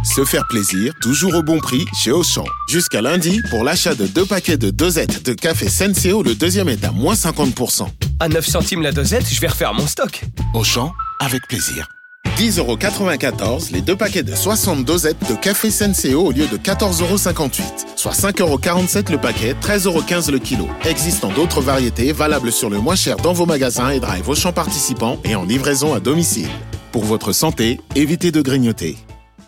Se faire plaisir, toujours au bon prix chez Auchan. Jusqu'à lundi, pour l'achat de 2 paquets de dosettes de café Senseo, le deuxième est à moins 50%. À 9 centimes la dosette, je vais refaire mon stock. Auchan, avec plaisir. 10,94€ les 2 paquets de 60 dosettes de café Senseo au lieu de 14,58€. Soit 5,47€ le paquet, 13,15€ le kilo. Existant d'autres variétés valables sur le moins cher dans vos magasins et drive Auchan participants et en livraison à domicile. Pour votre santé, évitez de grignoter.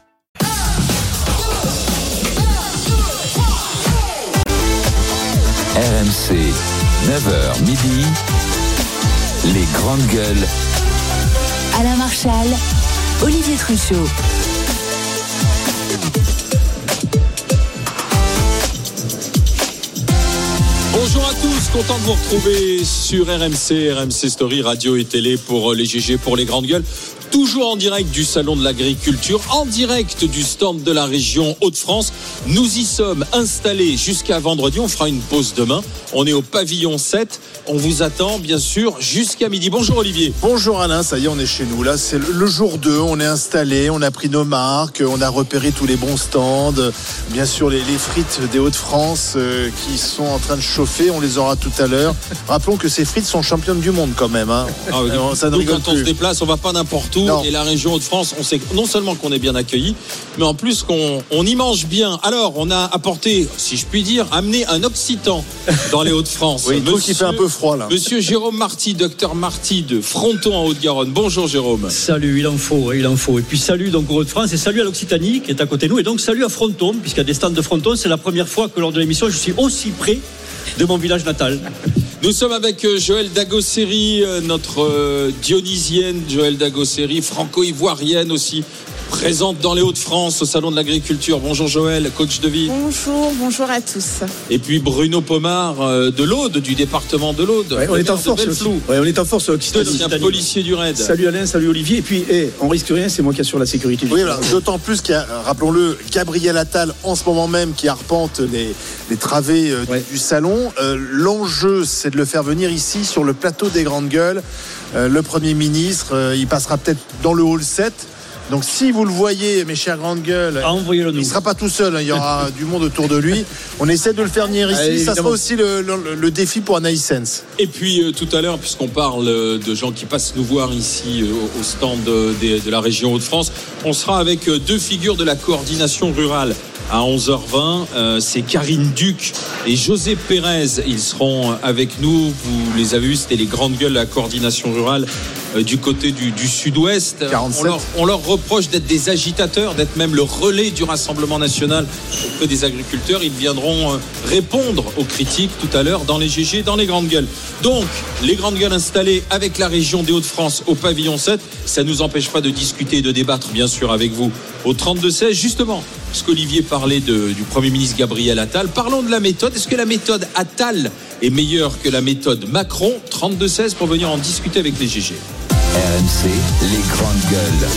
RMC, 9h midi, les grandes gueules. Alain Marchal, Olivier Truchot. Bonjour à tous, content de vous retrouver sur RMC Story, radio et télé pour les GG, pour les grandes gueules. Toujours en direct du Salon de l'Agriculture, en direct du stand de la région Hauts-de-France. Nous y sommes installés jusqu'à vendredi. On fera une pause demain. On est au pavillon 7. On vous attend, bien sûr, jusqu'à midi. Bonjour Olivier. Bonjour Alain, ça y est, on est chez nous. Là, c'est le jour 2. On est installé, on a pris nos marques, on a repéré tous les bons stands. Bien sûr, les frites des Hauts-de-France qui sont en train de chauffer. On les aura tout à l'heure. Rappelons que ces frites sont championnes du monde quand même. Hein. Ah oui, ça ne nous, rigole quand plus. on se déplace, on ne va pas n'importe où. Non. Et la région Hauts-de-France, on sait non seulement qu'on est bien accueillis, mais en plus qu'on y mange bien. Alors, on a apporté, si je puis dire, amené un Occitan dans les Hauts-de-France. Oui, il qui fait un peu froid là. Monsieur Jérôme Marty, docteur Marty de Fronton en Haute-Garonne. Bonjour Jérôme. Salut, il en faut. Et puis salut donc aux Hauts-de-France et salut à l'Occitanie qui est à côté de nous. Et donc salut à Fronton, puisqu'il y a des stands de Fronton. C'est la première fois que lors de l'émission, je suis aussi près de mon village natal. Nous sommes avec Joëlle Dagosseri, notre dionysienne Joëlle Dagosseri, franco-ivoirienne aussi, présente dans les Hauts-de-France au Salon de l'Agriculture. Bonjour Joëlle, coach de vie. Bonjour à tous. Et puis Bruno Pomar de l'Aude, du département de l'Aude. Ouais, on est en force. On est en force Occitanie. Un policier du RAID. Salut Alain, salut Olivier. Et puis, on risque rien, c'est moi qui assure la sécurité. Oui, voilà. D'autant plus qu'il y a, rappelons-le, Gabriel Attal en ce moment même qui arpente les travées du salon. L'enjeu, c'est de le faire venir ici sur le plateau des grandes gueules. Le Premier ministre, il passera peut-être dans le hall 7. Donc si vous le voyez, mes chères grandes gueules, envoyez-le nous. Il ne sera pas tout seul, hein, il y aura du monde autour de lui. On essaie de le faire venir ici. Ça sera aussi le défi pour Anaïs Sens. Et puis tout à l'heure, puisqu'on parle de gens qui passent nous voir ici au stand de la région Hauts-de-France, on sera avec 2 figures de la coordination rurale. À 11h20, c'est Karine Duc et José Pérez. Ils seront avec nous. Vous les avez vus, c'était les grandes gueules de la coordination rurale du côté du sud-ouest. On leur reproche d'être des agitateurs, d'être même le relais du Rassemblement national auprès des agriculteurs. Ils viendront répondre aux critiques tout à l'heure dans les GG, dans les grandes gueules. Donc, les grandes gueules installées avec la région des Hauts-de-France au pavillon 7, ça ne nous empêche pas de discuter et de débattre, bien sûr, avec vous au 32-16, justement. Parce qu'Olivier parlait du Premier ministre Gabriel Attal. Parlons de la méthode. Est-ce que la méthode Attal est meilleure que la méthode Macron? 32-16 pour venir en discuter avec les GG. RMC, les grandes gueules.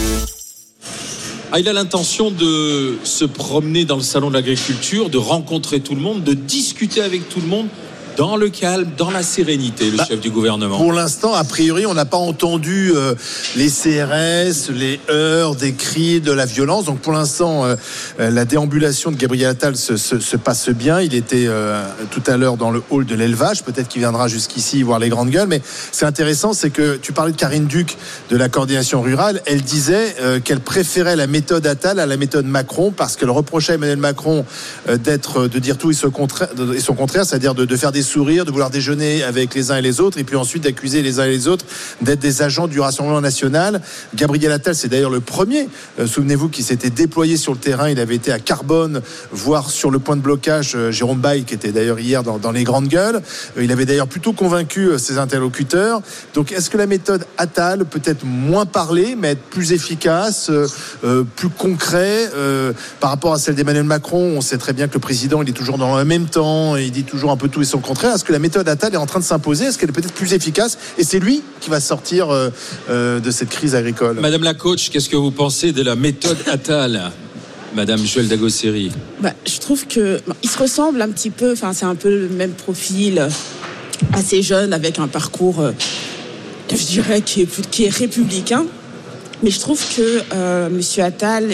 Il a l'intention de se promener dans le Salon de l'Agriculture, de rencontrer tout le monde, de discuter avec tout le monde. Dans le calme, dans la sérénité, le chef du gouvernement. Pour l'instant, a priori, on n'a pas entendu les CRS, les heurts, des cris, de la violence. Donc pour l'instant, la déambulation de Gabriel Attal se passe bien. Il était tout à l'heure dans le hall de l'élevage. Peut-être qu'il viendra jusqu'ici voir les grandes gueules. Mais c'est intéressant, c'est que tu parlais de Karine Duc de la coordination rurale. Elle disait qu'elle préférait la méthode Attal à la méthode Macron parce qu'elle reprochait à Emmanuel Macron de dire tout et son contraire, c'est-à-dire de faire des sourires, de vouloir déjeuner avec les uns et les autres, et puis ensuite d'accuser les uns et les autres d'être des agents du Rassemblement national. Gabriel Attal, c'est d'ailleurs le premier, souvenez-vous, qui s'était déployé sur le terrain. Il avait été à Carbone, voir sur le point de blocage Jérôme Bail, qui était d'ailleurs hier dans les grandes gueules. Il avait d'ailleurs plutôt convaincu ses interlocuteurs. Donc est-ce que la méthode Attal peut être moins parlée, mais être plus efficace, plus concret par rapport à celle d'Emmanuel Macron? On sait très bien que le président, il est toujours dans le même temps, il dit toujours un peu tout et son contraire. Est-ce que la méthode Attal est en train de s'imposer? Est-ce qu'elle est peut-être plus efficace? Et c'est lui qui va sortir de cette crise agricole. Madame la coach, qu'est-ce que vous pensez de la méthode Attal, Madame Joëlle Dagosseri? Je trouve que il se ressemble un petit peu. Enfin, c'est un peu le même profil, assez jeune, avec un parcours, je dirais, qui est républicain. Mais je trouve que Monsieur Attal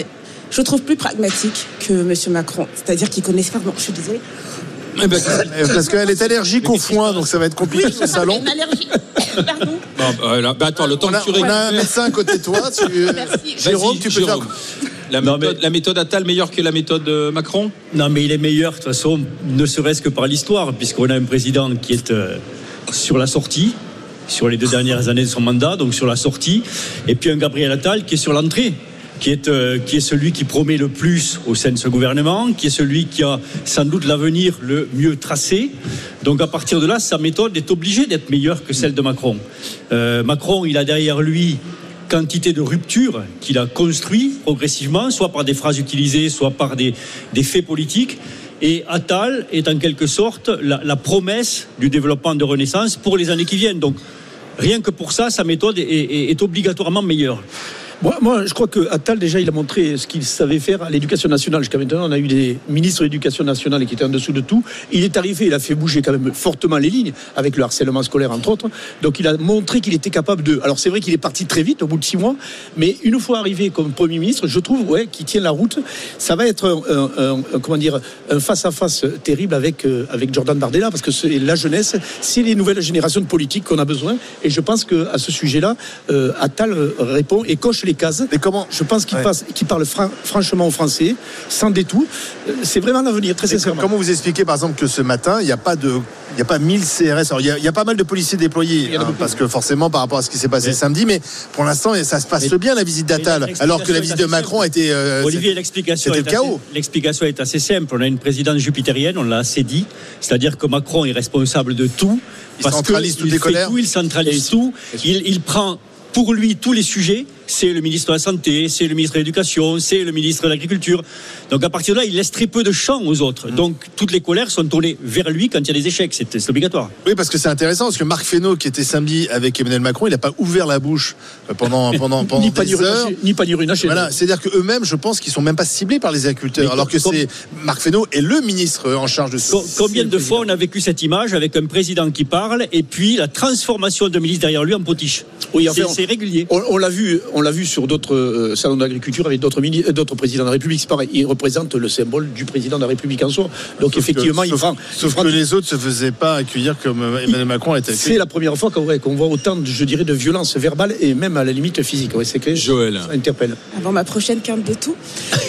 je trouve plus pragmatique que M. Macron. C'est-à-dire qu'il connaît... Pardon, je suis désolée. Parce qu'elle est allergique au foin, donc ça va être compliqué au salon. Une allergie. Pardon. Attends, le temps que tu On a un médecin à côté de toi. Merci. Jérôme, tu peux faire... La méthode Attal meilleure que la méthode Macron ? Non, mais il est meilleur, de toute façon, ne serait-ce que par l'histoire, puisqu'on a un président qui est sur la sortie, sur les 2 dernières années de son mandat, donc sur la sortie, et puis un Gabriel Attal qui est sur l'entrée, qui est celui qui promet le plus au sein de ce gouvernement, qui est celui qui a sans doute l'avenir le mieux tracé. Donc à partir de là, sa méthode est obligée d'être meilleure que celle de Macron. Macron, il a derrière lui quantité de ruptures qu'il a construit progressivement, soit par des phrases utilisées, soit par des faits politiques. Et Attal est en quelque sorte la promesse du développement de Renaissance pour les années qui viennent. Donc rien que pour ça, sa méthode est obligatoirement meilleure. Moi, je crois que Attal, déjà, il a montré ce qu'il savait faire à l'éducation nationale. Jusqu'à maintenant, on a eu des ministres de l'éducation nationale qui étaient en dessous de tout. Il est arrivé, il a fait bouger quand même fortement les lignes, avec le harcèlement scolaire, entre autres. Donc, il a montré qu'il était capable de... Alors, c'est vrai qu'il est parti très vite, au bout de 6 mois, mais une fois arrivé comme Premier ministre, je trouve qu'il tient la route. Ça va être un face-à-face terrible avec Jordan Bardella, parce que c'est la jeunesse, c'est les nouvelles générations de politiques qu'on a besoin. Et je pense qu'à ce sujet-là, Attal répond et coche les cases. Mais comment ? Je pense qu'il parle franchement au Français, sans détour. C'est vraiment l'avenir, très sincèrement. Comment vous expliquez, par exemple, que ce matin, il n'y a pas 1000 CRS. Alors, il y a pas mal de policiers déployés, parce que forcément, par rapport à ce qui s'est passé samedi, mais pour l'instant, ça se passe bien, la visite d'Attal, alors que la visite de Macron a été... Olivier, l'explication est assez simple. On a une présidence jupitérienne, on l'a assez dit, c'est-à-dire que Macron est responsable de tout. Il centralise toutes les colères. Il centralise tout, il prend pour lui tous les sujets. C'est le ministre de la Santé, c'est le ministre de l'Éducation, c'est le ministre de l'Agriculture. Donc à partir de là, il laisse très peu de champ aux autres. Donc toutes les colères sont tournées vers lui quand il y a des échecs. C'est obligatoire. Oui, parce que c'est intéressant, parce que Marc Fesneau, qui était samedi avec Emmanuel Macron, il n'a pas ouvert la bouche pendant ni des heures. Ni pas urinaché. Voilà, c'est-à-dire qu'eux-mêmes, je pense qu'ils ne sont même pas ciblés par les agriculteurs. Alors que c'est Marc Fesneau est le ministre en charge de ça. Combien de fois on a vécu cette image avec un président qui parle et puis la transformation de ministre derrière lui en potiche. Oui, enfin, c'est régulier. On l'a vu sur d'autres salons d'agriculture avec d'autres présidents de la République. C'est pareil, il représente le symbole du président de la République en soi. Donc effectivement, il prend. Sauf que les autres ne se faisaient pas accueillir comme Emmanuel Macron a été accueilli. C'est la première fois qu'on voit autant, je dirais, de violence verbale et même à la limite physique. Ouais, c'est que Joël. Ça interpelle. Avant ma prochaine quinte de tout,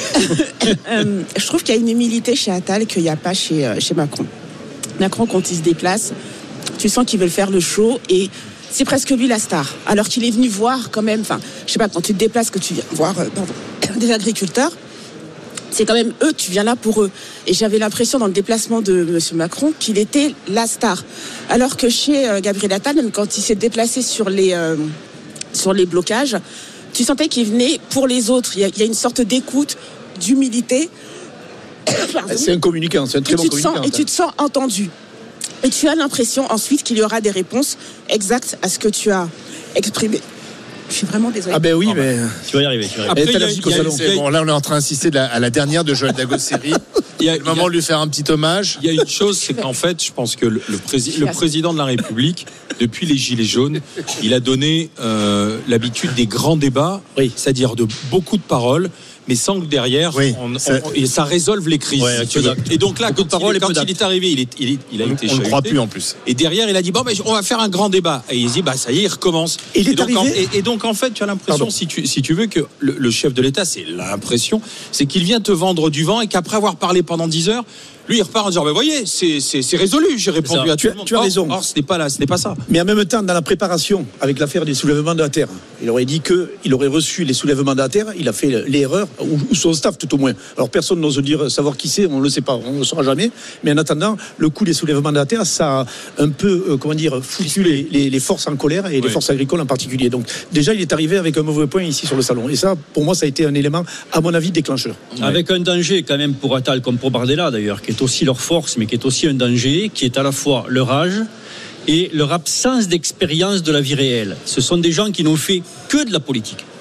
je trouve qu'il y a une humilité chez Attal qu'il n'y a pas chez Macron. Macron, quand il se déplace, tu sens qu'il veut faire le show et c'est presque lui la star. Alors qu'il est venu voir quand même, enfin, je sais pas, quand tu te déplaces, que tu viens voir des agriculteurs, c'est quand même eux, tu viens là pour eux. Et j'avais l'impression dans le déplacement de M. Macron qu'il était la star. Alors que chez Gabriel Attal, même quand il s'est déplacé sur les blocages, tu sentais qu'il venait pour les autres. Il y a une sorte d'écoute, d'humilité. C'est un communicant, c'est un très bon communicant. Et tu te sens entendu. Et tu as l'impression ensuite qu'il y aura des réponses exactes à ce que tu as exprimé. Je suis vraiment désolée. Ah ben oui, mais tu vas y arriver. Après, là, on est en train d'insister à la dernière de Joël Dagosseri. Il y a le moment de lui faire un petit hommage. Il y a une chose, c'est qu'en fait, je pense que le président de la République, depuis les Gilets jaunes, il a donné l'habitude des grands débats, c'est-à-dire de beaucoup de paroles, mais sans que derrière, et ça résolve les crises. Ouais, et donc là, quand il est arrivé, il a été chahuté. On ne croit plus en plus. Et derrière, il a dit, on va faire un grand débat. Et il dit, ça y est, il recommence. Et donc, en fait, tu as l'impression, si tu veux, que le chef de l'État, c'est l'impression, c'est qu'il vient te vendre du vent et qu'après avoir parlé pendant 10 heures, lui, il repart en disant, voyez, c'est résolu, j'ai répondu à tout le monde. Tu as raison. Or, ce n'est pas ça. Mais en même temps, dans la préparation, avec l'affaire des soulèvements de la terre, il aurait dit qu'il aurait reçu les soulèvements de la terre, il a fait l'erreur, ou son staff tout au moins. Alors personne n'ose savoir qui c'est, on ne le sait pas, on ne le saura jamais. Mais en attendant, le coup des soulèvements de la terre, ça a un peu, foutu les forces en colère, et les forces agricoles en particulier. Donc déjà, il est arrivé avec un mauvais point ici sur le salon. Et ça, pour moi, ça a été un élément, à mon avis, déclencheur. Avec un danger quand même pour Attal, comme pour Bardella d'ailleurs, qui est aussi leur force, mais qui est aussi un danger, qui est à la fois leur âge et leur absence d'expérience de la vie réelle. Ce sont des gens qui n'ont fait que de la politique.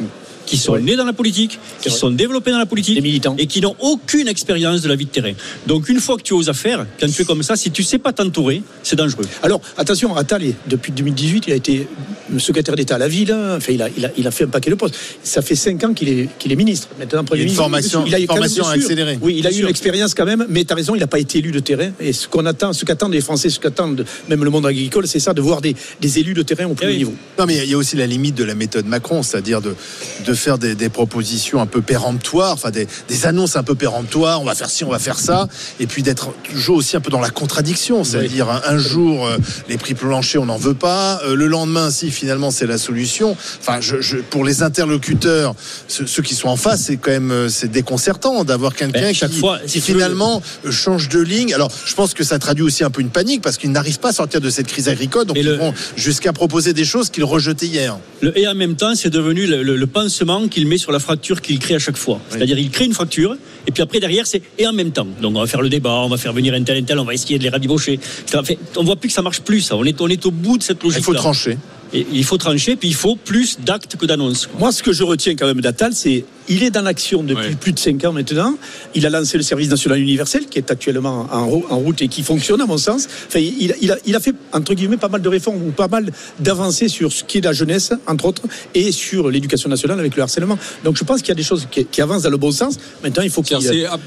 qui sont nés dans la politique, qui sont développés dans la politique, les militants, et qui n'ont aucune expérience de la vie de terrain. Donc une fois que tu oses faire, quand tu es comme ça, si tu sais pas t'entourer, c'est dangereux. Alors attention, Attal, depuis 2018, il a été secrétaire d'État à la ville. Enfin, il a fait un paquet de postes. Ça fait 5 ans qu'il est ministre. Maintenant, Premier ministre. Il a une formation accélérée. Oui, il a eu une expérience quand même, mais tu as raison, il n'a pas été élu de terrain. Et ce qu'attendent les Français, ce qu'attendent même le monde agricole, c'est ça, de voir des élus de terrain au plus haut niveau. Non, mais il y a aussi la limite de la méthode Macron, c'est-à-dire de faire des propositions un peu péremptoires, enfin des annonces un peu péremptoires, on va faire ci, on va faire ça, et puis d'être toujours aussi un peu dans la contradiction, c'est-à-dire un jour les prix planchers on n'en veut pas, le lendemain si finalement c'est la solution. Enfin, pour les interlocuteurs, ceux qui sont en face, c'est quand même c'est déconcertant d'avoir quelqu'un qui finalement change de ligne. Alors je pense que ça traduit aussi un peu une panique parce qu'ils n'arrivent pas à sortir de cette crise agricole, donc ils vont jusqu'à proposer des choses qu'ils rejetaient hier. Et en même temps, c'est devenu le pansement qu'il met sur la fracture qu'il crée à chaque fois. C'est-à-dire, il crée une fracture, et puis après, derrière, c'est et en même temps. Donc, on va faire le débat, on va faire venir un tel, on va essayer de les rabibocher. On voit plus que ça marche plus, ça. On est au bout de cette logique-là. Il faut trancher. Et il faut trancher, puis il faut plus d'actes que d'annonces. Moi, ce que je retiens quand même d'Attal, c'est il est dans l'action depuis plus de 5 ans maintenant. Il a lancé le service national universel, qui est actuellement en route et qui fonctionne, à mon sens. Enfin, il a fait, entre guillemets, pas mal de réformes ou pas mal d'avancées sur ce qui est la jeunesse, entre autres, et sur l'éducation nationale avec le harcèlement. Donc, je pense qu'il y a des choses qui avancent dans le bon sens. Maintenant, il faut qu'il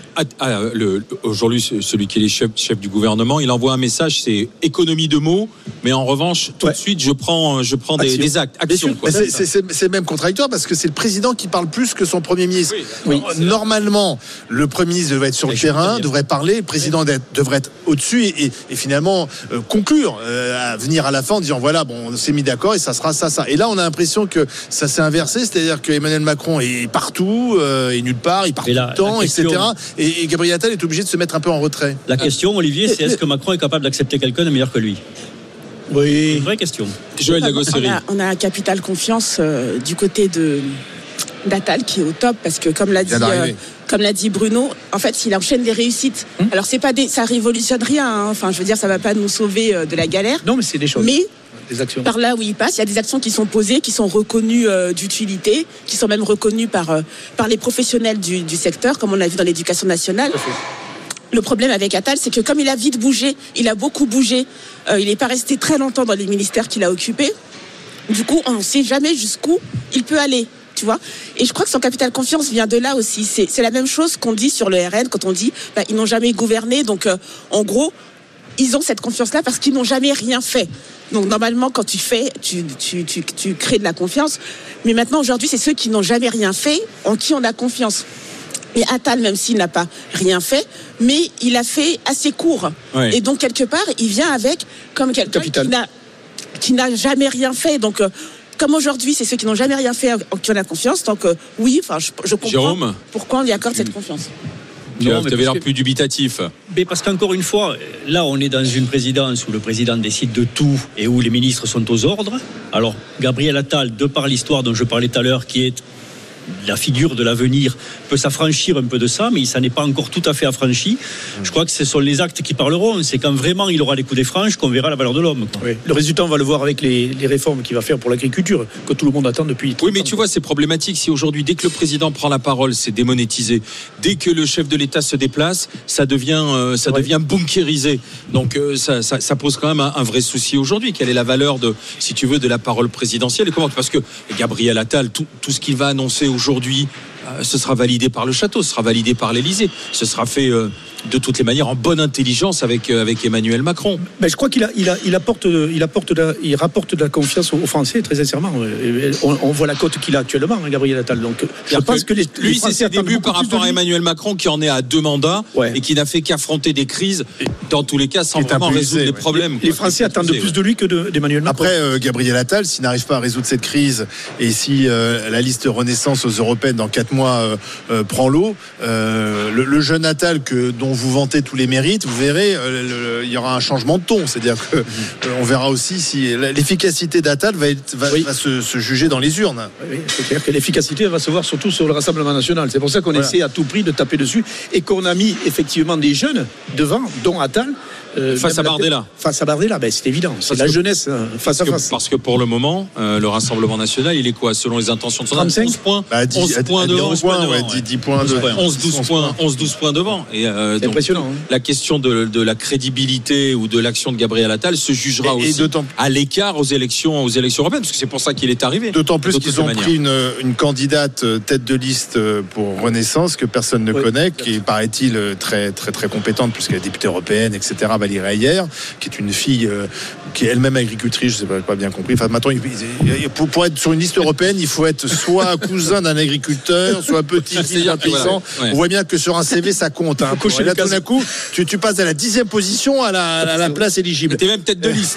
aujourd'hui, celui qui est chef du gouvernement, il envoie un message, c'est économie de mots, mais en revanche, tout de suite, je prends des actes, actions. C'est même contradictoire parce que c'est le président qui parle plus que son Premier ministre. Oui. Normalement, le Premier ministre devrait être sur le terrain, devrait parler, le président devrait être au-dessus et finalement conclure, à venir à la fin en disant voilà, bon, on s'est mis d'accord et ça sera ça. Et là, on a l'impression que ça s'est inversé, c'est-à-dire que Emmanuel Macron est partout, et nulle part, il part tout le temps, etc. Et Gabriel Attal est obligé de se mettre un peu en retrait. La question, Olivier, c'est est-ce que Macron est capable d'accepter quelqu'un de meilleur que lui ? Oui. C'est une vraie question. Joël Lagosserie. On a un capital confiance du côté d'Attal qui est au top parce que comme l'a dit Bruno, en fait il enchaîne des réussites. Alors ça révolutionne rien, hein. Enfin je veux dire ça va pas nous sauver de la galère. Non mais c'est des choses. Mais des actions. Par là où il passe, il y a des actions qui sont posées, qui sont reconnues d'utilité, qui sont même reconnues par les professionnels du secteur, comme on l'a vu dans l'éducation nationale. Le problème avec Attal, c'est que comme il a vite bougé, il a beaucoup bougé, il n'est pas resté très longtemps dans les ministères qu'il a occupés. Du coup, on ne sait jamais jusqu'où il peut aller. Tu vois, et je crois que son capital confiance vient de là aussi. C'est la même chose qu'on dit sur le RN quand on dit ils n'ont jamais gouverné, donc en gros ils ont cette confiance-là parce qu'ils n'ont jamais rien fait. Donc normalement quand tu fais, tu crées de la confiance. Mais maintenant aujourd'hui c'est ceux qui n'ont jamais rien fait en qui on a confiance. Et Attal, même s'il n'a pas rien fait, mais il a fait assez court. Ouais. Et donc quelque part il vient avec comme quelqu'un qui n'a jamais rien fait. Donc comme aujourd'hui, c'est ceux qui n'ont jamais rien fait qui ont la confiance. Donc oui, je comprends Jérôme, pourquoi on lui accorde cette confiance. Tu avais l'air plus dubitatif. Mais parce qu'encore une fois, là, on est dans une présidence où le président décide de tout et où les ministres sont aux ordres. Alors, Gabriel Attal, de par l'histoire dont je parlais tout à l'heure, qui est la figure de l'avenir, peut s'affranchir un peu de ça, mais ça n'est pas encore tout à fait affranchi. Je crois que ce sont les actes qui parleront. C'est quand vraiment il aura les coups des franges qu'on verra la valeur de l'homme. Oui. Le résultat, on va le voir avec les réformes qu'il va faire pour l'agriculture, que tout le monde attend depuis. Oui, mais tu vois, c'est problématique si aujourd'hui, dès que le président prend la parole, c'est démonétisé. Dès que le chef de l'État se déplace, ça devient bunkérisé. Donc ça pose quand même un vrai souci aujourd'hui. Quelle est la valeur si tu veux, de la parole présidentielle et comment ? Parce que Gabriel Attal, tout ce qu'il va annoncer aujourd'hui, ce sera validé par le château, ce sera validé par l'Élysée, ce sera fait de toutes les manières en bonne intelligence avec Emmanuel Macron. Ben, je crois qu'il rapporte de la confiance aux Français, très sincèrement. On voit la cote qu'il a actuellement, Gabriel Attal. Donc, je pense que lui, c'est ses débuts par rapport à Emmanuel Macron qui en est à 2 mandats et qui n'a fait qu'affronter des crises, dans tous les cas, sans vraiment résoudre les problèmes. Les Français attendent plus de lui que d'Emmanuel Macron. Après, Gabriel Attal, s'il n'arrive pas à résoudre cette crise et si la liste Renaissance aux Européennes dans 4 mois prend l'eau, le jeune Attal dont dont vous vantez tous les mérites, vous verrez, il y aura un changement de ton. C'est-à-dire que on verra aussi si l'efficacité d'Attal va se juger dans les urnes. Oui, c'est clair que l'efficacité va se voir surtout sur le Rassemblement national. C'est pour ça qu'on essaie à tout prix de taper dessus et qu'on a mis effectivement des jeunes devant, dont Attal. Face à Bardella. Face à Bardella, c'est évident. C'est la jeunesse face à face. Parce que pour le moment, le Rassemblement national, il est quoi selon les intentions de son 11 points 11 points devant. 10 points devant. 11-12 points devant. Et c'est impressionnant. La question de la crédibilité ou de l'action de Gabriel Attal se jugera aussi à l'écart aux élections européennes, parce que c'est pour ça qu'il est arrivé. D'autant plus qu'ils ont pris une candidate tête de liste pour Renaissance que personne ne connaît, qui est, paraît-il, très, très, très compétente, puisqu'elle est députée européenne, etc. Valérie Ayer, qui est une fille qui est elle-même agricultrice, je ne sais pas bien compris. Enfin, maintenant, pour être sur une liste européenne, il faut être soit cousin d'un agriculteur, soit petit-fils d'un paysan. On voit bien que sur un CV, ça compte. Hein. Et là, tout d'un coup, tu passes à la 10e position à la place éligible. T'es même tête de liste.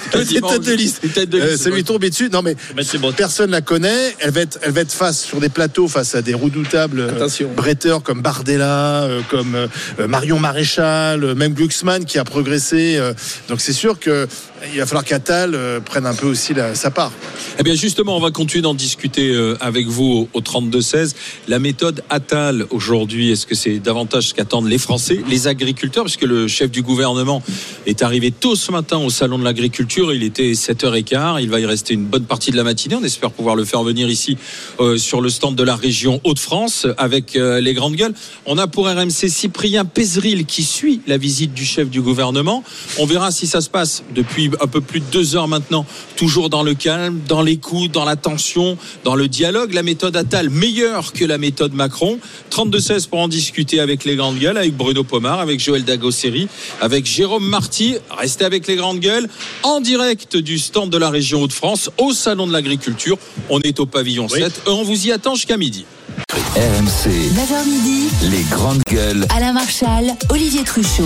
Ça lui est tombé dessus. Non, mais personne la connaît. Elle va être sur des plateaux face à des redoutables bretteurs comme Bardella, comme Marion Maréchal, même Glucksmann qui a progressé. Donc c'est sûr qu'il va falloir qu'Attal prenne un peu aussi sa part. Eh bien justement, on va continuer d'en discuter avec vous au 32-16. La méthode Attal aujourd'hui, est-ce que c'est davantage ce qu'attendent les Français, les agriculteurs, puisque le chef du gouvernement est arrivé tôt ce matin au salon de l'agriculture, il était 7h15, il va y rester une bonne partie de la matinée, on espère pouvoir le faire venir ici sur le stand de la région Hauts-de-France avec les grandes gueules. On a pour RMC Cyprien Pézeril qui suit la visite du chef du gouvernement. On verra si ça se passe depuis un peu plus de 2 heures maintenant, toujours dans le calme, dans l'écoute, dans la tension, dans le dialogue. La méthode Attal meilleure que la méthode Macron. 32-16 pour en discuter avec les grandes gueules, avec Bruno Pomar, avec Joël Dagosseri, avec Jérôme Marty. Restez avec les grandes gueules en direct du stand de la région Hauts-de-France au salon de l'agriculture. On est au pavillon 7 et on vous y attend jusqu'à midi. RMC 9h midi, les grandes gueules. Alain Marchal, Olivier Truchot.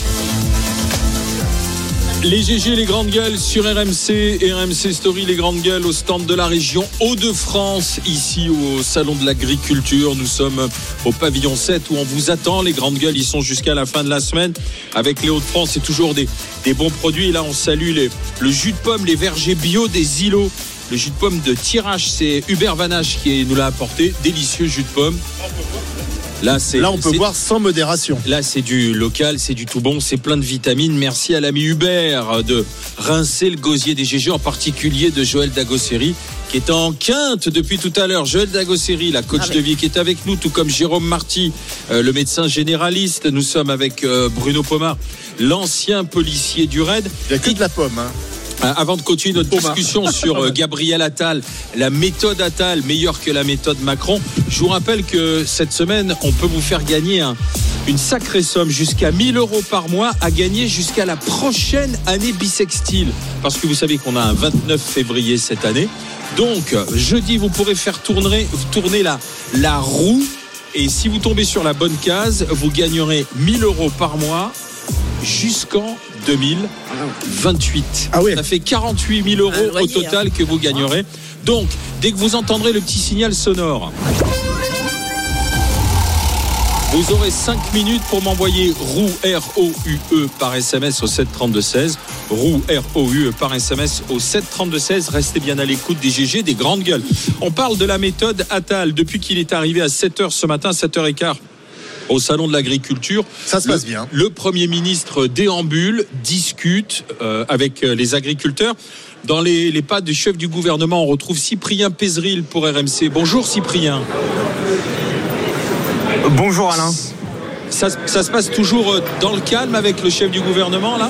Les GG, les grandes gueules sur RMC, RMC Story, les grandes gueules au stand de la région Hauts-de-France, ici au salon de l'agriculture. Nous sommes au pavillon 7 où on vous attend. Les grandes gueules, ils sont jusqu'à la fin de la semaine. Avec les Hauts-de-France, c'est toujours des bons produits. Et là, on salue le jus de pomme, les vergers bio des îlots. Le jus de pomme de Tirage, c'est Hubert Vanache qui nous l'a apporté. Délicieux jus de pomme. Là, on peut boire sans modération. Là, c'est du local, c'est du tout bon, c'est plein de vitamines. Merci à l'ami Hubert de rincer le gosier des GG, en particulier de Joël Dagosseri, qui est en quinte depuis tout à l'heure. Joël Dagosseri, la coach de vie, qui est avec nous, tout comme Jérôme Marty, le médecin généraliste. Nous sommes avec Bruno Pomar, l'ancien policier du RAID. Il n'y a que de la pomme, hein. Avant de continuer notre discussion sur Gabriel Attal, la méthode Attal meilleure que la méthode Macron, je vous rappelle que cette semaine, on peut vous faire gagner une sacrée somme, jusqu'à 1 000 € par mois, à gagner jusqu'à la prochaine année bissextile. Parce que vous savez qu'on a un 29 février cette année. Donc, jeudi, vous pourrez faire tourner la roue. Et si vous tombez sur la bonne case, vous gagnerez 1 000 € par mois jusqu'en 2028. Ça fait 48 000 € au total que vous gagnerez. Donc, dès que vous entendrez le petit signal sonore, vous aurez 5 minutes pour m'envoyer roue ROUE par SMS au 732-16. Roue ROUE par SMS au 732-16. Restez bien à l'écoute des GG, des grandes gueules. On parle de la méthode Attal depuis qu'il est arrivé à 7h ce matin, 7h15. Au salon de l'agriculture. Ça se passe bien. Le Premier ministre déambule, discute avec les agriculteurs. Dans les pas du chef du gouvernement, on retrouve Cyprien Pézeril pour RMC. Bonjour Cyprien. Bonjour Alain. Ça se passe toujours dans le calme avec le chef du gouvernement là ?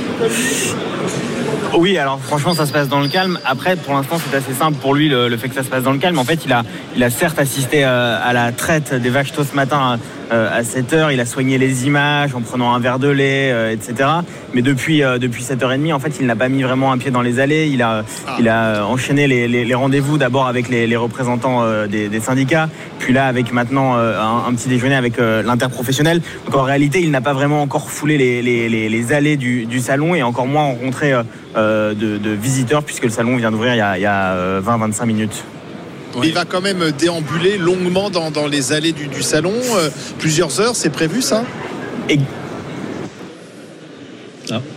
Oui, alors franchement ça se passe dans le calme. Après pour l'instant c'est assez simple pour lui le fait que ça se passe dans le calme. En fait il a certes assisté à la traite des vaches tôt ce matin à 7h. Il a soigné les images en prenant un verre de lait, etc. Mais depuis 7h30 en fait il n'a pas mis vraiment un pied dans les allées. Il a enchaîné les rendez-vous d'abord avec les représentants des syndicats, puis là avec maintenant un petit déjeuner avec l'interprofessionnel. Donc en réalité il n'a pas vraiment encore foulé les allées du salon et encore moins rencontré de visiteurs puisque le salon vient d'ouvrir il y a 20-25 minutes. Ouais. Il va quand même déambuler longuement dans les allées du salon, plusieurs heures, c'est prévu ça ?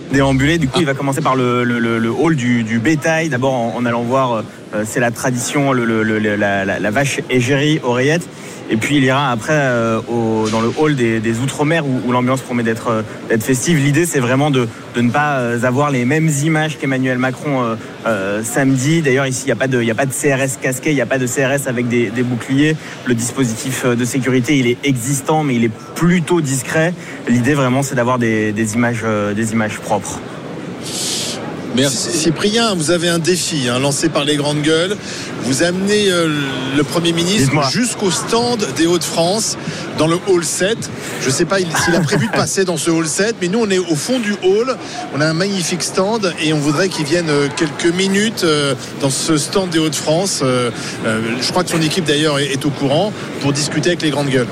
déambuler. Du coup, il va commencer par le hall du bétail. D'abord, en allant voir, c'est la tradition, la vache égérie oreillette. Et puis il ira après dans le hall des Outre-mer où l'ambiance promet d'être festive. L'idée, c'est vraiment de ne pas avoir les mêmes images qu'Emmanuel Macron samedi. D'ailleurs, ici, il n'y a pas de CRS casqué, il n'y a pas de CRS avec des boucliers. Le dispositif de sécurité, il est existant, mais il est plutôt discret. L'idée, vraiment, c'est d'avoir des images propres. Merci. Cyprien, vous avez un défi lancé par les grandes gueules. Vous amenez le Premier ministre jusqu'au stand des Hauts-de-France, dans le hall 7. Je ne sais pas s'il a prévu de passer dans ce hall 7, mais nous, on est au fond du hall. On a un magnifique stand et on voudrait qu'il vienne quelques minutes dans ce stand des Hauts-de-France. Je crois que son équipe, d'ailleurs, est au courant pour discuter avec les grandes gueules.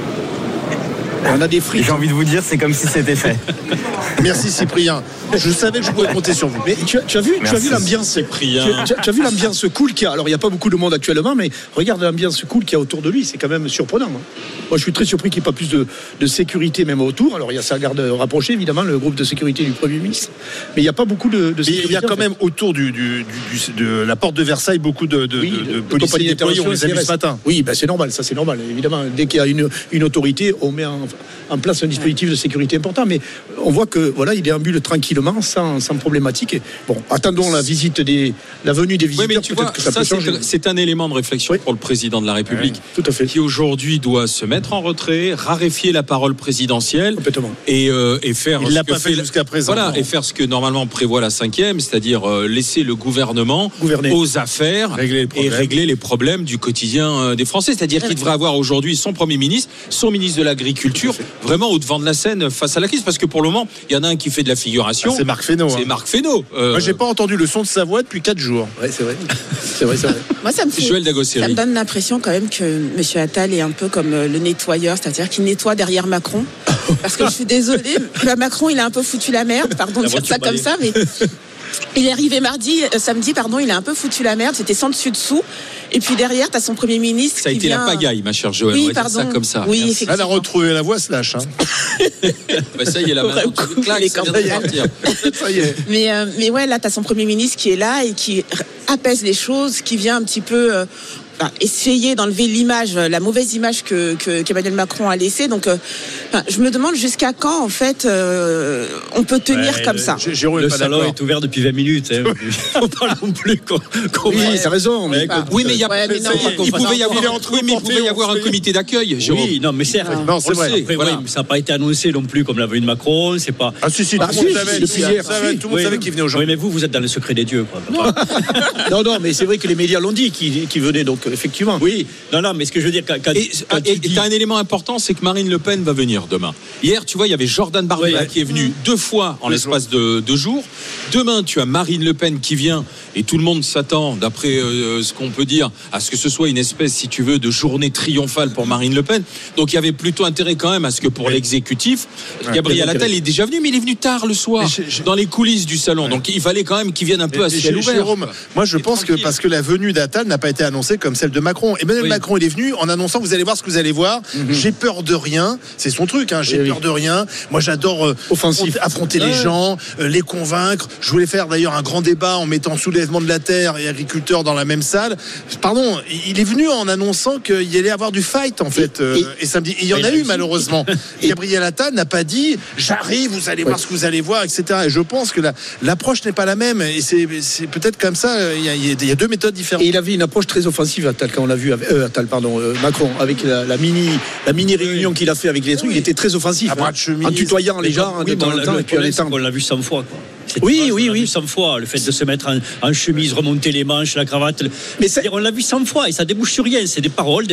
On a des frites. J'ai envie de vous dire, c'est comme si c'était fait. Merci Cyprien. Je savais que je pouvais compter sur vous. Mais tu as vu l'ambiance, Cyprien. Tu as vu l'ambiance cool qu'il y a. Alors il n'y a pas beaucoup de monde actuellement, mais regarde l'ambiance cool qu'il y a autour de lui. C'est quand même surprenant. Moi, je suis très surpris qu'il n'y ait pas plus de sécurité même autour. Alors il y a sa garde rapprochée, évidemment, le groupe de sécurité du Premier ministre. Mais il n'y a pas beaucoup de sécurité. Il y a quand même autour de la porte de Versailles beaucoup de policiers déployés. On les a vus ce matin. Oui, c'est normal. Ça, c'est normal. Évidemment, dès qu'il y a une autorité, on met en place un dispositif de sécurité important. Mais on voit que il déambule tranquillement, sans problématique. Bon, attendons la venue des visiteurs. Oui, mais tu vois, c'est un élément de réflexion pour le président de la République, tout à fait, qui aujourd'hui doit se mettre en retrait, raréfier la parole présidentielle et faire. Il l'a pas fait jusqu'à présent. Voilà, et faire ce que normalement prévoit la 5e, c'est-à-dire laisser le gouvernement aux affaires et régler les problèmes du quotidien des Français. C'est-à-dire qu'il devrait avoir aujourd'hui son Premier ministre, son ministre de l'Agriculture, vraiment au devant de la scène face à la crise, parce que pour le moment, il y en a un qui fait de la figuration. C'est Marc Fesneau. Marc Fesneau. Moi, j'ai pas entendu le son de sa voix depuis 4 jours. Ouais, c'est vrai. c'est vrai. Moi, ça me donne l'impression quand même que M. Attal est un peu comme le nettoyeur, c'est-à-dire qu'il nettoie derrière Macron. Parce que je suis désolée, Macron, il a un peu foutu la merde, pardon de dire ça comme ça, mais il est arrivé samedi, il a un peu foutu la merde, c'était sans dessus-dessous. Et puis derrière, tu as son Premier ministre. Ça a été la pagaille, ma chère Joëlle. Oui, on va dire ça comme ça. Oui, effectivement. Elle a retrouvé la voix, slash. Ça y est, la main claque, ça vient de partir. Ça y est. Mais ouais, là, tu as son Premier ministre qui est là et qui apaise les choses, qui vient un petit peu essayer d'enlever la mauvaise image qu'Emmanuel Macron a laissée. Donc, je me demande jusqu'à quand, en fait, on peut tenir comme ça. Le salon est ouvert depuis 20 minutes. Il ne faut pas non plus Oui, t'as raison. Oui, mais il pouvait y avoir un comité d'accueil, Jérôme. Oui, non, mais certes. Non, c'est vrai. Après, ça n'a pas été annoncé non plus comme l'a venue de Macron. C'est pas. Ah, si, tout le monde savait. Tout le monde savait qu'il venait aujourd'hui. Oui, mais vous êtes dans le secret des dieux, quoi. Non, mais c'est vrai que les médias l'ont dit, qui venaient, donc effectivement. Oui, non, mais ce que je veux dire, et un élément important, c'est que Marine Le Pen va venir demain. Hier, tu vois, il y avait Jordan Bardella qui est venu 2 fois en l'espace de 2 jours. Demain, tu as Marine Le Pen qui vient, et tout le monde s'attend, d'après ce qu'on peut dire, à ce que ce soit une espèce, si tu veux, de journée triomphale pour Marine Le Pen. Donc il y avait plutôt intérêt quand même à ce que pour l'exécutif, Gabriel Attal est déjà venu, mais il est venu tard le soir, dans les coulisses du salon. Donc il fallait quand même qu'il vienne un peu à ciel ouvert. Jérôme, moi je pense que parce que la venue d'Attal n'a pas été annoncée comme celle de Macron. Emmanuel Macron, il est venu en annonçant, vous allez voir ce que vous allez voir. J'ai peur de rien. C'est son truc, j'ai peur de rien. Moi j'adore affronter les gens, les convaincre. Je voulais faire d'ailleurs un grand débat en mettant soulèvement de la terre et agriculteurs dans la même salle. Pardon, il est venu en annonçant qu'il allait avoir du fight en fait. Et samedi, il y en a eu malheureusement. Gabriel Attal n'a pas dit j'arrive, vous allez voir ce que vous allez voir, etc. Et je pense que l'approche n'est pas la même. Et c'est peut-être comme ça. Il y a 2 méthodes différentes. Et il avait une approche très offensive, Attal, quand on l'a vu, Macron, avec la mini réunion qu'il a fait avec les trucs. Il était très offensif, en tutoyant les gens de temps en temps. Et puis on l'a vu 100 fois, quoi. Oui. 100 fois, le fait de se mettre en chemise, remonter les manches, la cravate. Mais on l'a vu 100 fois et ça débouche sur rien. C'est des paroles,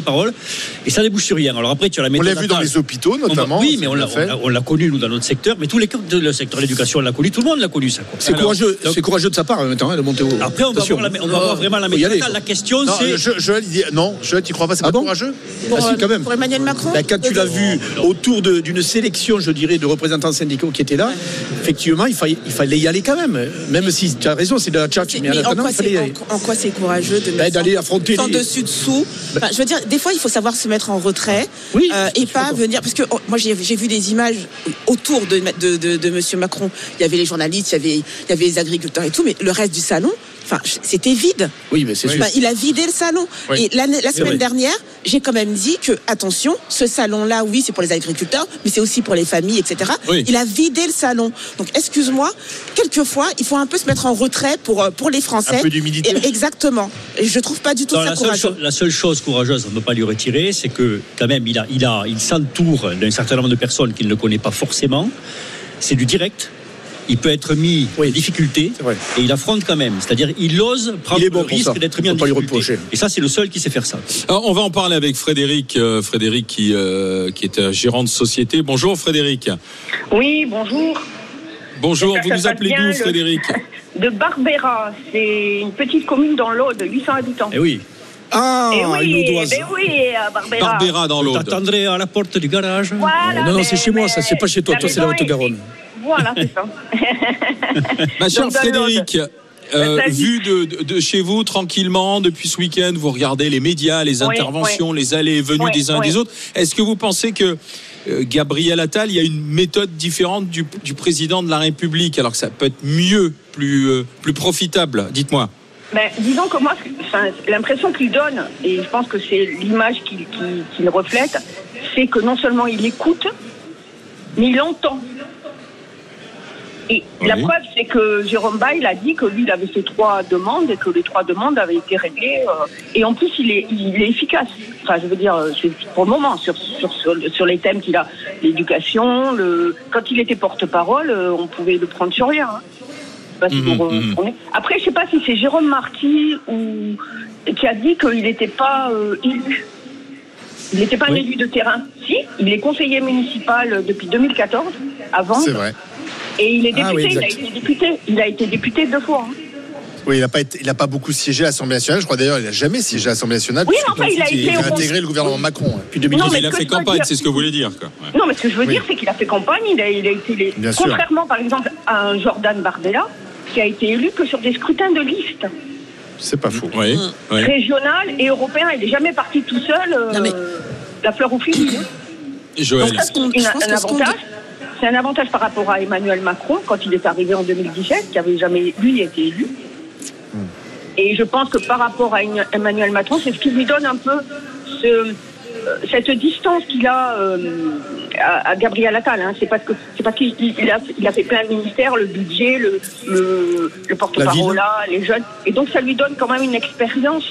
et ça débouche sur rien. Alors après, tu as la méthode. On l'a vu dans les hôpitaux, notamment. Oui, mais on l'a connu, nous, dans notre secteur. Mais tous les le secteur de l'éducation, on l'a connu. Tout le monde l'a connu, ça. C'est courageux de sa part, maintenant, de monter au. Après, on va voir vraiment la méthode. La question, c'est. Joël, il dit non. Joël, tu crois pas, c'est pas courageux? Quand même. Pour Emmanuel Macron. Quand tu l'as vu autour d'une sélection, je dirais, de représentants syndicaux qui étaient là, effectivement, il fallait. il fallait y aller quand même si tu as raison, c'est de la tchatch, mais en quoi c'est courageux de mettre d'aller affronter sans dessus dessous. Enfin, je veux dire, des fois il faut savoir se mettre en retrait et pas venir, parce que moi j'ai vu des images autour de Monsieur Macron. Il y avait les journalistes, il y avait les agriculteurs et tout, mais le reste du salon, enfin, c'était vide. Oui, mais c'est sûr. Il a vidé le salon. Oui. Et la semaine dernière, j'ai quand même dit que, attention, ce salon-là, oui, c'est pour les agriculteurs, mais c'est aussi pour les familles, etc. Oui. Il a vidé le salon. Donc, excuse-moi, quelquefois, il faut un peu se mettre en retrait pour les Français. Un peu d'humilité. Exactement. Et je trouve pas du tout ça courageux. La seule chose courageuse, on ne peut pas lui retirer, c'est que, quand même, il s'entoure d'un certain nombre de personnes qu'il ne connaît pas forcément. C'est du direct. Il peut être mis en difficulté et il affronte quand même. C'est-à-dire, il ose prendre le risque d'être mis en difficulté. Et ça, c'est le seul qui sait faire ça. Alors, on va en parler avec Frédéric. Frédéric qui est gérant de société. Bonjour Frédéric. Oui, bonjour. Bonjour, vous nous appelez d'où Frédéric? De Barbera. C'est une petite commune dans l'Aude, 800 habitants. Eh oui. Ah, une Audoise. À Barbera. Barbera dans l'Aude. T'attendrai à la porte du garage. Voilà, non, c'est chez moi, ça, c'est pas chez toi. Toi, c'est la Haute-Garonne. Voilà, c'est ça. Ma chère Frédéric, vu de chez vous, tranquillement, depuis ce week-end, vous regardez les médias, les interventions, les allées et venues des uns et des autres. Est-ce que vous pensez que Gabriel Attal, il y a une méthode différente du président de la République, alors que ça peut être mieux, plus profitable? Dites-moi. Disons que moi, l'impression qu'il donne, et je pense que c'est l'image qu'il reflète, c'est que non seulement il écoute, mais il entend. Et la preuve, c'est que Jérôme Bail a dit que lui, il avait fait 3 demandes et que les 3 demandes avaient été réglées. Et en plus, il est efficace. Enfin, je veux dire, pour le moment, sur les thèmes qu'il a, l'éducation, quand il était porte-parole, on pouvait le prendre sur rien. Après, je sais pas si c'est Jérôme Marty qui a dit qu'il n'était pas élu. Il n'était pas un élu de terrain. Si, il est conseiller municipal depuis 2014, avant. C'est vrai. Et il est député, il a été député 2 fois. Oui, il n'a pas beaucoup siégé à l'Assemblée nationale. Je crois d'ailleurs qu'il n'a jamais siégé à l'Assemblée nationale. Oui, mais enfin, il a intégré le gouvernement Macron. Puis 2010, il a fait campagne, c'est ce que vous voulez dire. Quoi. Ouais. Non, mais ce que je veux dire, c'est qu'il a fait campagne. Il a été contrairement, par exemple, à un Jordan Bardella, qui a été élu que sur des scrutins de liste. C'est pas faux. Régional et européen. Il n'est jamais parti tout seul. La fleur au fusil. Joël. C'est un avantage par rapport à Emmanuel Macron quand il est arrivé en 2017, qui n'avait jamais, lui, été élu. Et je pense que par rapport à Emmanuel Macron, c'est ce qui lui donne un peu cette distance qu'il a à Gabriel Attal. Hein. C'est parce qu'il a fait plein de ministères, le budget, le porte-parole, les jeunes. Et donc ça lui donne quand même une expérience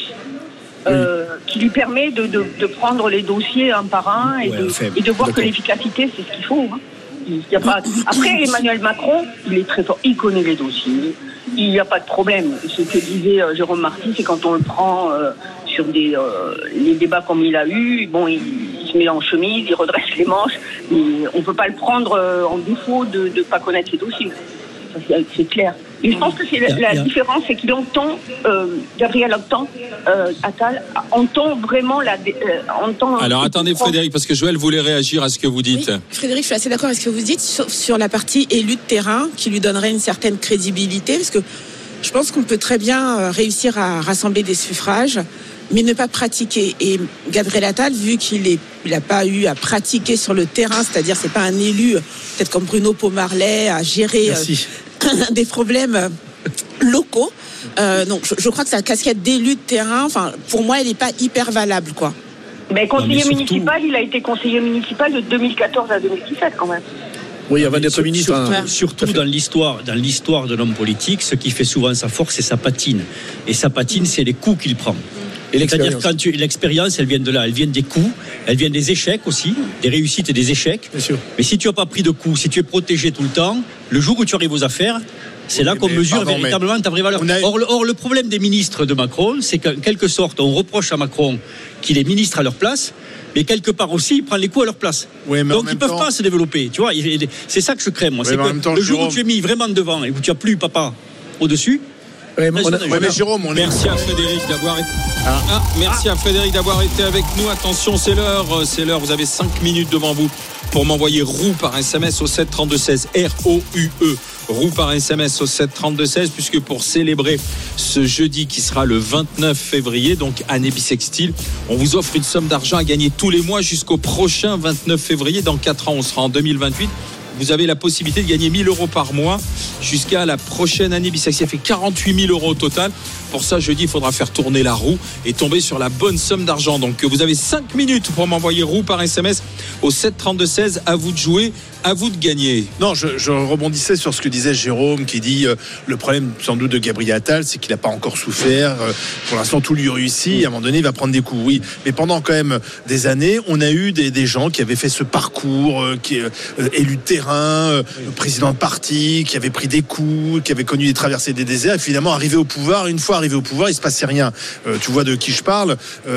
qui lui permet de prendre les dossiers un par un et de voir que l'efficacité, c'est ce qu'il faut. Hein. Y a pas... Après, Emmanuel Macron, il est très fort, il connaît les dossiers, il n'y a pas de problème. Ce que disait Jérôme Marty, c'est quand on le prend sur les débats comme il a eu, bon, il se met en chemise, il redresse les manches, mais on ne peut pas le prendre en défaut de ne pas connaître les dossiers. Ça, c'est clair. Et je pense que c'est la différence, c'est qu'il entend, Gabriel Attal entend vraiment entend. Alors attendez Frédéric, parce que Joël voulait réagir à ce que vous dites. Oui, Frédéric, je suis assez d'accord avec ce que vous dites sur la partie élu de terrain, qui lui donnerait une certaine crédibilité, parce que je pense qu'on peut très bien réussir à rassembler des suffrages, mais ne pas pratiquer. Et Gabriel Attal, vu qu'il n'a pas eu à pratiquer sur le terrain, c'est-à-dire c'est pas un élu, peut-être comme Bruno Pomarlet, à gérer des problèmes locaux. Donc je crois que sa casquette d'élu de terrain, enfin pour moi, elle n'est pas hyper valable, quoi. Mais conseiller municipal, il a été conseiller municipal de 2014 à 2017 quand même. Oui, avant d'être ministre. Surtout dans l'histoire de l'homme politique, ce qui fait souvent sa force, c'est sa patine. Et sa patine, c'est les coups qu'il prend. Et c'est-à-dire quand l'expérience, elle vient de là, elle vient des coups, elle vient des échecs aussi, des réussites et des échecs. Bien sûr. Mais si tu n'as pas pris de coups, si tu es protégé tout le temps, le jour où tu arrives aux affaires, c'est là qu'on mesure véritablement ta vraie valeur. Or, le problème des ministres de Macron, c'est qu'en quelque sorte, on reproche à Macron qu'il est ministre à leur place, mais quelque part aussi, il prend les coups à leur place. Oui, donc, ils ne peuvent pas se développer. Tu vois, c'est ça que je crains, moi. C'est que le jour où tu es mis vraiment devant et où tu n'as plus papa au-dessus. Merci à Frédéric d'avoir été. Merci à Frédéric d'avoir été avec nous. Attention, c'est l'heure. Vous avez 5 minutes devant vous pour m'envoyer roue par SMS au 7 32 16 ROUE. roue par SMS au 732-16, puisque pour célébrer ce jeudi qui sera le 29 février, donc année bissextile, on vous offre une somme d'argent à gagner tous les mois jusqu'au prochain 29 février. Dans 4 ans, on sera en 2028. Vous avez la possibilité de gagner 1 000 € par mois jusqu'à la prochaine année bissextile. Ça fait 48 000 € au total. Pour ça, jeudi, il faudra faire tourner la roue et tomber sur la bonne somme d'argent. Donc, vous avez 5 minutes pour m'envoyer roue par SMS au 732-16. À vous de jouer, à vous de gagner. Non, je rebondissais sur ce que disait Jérôme, qui dit le problème sans doute de Gabriel Attal, c'est qu'il n'a pas encore souffert. Pour l'instant, tout lui réussit. À un moment donné, il va prendre des coups. Oui, mais pendant quand même des années, on a eu des gens qui avaient fait ce parcours, qui élu de terrain, président de parti, qui avaient pris des coups, qui avaient connu des traversées des déserts, et finalement arrivé au pouvoir. Une fois arrivé au pouvoir, il se passait rien. Tu vois de qui je parle.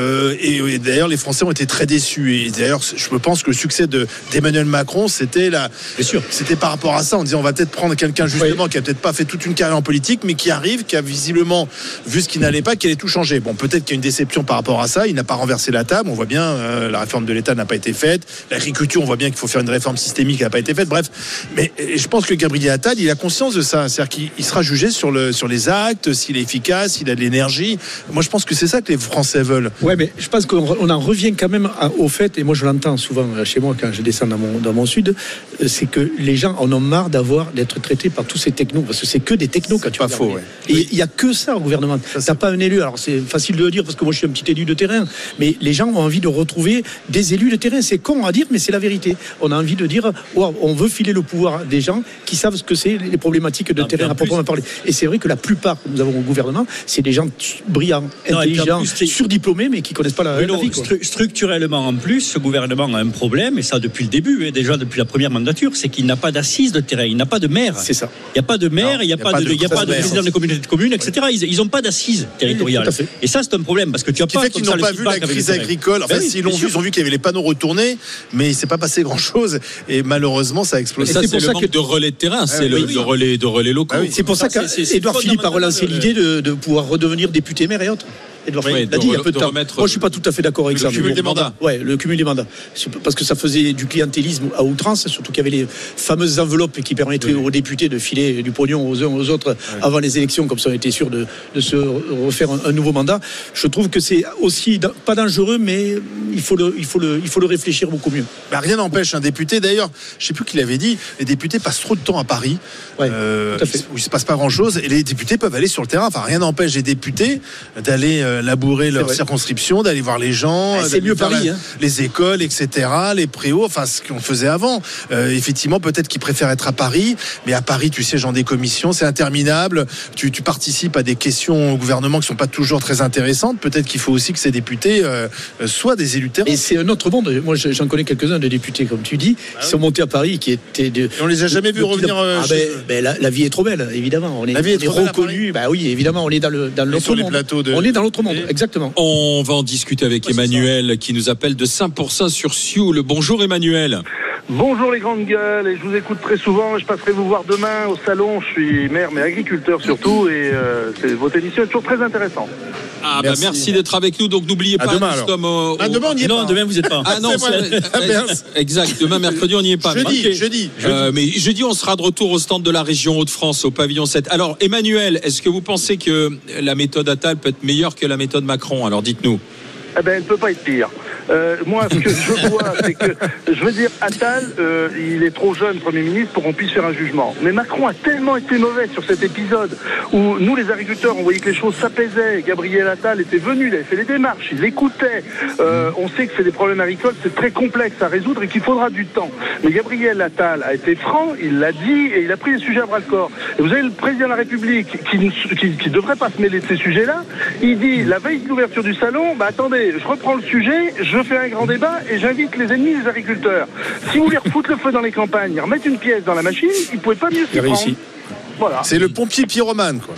Et d'ailleurs, les Français ont été très déçus. Et d'ailleurs, je pense que le succès d'Emmanuel Macron, c'était c'était par rapport à ça. On disait, on va peut-être prendre quelqu'un justement qui a peut-être pas fait toute une carrière en politique, mais qui arrive, qui a visiblement vu ce qui n'allait pas, qui allait tout changer. Bon, peut-être qu'il y a une déception par rapport à ça. Il n'a pas renversé la table. On voit bien, la réforme de l'État n'a pas été faite. L'agriculture, on voit bien qu'il faut faire une réforme systémique qui n'a pas été faite. Bref, mais je pense que Gabriel Attal, il a conscience de ça. C'est-à-dire qu'il sera jugé sur les actes, s'il est efficace, s'il a de l'énergie. Moi, je pense que c'est ça que les Français veulent. Ouais, mais je pense qu'on en revient quand même au fait, et moi je l'entends souvent chez moi quand je descends dans mon sud, c'est que les gens en ont marre d'être traités par tous ces technos, parce que c'est que des technos quand tu pas faux, ouais. Et il n'y a que ça au gouvernement. T'as pas un élu, alors c'est facile de le dire parce que moi je suis un petit élu de terrain, mais les gens ont envie de retrouver des élus de terrain. C'est con à dire, mais c'est la vérité. On a envie de dire, on veut filer le pouvoir à des gens qui savent ce que c'est les problématiques de terrain à proprement parler. Et c'est vrai que la plupart que nous avons au gouvernement, c'est des gens brillants, intelligents, surdiplômés, mais qui connaissent pas la vie. Structurellement, en plus, ce gouvernement a un problème, et ça depuis le début, et déjà depuis la première mandature, c'est qu'il n'a pas d'assises de terrain, il n'a pas de maire. C'est ça. Il n'y a pas de maire, il n'y a pas de président de communauté de communes, etc. Ils n'ont pas d'assises territoriales. Et ça, c'est un problème, parce que tu as pas. Qu'ils n'ont pas vu la crise agricole. Enfin, s'ils l'ont vu, ils ont vu qu'il y avait les panneaux retournés, mais il ne s'est pas passé grand-chose. Et malheureusement, ça a explosé. Ça, c'est le manque de relais de terrain, c'est de relais locaux. C'est pour ça qu'Édouard Philippe a relancé l'idée de pouvoir redevenir député maire et autres. Edouard Philippe l'a dit il y a peu de temps. Moi, je ne suis pas tout à fait d'accord avec ça. Le cumul des mandats. Ouais, le cumul des mandats. Parce que ça faisait du clientélisme à outrance, surtout qu'il y avait les fameuses enveloppes qui permettaient aux députés de filer du pognon aux uns aux autres avant les élections, comme ça on était sûr de se refaire un nouveau mandat. Je trouve que c'est aussi pas dangereux, mais il faut le réfléchir beaucoup mieux. Bah, rien n'empêche un député. D'ailleurs, je ne sais plus qui l'avait dit, les députés passent trop de temps à Paris, où il ne se passe pas grand-chose, et les députés peuvent aller sur le terrain. Enfin, rien n'empêche les députés d'aller labourer leur circonscription, d'aller voir les gens, c'est mieux Paris, les écoles, etc., les préaux, enfin ce qu'on faisait avant. Effectivement, peut-être qu'ils préfèrent être à Paris, mais à Paris, tu sièges dans des commissions, c'est interminable. Tu participes à des questions au gouvernement qui sont pas toujours très intéressantes. Peut-être qu'il faut aussi que ces députés soient des élus de terrain. Et c'est un autre monde. Moi, j'en connais quelques-uns de députés, comme tu dis, qui sont montés à Paris, qui étaient. On les a jamais vus revenir. La vie est trop belle, évidemment. On est reconnus. Bah oui, évidemment, on est dans l'autre monde. On est dans l'autre monde. Exactement. On va en discuter avec Emmanuel qui nous appelle de Saint-Pourçain sur Sioule. Bonjour Emmanuel. Bonjour les grandes gueules, et je vous écoute très souvent. Je passerai vous voir demain au salon. Je suis maire mais agriculteur surtout, et votre émission est toujours très intéressante. Merci d'être avec nous. Donc n'oubliez pas, demain, nous sommes demain on n'y est pas. Non, demain vous n'êtes pas. Ah non, exact. Demain mercredi on n'y est pas. Jeudi. Mais jeudi on sera de retour au stand de la région Hauts-de-France au pavillon 7. Alors Emmanuel, est-ce que vous pensez que la méthode Attal peut être meilleure que la méthode Macron? Alors dites-nous. Elle ne peut pas être pire. Moi, ce que je vois, c'est que, je veux dire, Attal, il est trop jeune Premier ministre pour qu'on puisse faire un jugement. Mais Macron a tellement été mauvais sur cet épisode où nous, les agriculteurs, on voyait que les choses s'apaisaient. Gabriel Attal était venu, il avait fait les démarches, il écoutait. On sait que c'est des problèmes agricoles, c'est très complexe à résoudre et qu'il faudra du temps. Mais Gabriel Attal a été franc, il l'a dit et il a pris les sujets à bras-le-corps. Et vous avez le président de la République qui devrait pas se mêler de ces sujets-là. Il dit, la veille de l'ouverture du salon, attendez, je reprends le sujet, je fais un grand débat et j'invite les ennemis des agriculteurs. Si vous voulez refoutre le feu dans les campagnes, remettre une pièce dans la machine, ils ne pouvaient pas mieux s'y prendre. Voilà. C'est le pompier pyromane, quoi.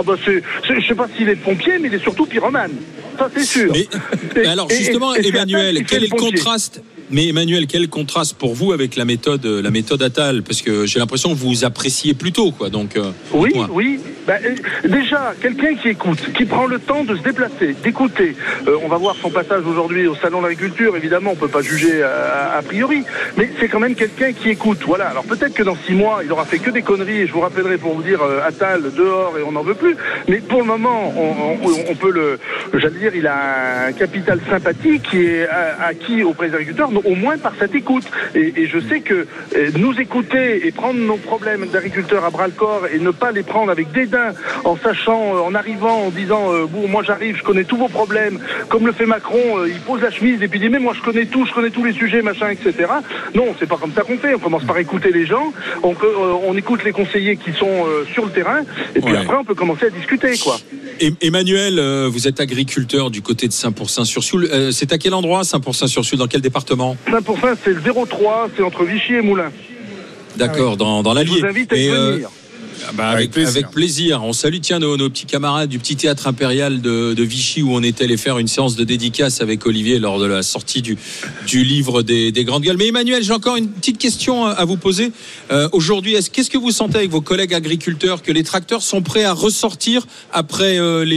Je sais pas s'il est pompier, mais il est surtout pyromane. Ça, c'est sûr. Alors, justement, Emmanuel, quel est le contraste? Mais Emmanuel, quel contraste pour vous avec la méthode Attal? Parce que j'ai l'impression que vous appréciez plutôt, quoi. Donc, oui. Déjà, quelqu'un qui écoute, qui prend le temps de se déplacer, d'écouter. On va voir son passage aujourd'hui au Salon de l'Agriculture, évidemment, on peut pas juger a priori, mais c'est quand même quelqu'un qui écoute. Voilà, alors peut-être que dans 6 mois, il aura fait que des conneries, et je vous rappellerai pour vous dire Attal, dehors, et on n'en veut plus, mais pour le moment, on peut j'allais dire, il a un capital sympathie qui est acquis auprès des agriculteurs, au moins par cette écoute. Et je sais que nous écouter et prendre nos problèmes d'agriculteurs à bras-le-corps et ne pas les prendre avec dédain, en sachant, en arrivant, en disant moi j'arrive, je connais tous vos problèmes, comme le fait Macron, il pose la chemise et puis il dit mais moi je connais tous les sujets, machin, etc. Non, c'est pas comme ça qu'on fait. On commence par écouter les gens, on écoute les conseillers qui sont sur le terrain, et puis après on peut commencer à discuter, quoi. Emmanuel, vous êtes agriculteur du côté de Saint-Pourçain-sur-Sioule. C'est à quel endroit, Saint-Pourçain-sur-Sioule? Dans quel département? Saint-Pourçain, c'est le 03, c'est entre Vichy et Moulins. D'accord, dans l'Allier. Je vous invite à y venir. Avec plaisir. On salue nos petits camarades du petit théâtre impérial de Vichy, où on était allé faire une séance de dédicace avec Olivier lors de la sortie du livre des grandes gueules. Mais Emmanuel, j'ai encore une petite question à vous poser. Aujourd'hui, qu'est-ce que vous sentez avec vos collègues agriculteurs, que les tracteurs sont prêts à ressortir après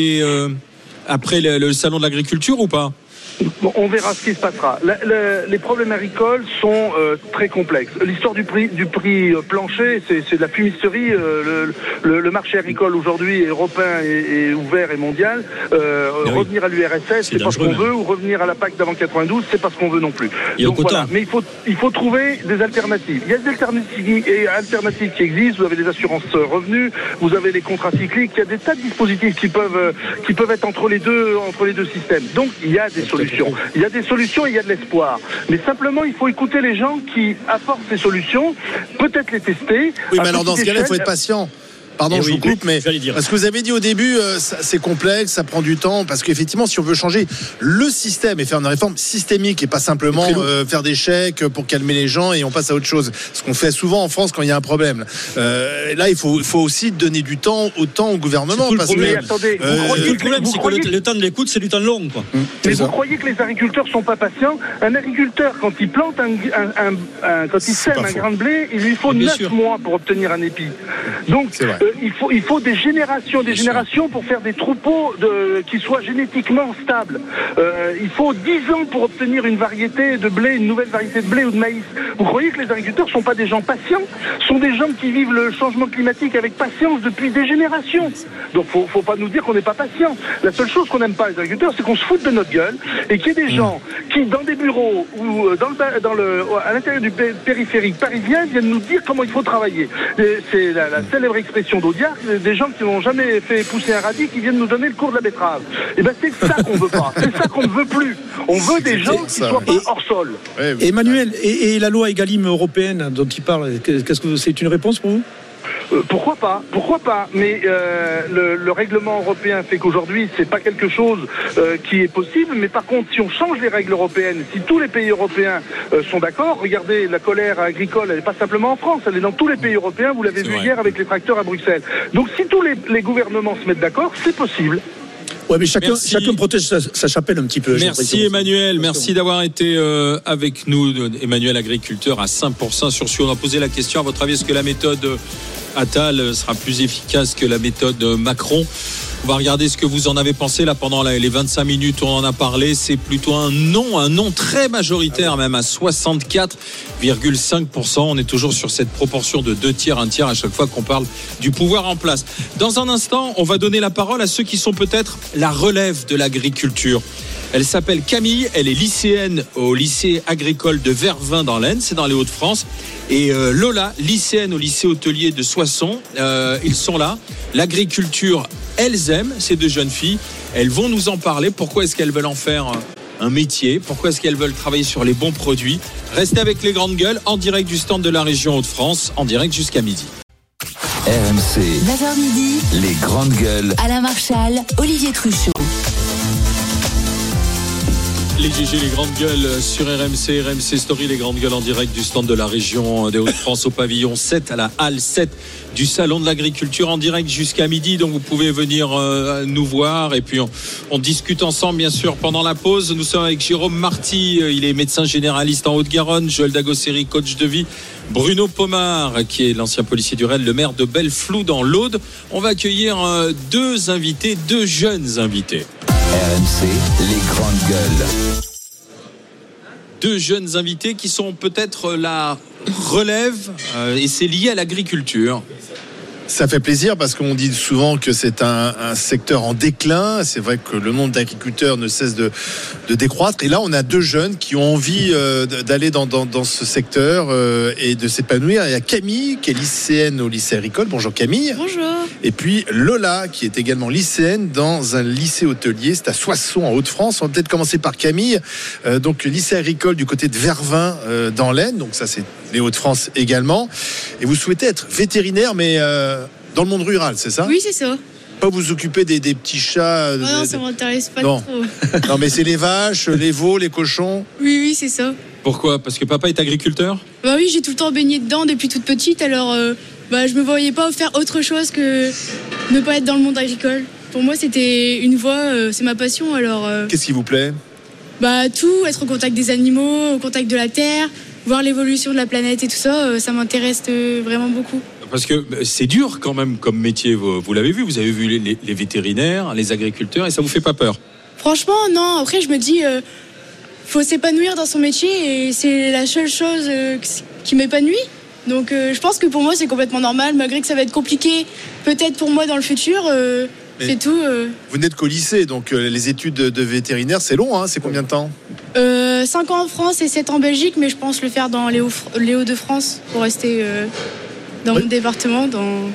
le salon de l'agriculture ou pas? Bon, on verra ce qui se passera. Les problèmes agricoles sont très complexes. L'histoire du prix plancher, c'est de la fumisterie. Le marché agricole aujourd'hui est européen et ouvert et mondial. Revenir à l'URSS, c'est pas ce qu'on veut, ou revenir à la PAC d'avant 92, c'est pas ce qu'on veut non plus. Donc voilà. Mais il faut trouver des alternatives. Il y a des alternatives qui existent. Vous avez des assurances revenus, vous avez les contrats cycliques. Il y a des tas de dispositifs qui peuvent être entre les deux systèmes. Donc il y a des solutions. Il y a des solutions et il y a de l'espoir. Mais simplement, il faut écouter les gens qui apportent ces solutions, peut-être les tester. Oui, mais alors dans ce cas-là, il faut être patient. Pardon, je vous coupe, mais parce que vous avez dit au début, c'est complexe, ça prend du temps, parce qu'effectivement, si on veut changer le système et faire une réforme systémique et pas simplement faire des chèques pour calmer les gens et on passe à autre chose, ce qu'on fait souvent en France quand il y a un problème. Là, il faut aussi donner du temps au gouvernement. Le problème, c'est que le temps de l'écoute, c'est du temps long, quoi. Mais vous croyez que les agriculteurs sont pas patients? Un agriculteur, quand il plante quand il sème un grain de blé, il lui faut 9 mois pour obtenir un épi. Donc, il faut des générations pour faire des troupeaux qui soient génétiquement stables. Il faut 10 ans pour obtenir une variété de blé, une nouvelle variété de blé ou de maïs. Vous croyez que les agriculteurs sont pas des gens patients? Sont des gens qui vivent le changement climatique avec patience depuis des générations. Donc faut pas nous dire qu'on n'est pas patient. La seule chose qu'on n'aime pas les agriculteurs, c'est qu'on se foute de notre gueule et qu'il y ait des gens qui, dans des bureaux ou à l'intérieur du périphérique parisien, viennent nous dire comment il faut travailler. C'est la célèbre expression d'Audiard, des gens qui n'ont jamais fait pousser un radis qui viennent nous donner le cours de la betterave. Et ben c'est ça qu'on veut pas, c'est ça qu'on ne veut plus. On veut des gens qui soient pas hors sol. Emmanuel, et la loi Egalim européenne dont il parle, qu'est-ce que c'est une réponse pour vous? Pourquoi pas, mais le règlement européen fait qu'aujourd'hui c'est pas quelque chose qui est possible, mais par contre si on change les règles européennes, si tous les pays européens sont d'accord, regardez, la colère agricole elle n'est pas simplement en France, elle est dans tous les pays européens, vous l'avez vu hier avec les tracteurs à Bruxelles. Donc si tous les gouvernements se mettent d'accord, c'est possible. Ouais, mais chacun protège sa chapelle un petit peu. Merci Emmanuel, merci d'avoir été avec nous. Emmanuel, agriculteur à Saint-Pourçain-sur-Sioule. On a posé la question, à votre avis, est-ce que la méthode Attal sera plus efficace que la méthode Macron? On va regarder ce que vous en avez pensé là pendant les 25 minutes où on en a parlé. C'est plutôt un non très majoritaire, même à 64,5%. On est toujours sur cette proportion de 2 tiers, 1 tiers à chaque fois qu'on parle du pouvoir en place. Dans un instant, on va donner la parole à ceux qui sont peut-être la relève de l'agriculture. Elle s'appelle Camille, elle est lycéenne au lycée agricole de Vervins dans l'Aisne, c'est dans les Hauts-de-France. Et Lola, lycéenne au lycée hôtelier de Soissons, ils sont là. L'agriculture, elles aiment, ces 2 jeunes filles. Elles vont nous en parler. Pourquoi est-ce qu'elles veulent en faire un métier? Pourquoi est-ce qu'elles veulent travailler sur les bons produits? Restez avec les grandes gueules en direct du stand de la région Hauts-de-France, en direct jusqu'à midi. RMC, 9h midi, les grandes gueules. Alain Marchal, Olivier Truchot. Les GG, les grandes gueules sur RMC Story, les grandes gueules en direct du stand de la région des Hauts-de-France au pavillon 7 à la halle 7 du salon de l'agriculture en direct jusqu'à midi. Donc vous pouvez venir nous voir et puis on discute ensemble bien sûr pendant la pause. Nous sommes avec Jérôme Marty, il est médecin généraliste en Haute-Garonne, Joël Dagosseri, coach de vie, Bruno Pomar, qui est l'ancien policier du RAID, le maire de Belleflou dans l'Aude. On va accueillir deux jeunes invités. RMC, les grandes gueules. Deux jeunes invités qui sont peut-être la relève et c'est lié à l'agriculture. Ça fait plaisir parce qu'on dit souvent que c'est un secteur en déclin. C'est vrai que le nombre d'agriculteurs ne cesse de décroître. Et là, on a deux jeunes qui ont envie d'aller dans ce secteur et de s'épanouir. Il y a Camille, qui est lycéenne au lycée agricole. Bonjour Camille. Bonjour. Et puis Lola, qui est également lycéenne dans un lycée hôtelier. C'est à Soissons, en Hauts-de-France. On va peut-être commencer par Camille. Donc, lycée agricole du côté de Vervins, dans l'Aisne. Donc ça, c'est les Hauts-de-France également. Et vous souhaitez être vétérinaire, mais dans le monde rural, c'est ça ? Oui, c'est ça. Pas vous occuper des petits chats. Non, ça m'intéresse pas non. trop. Non, mais c'est les vaches, les veaux, les cochons. Oui, c'est ça. Pourquoi ? Parce que papa est agriculteur ? Bah oui, j'ai tout le temps baigné dedans depuis toute petite, alors je me voyais pas faire autre chose que ne pas être dans le monde agricole. Pour moi, c'était une voie, c'est ma passion, alors... Qu'est-ce qui vous plaît ? Tout, être au contact des animaux, au contact de la terre, voir l'évolution de la planète et tout ça, ça m'intéresse vraiment beaucoup. Parce que c'est dur quand même comme métier, vous l'avez vu, vous avez vu les vétérinaires, les agriculteurs, et ça vous fait pas peur ? Franchement, non. Après, je me dis, faut s'épanouir dans son métier et c'est la seule chose qui m'épanouit. Donc, je pense que pour moi, c'est complètement normal, malgré que ça va être compliqué, peut-être pour moi dans le futur. C'est tout. Vous n'êtes qu'au lycée, donc les études de vétérinaire, c'est long, hein, c'est combien de temps ? 5 ans en France et 7 en Belgique, mais je pense le faire dans les Hauts-de-France pour rester dans mon département.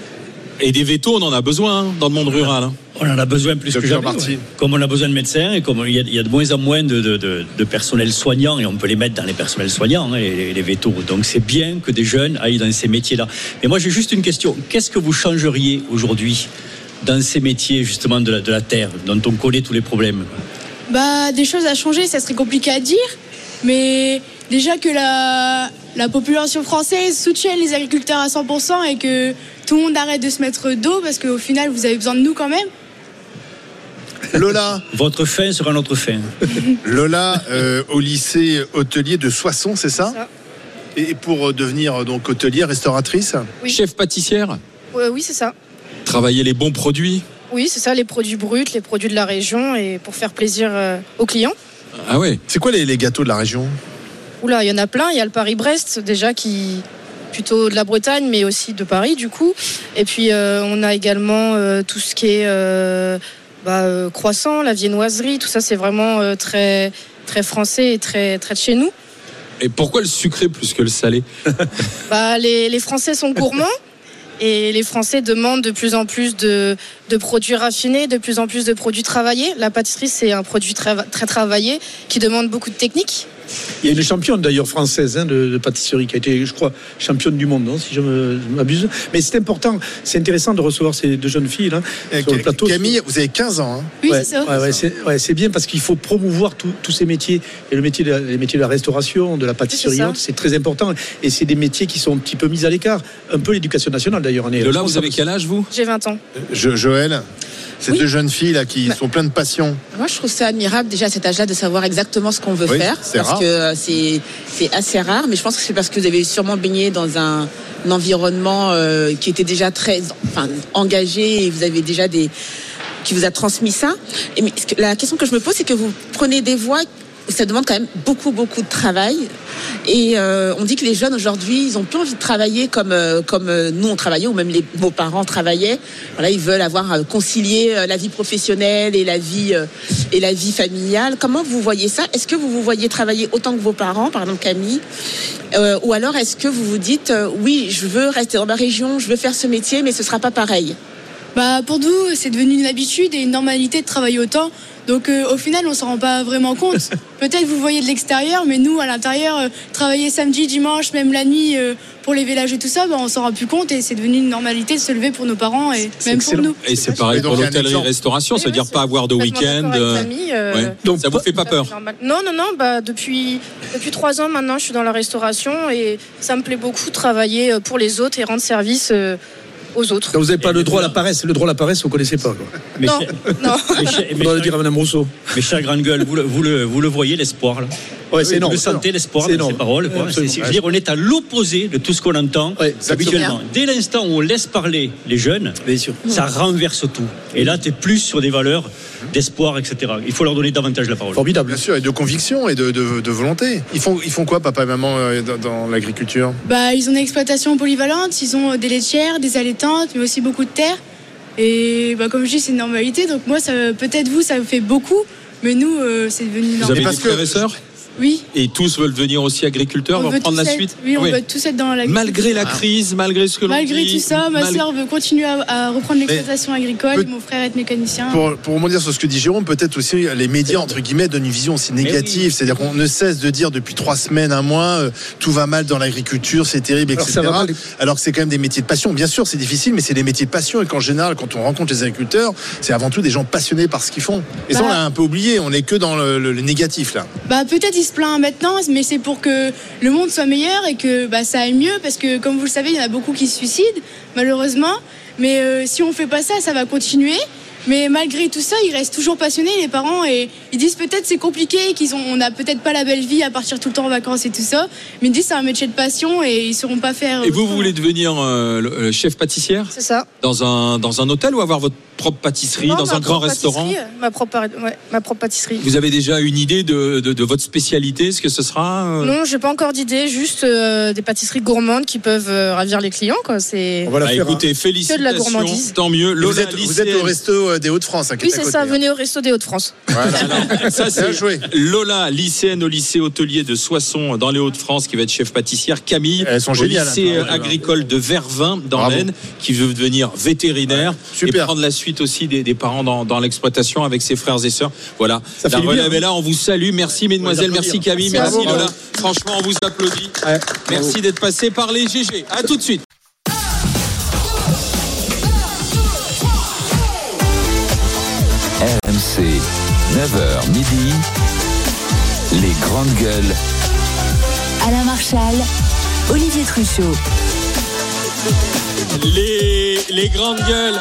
Et des vétos, on en a besoin dans le monde rural. Hein. On en a besoin plus que jamais. Comme on a besoin de médecins et comme il y a de moins en moins de personnel soignant, et on peut les mettre dans les personnels soignants, hein, les vétos. Donc c'est bien que des jeunes aillent dans ces métiers-là. Mais moi j'ai juste une question. Qu'est-ce que vous changeriez aujourd'hui dans ces métiers justement de la terre, dont on connaît tous les problèmes ? Des choses à changer, ça serait compliqué à dire, mais déjà que la population française soutienne les agriculteurs à 100% et que tout le monde arrête de se mettre dos, parce qu'au final vous avez besoin de nous quand même. Lola. Votre fin sera notre fin. Lola, au lycée hôtelier de Soissons, c'est ça ? Et pour devenir donc hôtelière, restauratrice ? Oui. Chef pâtissière ? Oui, c'est ça. Travailler les bons produits ? Oui, c'est ça, les produits bruts, les produits de la région, et pour faire plaisir aux clients. Ah ouais. C'est quoi les gâteaux de la région ? Oula, il y en a plein. Il y a le Paris-Brest, déjà, qui plutôt de la Bretagne, mais aussi de Paris, du coup. Et puis, on a également tout ce qui est croissant, la viennoiserie. Tout ça, c'est vraiment très, très français et très, très de chez nous. Et pourquoi le sucré plus que le salé ? Les Français sont gourmands. Et les Français demandent de plus en plus de produits raffinés, de plus en plus de produits travaillés. La pâtisserie, c'est un produit très, très travaillé qui demande beaucoup de technique. Il y a une championne d'ailleurs française de pâtisserie qui a été, je crois, championne du monde, si je m'abuse. Mais c'est important, c'est intéressant de recevoir ces deux jeunes filles là, sur le plateau. Camille, vous avez 15 ans. Hein. Oui, c'est ça. C'est bien parce qu'il faut promouvoir tous ces métiers. Et les métiers de la restauration, de la pâtisserie, c'est très important. Et c'est des métiers qui sont un petit peu mis à l'écart. Un peu l'éducation nationale d'ailleurs. Lola, vous avez quel âge vous ? J'ai 20 ans. Joël, ces deux jeunes filles là qui sont pleines de passion. Moi, je trouve ça admirable déjà à cet âge-là de savoir exactement ce qu'on veut faire, parce que c'est assez rare. Mais je pense que c'est parce que vous avez sûrement baigné dans un environnement qui était déjà très engagé et vous avez déjà qui vous a transmis ça. Mais la question que je me pose, c'est que vous prenez des voies. Ça demande quand même beaucoup de travail et on dit que les jeunes aujourd'hui ils ont plus envie de travailler comme nous on travaillait ou même vos parents travaillaient. Voilà, ils veulent concilier la vie professionnelle et la vie familiale. Comment vous voyez ça ? Est-ce que vous voyez travailler autant que vos parents, par exemple Camille, ou alors est-ce que vous vous dites oui, je veux rester dans ma région, je veux faire ce métier, mais ce sera pas pareil ? Pour nous, c'est devenu une habitude et une normalité de travailler autant. Donc au final, on s'en rend pas vraiment compte. Peut-être vous voyez de l'extérieur, mais nous, à l'intérieur, travailler samedi, dimanche, même la nuit, pour les villages et tout ça, on s'en rend plus compte et c'est devenu une normalité de se lever pour nos parents et même excellent. pour nous. Et c'est pareil pour l'hôtellerie-restauration, c'est-à-dire pas avoir de week-end. Donc ça vous fait pas peur ? Non. Depuis 3 ans maintenant, je suis dans la restauration et ça me plaît beaucoup de travailler pour les autres et rendre service aux autres. Donc vous n'avez pas le droit à la paresse. Le droit à la paresse, vous ne connaissez pas. Quoi. Non. On doit le dire à Madame Rousseau. Mes chers grandes gueules, vous le voyez, l'espoir là ? Ouais, c'est énorme. Vous sentez l'espoir dans ces paroles. Je veux dire, on est à l'opposé de tout ce qu'on entend habituellement. Dès l'instant où on laisse parler les jeunes, ça renverse tout. Et là, tu es plus sur des valeurs d'espoir, etc. Il faut leur donner davantage la parole. Formidable. Bien sûr, et de conviction et de volonté. Ils font quoi, papa et maman, dans l'agriculture? Ils ont une exploitation polyvalente, ils ont des laitières, des allaitantes, mais aussi beaucoup de terre. Et comme je dis, c'est une normalité. Donc moi, peut-être vous, ça vous fait beaucoup, mais nous, c'est devenu normal. Vous avez des frères et sœurs? Oui. Et tous veulent devenir aussi agriculteurs, vont prendre la suite? Oui, on veut tous être dans l'agriculture. Malgré la crise, malgré ce que l'on dit. Malgré tout ça, ma sœur veut continuer à reprendre l'exploitation agricole, mon frère être mécanicien. Pour rebondir sur ce que dit Jérôme, peut-être aussi les médias, entre guillemets, donnent une vision aussi négative. C'est-à-dire qu'on ne cesse de dire depuis 3 semaines, un mois, tout va mal dans l'agriculture, c'est terrible, etc. Alors que c'est quand même des métiers de passion. Bien sûr, c'est difficile, mais c'est des métiers de passion. Et qu'en général, quand on rencontre les agriculteurs, c'est avant tout des gens passionnés par ce qu'ils font. Et ça, on l'a un peu oublié. On n'est que dans le négatif, là. Peut-être il se plaint maintenant, mais c'est pour que le monde soit meilleur et que ça aille mieux, parce que comme vous le savez, il y en a beaucoup qui se suicident malheureusement, mais si on fait pas ça, ça va continuer. Mais malgré tout ça, ils restent toujours passionnés, les parents, et ils disent peut-être c'est compliqué, on n'a peut-être pas la belle vie à partir tout le temps en vacances et tout ça, mais ils disent c'est un métier de passion et ils ne sauront pas faire. Et vous voulez devenir chef pâtissière? C'est ça. Dans un hôtel ou avoir votre propre pâtisserie, dans un grand restaurant? Ma propre pâtisserie. Vous avez déjà une idée de votre spécialité, ce que ce sera? Non, j'ai pas encore d'idée, juste des pâtisseries gourmandes qui peuvent ravir les clients, quoi. Écoutez, félicitations, tant mieux. Lola, vous êtes au resto des Hauts-de-France. Oui, c'est ça, venez au resto des Hauts-de-France. Voilà. Alors, ça, c'est Lola, lycéenne au lycée hôtelier de Soissons dans les Hauts-de-France, qui va être chef pâtissière. Camille, au lycée agricole de Vervins dans l'Aisne, qui veut devenir vétérinaire et prendre la suite aussi des parents dans l'exploitation avec ses frères et sœurs. Voilà, la relève est là, on vous salue. Merci mesdemoiselles, merci Camille, merci Lola. Franchement, on vous applaudit. Merci d'être passé par les GG. À tout de suite. RMC, 9h midi, les grandes gueules. Alain Marchal, Olivier Truchot. Les grandes gueules.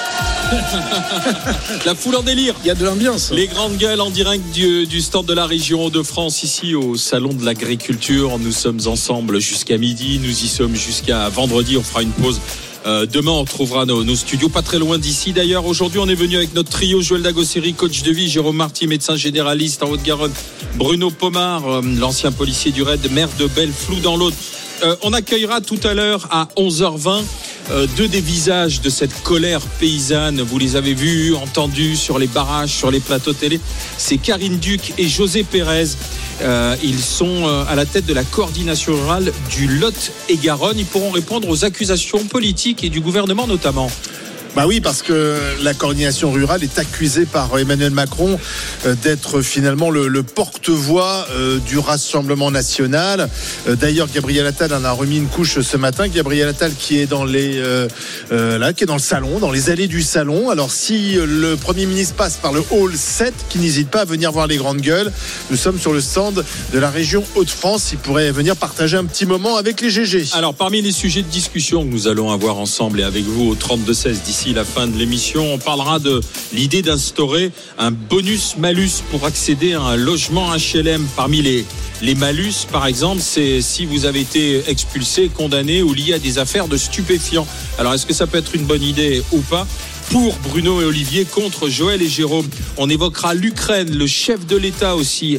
La foule en délire. Il y a de l'ambiance. Les grandes gueules en direct du stand de la région Hauts-de-France, ici au salon de l'agriculture. Nous sommes ensemble jusqu'à midi. Nous y sommes jusqu'à vendredi. On fera une pause. Demain, on retrouvera nos studios pas très loin d'ici. D'ailleurs, aujourd'hui, on est venu avec notre trio: Joël Dagosseri, coach de vie; Jérôme Marty, médecin généraliste en Haute-Garonne; Bruno Pomar, l'ancien policier du RAID, maire de Belleflou dans l'Aude. On accueillera tout à l'heure à 11h20 deux des visages de cette colère paysanne. Vous les avez vus, entendus sur les barrages, sur les plateaux télé. C'est Karine Duc et José Pérez. Ils sont à la tête de la coordination rurale du Lot-et-Garonne. Ils pourront répondre aux accusations politiques et du gouvernement notamment. Oui, parce que la coordination rurale est accusée par Emmanuel Macron d'être finalement le porte-voix du Rassemblement national. D'ailleurs, Gabriel Attal en a remis une couche ce matin. Gabriel Attal qui est dans qui est dans le salon, dans les allées du salon. Alors, si le Premier ministre passe par le hall 7, qui n'hésite pas à venir voir les grandes gueules, nous sommes sur le stand de la région Hauts-de-France. Il pourrait venir partager un petit moment avec les GG. Alors, parmi les sujets de discussion que nous allons avoir ensemble et avec vous au 32-16 d'ici la fin de l'émission, on parlera de l'idée d'instaurer un bonus-malus pour accéder à un logement HLM. Parmi les malus, par exemple, c'est si vous avez été expulsé, condamné ou lié à des affaires de stupéfiants. Alors, est-ce que ça peut être une bonne idée ou pas? Pour Bruno et Olivier, contre Joël et Jérôme. On évoquera l'Ukraine. Le chef de l'État aussi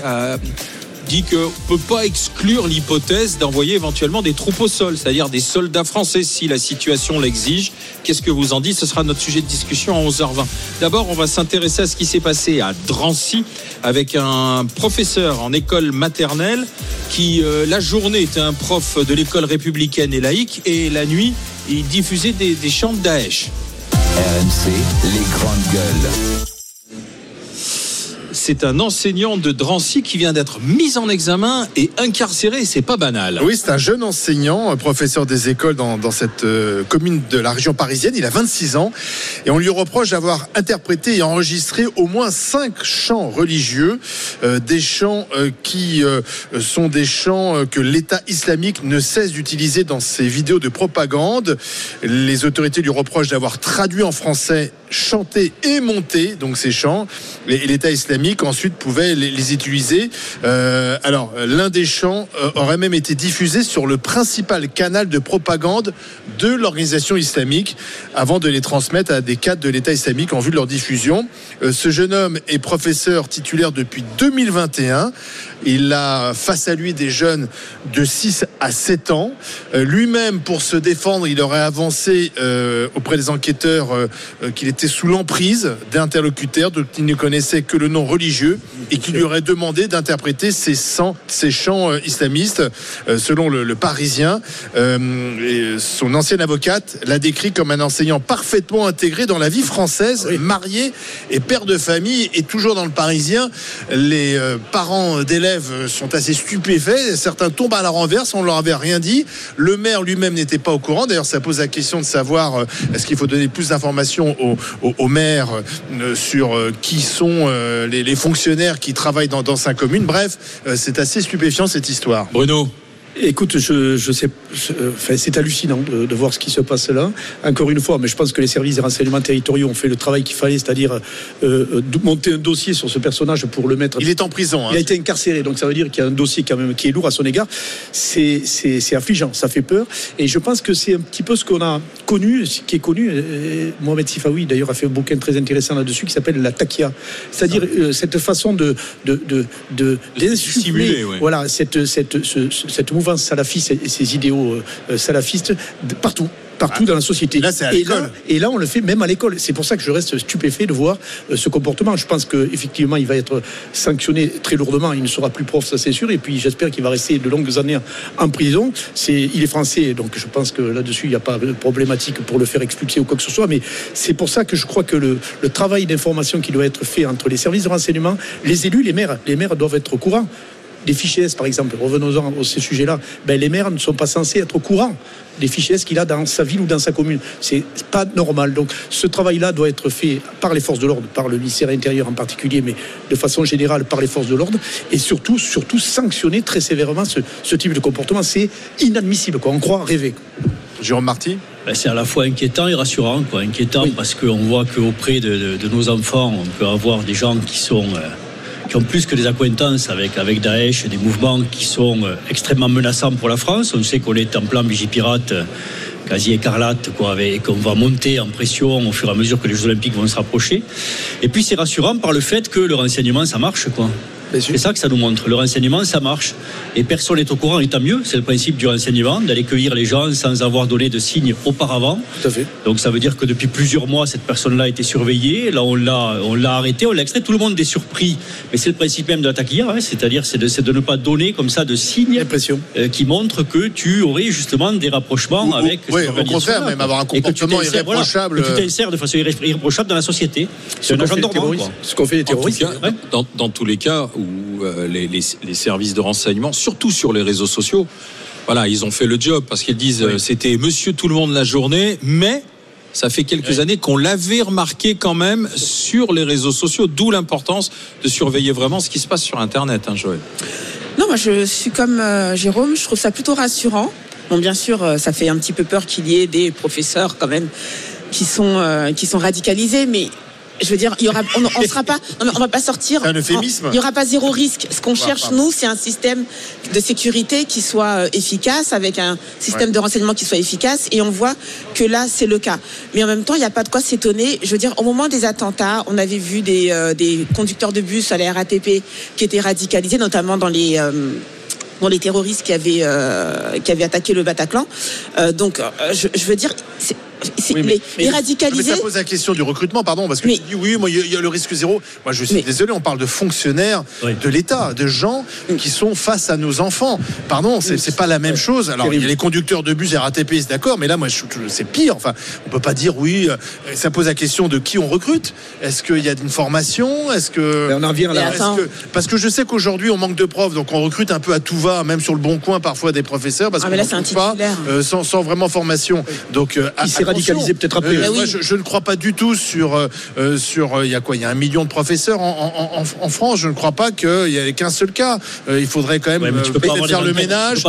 dit qu'on ne peut pas exclure l'hypothèse d'envoyer éventuellement des troupes au sol, c'est-à-dire des soldats français si la situation l'exige. Qu'est-ce que vous en dites? Ce sera notre sujet de discussion à 11h20. D'abord, on va s'intéresser à ce qui s'est passé à Drancy avec un professeur en école maternelle qui, la journée, était un prof de l'école républicaine et laïque, et la nuit, il diffusait des chants de Daesh. RMC, les grandes gueules. C'est un enseignant de Drancy qui vient d'être mis en examen et incarcéré. C'est pas banal. Oui, c'est un jeune enseignant, professeur des écoles dans cette commune de la région parisienne. Il a 26 ans et on lui reproche d'avoir interprété et enregistré au moins 5 chants religieux, des chants qui sont des chants que l'État islamique ne cesse d'utiliser dans ses vidéos de propagande. Les autorités lui reprochent d'avoir traduit en français chanter et monter donc ces chants, et l'État islamique ensuite pouvait les utiliser. Alors l'un des chants aurait même été diffusé sur le principal canal de propagande de l'organisation islamique avant de les transmettre à des cadres de l'État islamique en vue de leur diffusion. Ce jeune homme est professeur titulaire depuis 2021. Il a face à lui des jeunes de 6 à 7 ans. Lui-même, pour se défendre, il aurait avancé auprès des enquêteurs qu'il était sous l'emprise d'interlocuteurs dont il ne connaissait que le nom religieux et qui lui aurait demandé d'interpréter ces chants islamistes. Selon le Parisien, son ancienne avocate l'a décrit comme un enseignant parfaitement intégré dans la vie française, marié et père de famille. Et toujours dans le Parisien, les parents d'élèves sont assez stupéfaits. Certains tombent à la renverse, on ne leur avait rien dit. Le maire lui-même n'était pas au courant. D'ailleurs, ça pose la question de savoir est-ce qu'il faut donner plus d'informations au maire sur qui sont les fonctionnaires qui travaillent dans sa commune. Bref, c'est assez stupéfiant cette histoire. Bruno. Écoute, je sais, c'est hallucinant de voir ce qui se passe là. Encore une fois, mais je pense que les services de renseignement territoriaux ont fait le travail qu'il fallait, c'est-à-dire monter un dossier sur ce personnage pour le mettre. Il est en prison. Il a été incarcéré, donc ça veut dire qu'il y a un dossier quand même qui est lourd à son égard. C'est affligeant, ça fait peur. Et je pense que c'est un petit peu ce qu'on a connu, ce qui est connu. Mohamed Sifawi, d'ailleurs, a fait un bouquin très intéressant là-dessus qui s'appelle la takia, c'est-à-dire cette façon d'insuffler, voilà, cette mouvance salafiste et ses idéaux salafistes partout dans la société. Là, c'est à l'école. Et là, on le fait même à l'école. C'est pour ça que je reste stupéfait de voir ce comportement. Je pense qu'effectivement, il va être sanctionné très lourdement. Il ne sera plus prof, ça c'est sûr. Et puis, j'espère qu'il va rester de longues années en prison. Il est français, donc je pense que là-dessus, il n'y a pas de problématique pour le faire expulser ou quoi que ce soit. Mais c'est pour ça que je crois que le travail d'information qui doit être fait entre les services de renseignement, les élus, les maires doivent être au courant. Les fichiers S, par exemple, revenons-en à ces sujets-là, les maires ne sont pas censés être au courant des fichiers S qu'il a dans sa ville ou dans sa commune. C'est pas normal. Donc ce travail-là doit être fait par les forces de l'ordre, par le ministère intérieur en particulier, mais de façon générale par les forces de l'ordre, et surtout sanctionner très sévèrement ce type de comportement. C'est inadmissible, quoi. On croit rêver. Jérôme Marty. C'est à la fois inquiétant et rassurant, quoi. Inquiétant parce qu'on voit qu'auprès de nos enfants, on peut avoir des gens qui ont plus que des accointances avec Daesh, des mouvements qui sont extrêmement menaçants pour la France. On sait qu'on est en plan Vigipirate quasi écarlate, et qu'on va monter en pression au fur et à mesure que les Jeux Olympiques vont se rapprocher. Et puis c'est rassurant par le fait que le renseignement, ça marche, quoi. C'est ça que ça nous montre. Le renseignement, ça marche. Et personne n'est au courant, et tant mieux. C'est le principe du renseignement, d'aller cueillir les gens sans avoir donné de signes auparavant. Tout à fait. Donc ça veut dire que depuis plusieurs mois, cette personne-là a été surveillée. Là, on l'a arrêté, on l'a extrait. Tout le monde est surpris. Mais c'est le principe même de la taquilla, c'est-à-dire c'est de ne pas donner comme ça de signes qui montrent que tu aurais justement des rapprochements avec. Oui, au contraire, même avoir un comportement irréprochable. Que tu t'insères de façon irréprochable dans la société. C'est un agent dormant. Ce qu'on fait les terroristes. Dans tous les cas où les services de renseignement, surtout sur les réseaux sociaux, voilà, ils ont fait le job parce qu'ils disent c'était monsieur tout le monde la journée, mais ça fait quelques années qu'on l'avait remarqué quand même sur les réseaux sociaux, d'où l'importance de surveiller vraiment ce qui se passe sur Internet, Joël. Non, moi je suis comme Jérôme, je trouve ça plutôt rassurant. Bon, bien sûr, ça fait un petit peu peur qu'il y ait des professeurs quand même qui sont radicalisés, mais je veux dire, on sera pas, on va pas sortir. C'est un euphémisme. Il y aura pas zéro risque. Ce qu'on cherche, nous, c'est un système de sécurité qui soit efficace, avec un système de renseignement qui soit efficace. Et on voit que là, c'est le cas. Mais en même temps, il n'y a pas de quoi s'étonner. Je veux dire, au moment des attentats, on avait vu des conducteurs de bus à la RATP qui étaient radicalisés, notamment dans les terroristes qui avaient attaqué le Bataclan. Donc, je veux dire, les radicalisés. Mais ça pose la question du recrutement, pardon, parce que tu dis moi il y a le risque zéro. Moi je suis désolé, on parle de fonctionnaires de l'État, de gens qui sont face à nos enfants. Pardon, c'est pas la même chose. Alors il y a les conducteurs de bus RATP, c'est d'accord, mais là moi c'est pire. Enfin, on peut pas dire ça pose la question de qui on recrute. Est-ce qu'il y a une formation? Est-ce que on en vient là? Parce que je sais qu'aujourd'hui on manque de profs, donc on recrute un peu à tout va, même sur le Bon Coin parfois des professeurs parce qu'on ne trouve pas sans vraiment formation. Donc déradicaliser peut-être après. Moi, je ne crois pas du tout sur il y a quoi, il y a 1 million de professeurs en France. Je ne crois pas qu'il y ait qu'un seul cas. Il faudrait quand même faire le ménage,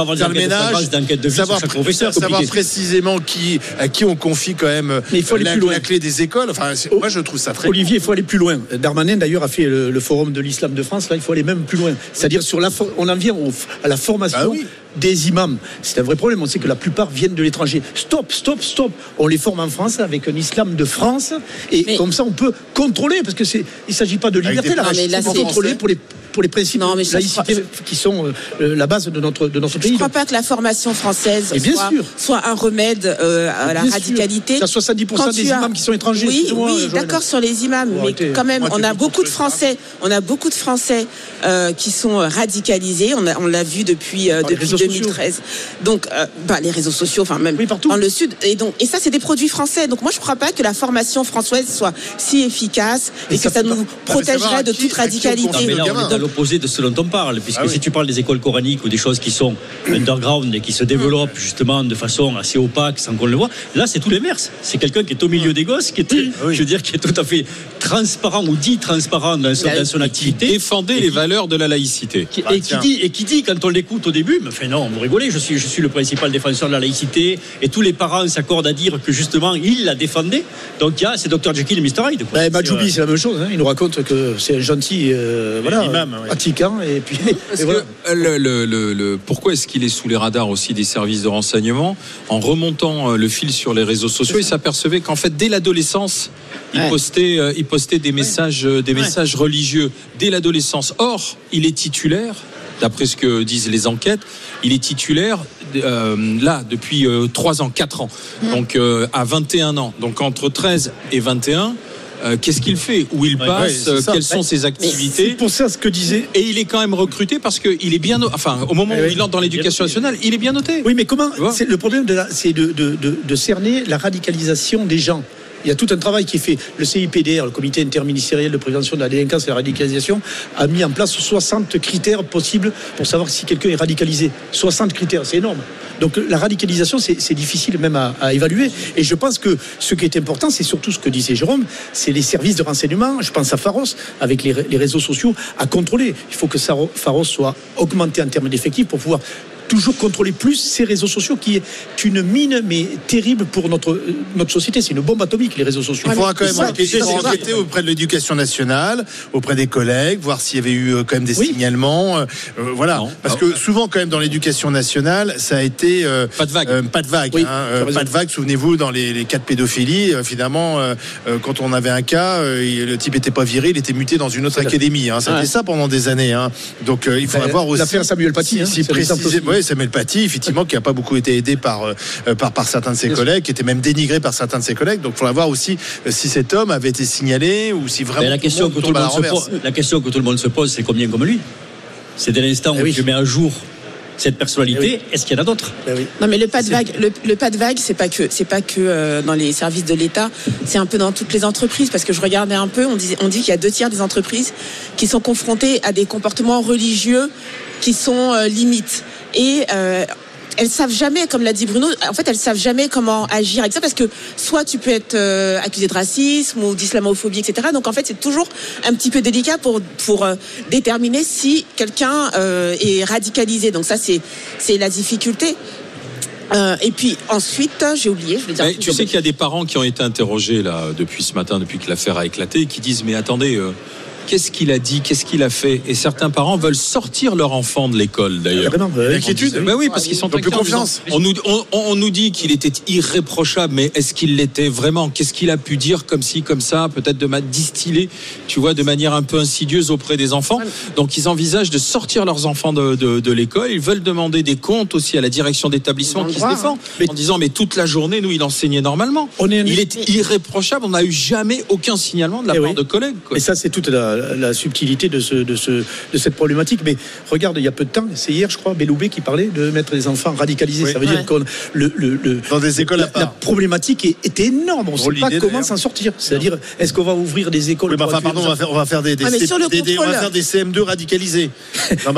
savoir précisément à qui on confie quand même la clé des écoles. Enfin, moi, je trouve ça très. Olivier, il faut aller plus loin. Darmanin, d'ailleurs, a fait le forum de l'islam de France. Là, il faut aller même plus loin. C'est-à-dire on en vient à la formation des imams. C'est un vrai problème. On sait que la plupart viennent de l'étranger. Stop. On les forme en France avec un islam de France et comme ça, on peut contrôler parce que il ne s'agit pas de liberté. C'est pour contrôler pour les principes de laïcité qui sont la base de notre pays. Je ne crois pas que la formation française soit un remède à la radicalité. Il y a 70% des imams qui sont étrangers. Oui, d'accord sur les imams, mais quand même, on a beaucoup de Français qui sont radicalisés. On l'a vu depuis 2013. Donc, les réseaux sociaux, enfin même dans le Sud. Et ça, c'est des produits français. Donc moi, je ne crois pas que la formation française soit si efficace et que ça nous protégerait de toute radicalité. L'opposé de ce dont on parle, puisque si tu parles des écoles coraniques ou des choses qui sont underground et qui se développent justement de façon assez opaque sans qu'on le voit, là c'est tout l'inverse. C'est quelqu'un qui est au milieu des gosses, qui est, je veux dire, qui est tout à fait transparent ou dit transparent dans son activité. Défendez les valeurs de la laïcité. Qui dit quand on l'écoute au début, mais non, vous rigolez, je suis le principal défenseur de la laïcité et tous les parents s'accordent à dire que justement il la défendait. Donc c'est Dr Jekyll et Mr Hyde. Majoubi, c'est la même chose. Il nous raconte que c'est un gentil pratiquant et puis. Pourquoi est-ce qu'il est sous les radars aussi des services de renseignement? En remontant le fil sur les réseaux sociaux, il s'apercevait qu'en fait dès l'adolescence, il postait des messages religieux dès l'adolescence. Or, il est titulaire, d'après ce que disent les enquêtes, il est titulaire depuis 3 ans, 4 ans. Donc à 21 ans. Donc entre 13 et 21. Qu'est-ce qu'il fait? Où il passe? Quelles sont ses activités? C'est pour ça ce que disait. Et il est quand même recruté parce qu'il est bien. Au moment où il entre dans l'éducation nationale, il est bien noté. Oui, mais comment? Le problème c'est de cerner la radicalisation des gens. Il y a tout un travail qui est fait. Le CIPDR, le Comité interministériel de prévention de la délinquance et de la radicalisation, a mis en place 60 critères possibles pour savoir si quelqu'un est radicalisé. 60 critères, c'est énorme. Donc la radicalisation, c'est difficile même à évaluer. Et je pense que ce qui est important, c'est surtout ce que disait Jérôme, c'est les services de renseignement. Je pense à Pharos, avec les réseaux sociaux, à contrôler. Il faut que Pharos soit augmenté en termes d'effectifs pour pouvoir toujours contrôler plus ces réseaux sociaux qui est une mine mais terrible pour notre société. C'est une bombe atomique, les réseaux sociaux. Il faudra quand même enquêter auprès de l'éducation nationale, auprès des collègues, voir s'il y avait eu quand même des signalements. Parce que souvent quand même dans l'éducation nationale, ça a été pas de vague. Pas de vague. Souvenez-vous dans les cas de pédophilie, finalement, quand on avait un cas, le type n'était pas viré, il était muté dans une autre académie. C'était ça pendant des années. Donc il faudra voir aussi l'affaire Samuel Paty. Samuel Paty, effectivement, qui n'a pas beaucoup été aidé par certains de ses collègues, qui était même dénigré par certains de ses collègues. Donc il faudra voir aussi si cet homme avait été signalé ou si vraiment. La question que tout le monde se pose, c'est combien comme lui? C'est dès l'instant où tu mets à jour cette personnalité, est-ce qu'il y en a d'autres? Non, mais le pas de vague, c'est pas que dans les services de l'État, c'est un peu dans toutes les entreprises, parce que je regardais un peu, on dit qu'il y a 2/3 des entreprises qui sont confrontées à des comportements religieux qui sont limites. Et elles savent jamais, comme l'a dit Bruno, en fait elles savent jamais comment agir avec ça, parce que soit tu peux être accusé de racisme ou d'islamophobie, etc. Donc en fait c'est toujours un petit peu délicat pour déterminer si quelqu'un est radicalisé. Donc ça c'est la difficulté. Et puis ensuite, j'ai oublié, je voulais dire. Tu sais qu'il y a des parents qui ont été interrogés là depuis ce matin, depuis que l'affaire a éclaté, qui disent mais attendez. Qu'est-ce qu'il a dit? Qu'est-ce qu'il a fait? Et certains parents veulent sortir leur enfant de l'école, d'ailleurs. L'inquiétude. Oui, parce qu'ils sont inquiets. Confiance. On nous dit qu'il était irréprochable, mais est-ce qu'il l'était vraiment? Qu'est-ce qu'il a pu dire comme ci, comme ça, peut-être distiller, tu vois, de manière un peu insidieuse auprès des enfants. Donc ils envisagent de sortir leurs enfants de l'école. Ils veulent demander des comptes aussi à la direction d'établissement qui se défend, en disant mais toute la journée, nous, il enseignait normalement. Il est irréprochable. On n'a eu jamais aucun signalement de la part de collègues. Et ça, c'est toute la la subtilité de cette problématique. Mais regarde, il y a peu de temps, c'est hier, je crois, Belloubet qui parlait de mettre les enfants radicalisés. Ça veut dire qu'on dans des écoles à part. La problématique est énorme. On ne sait pas comment s'en sortir. C'est-à-dire, est-ce qu'on va ouvrir des écoles on va faire des CM2 radicalisés. Sur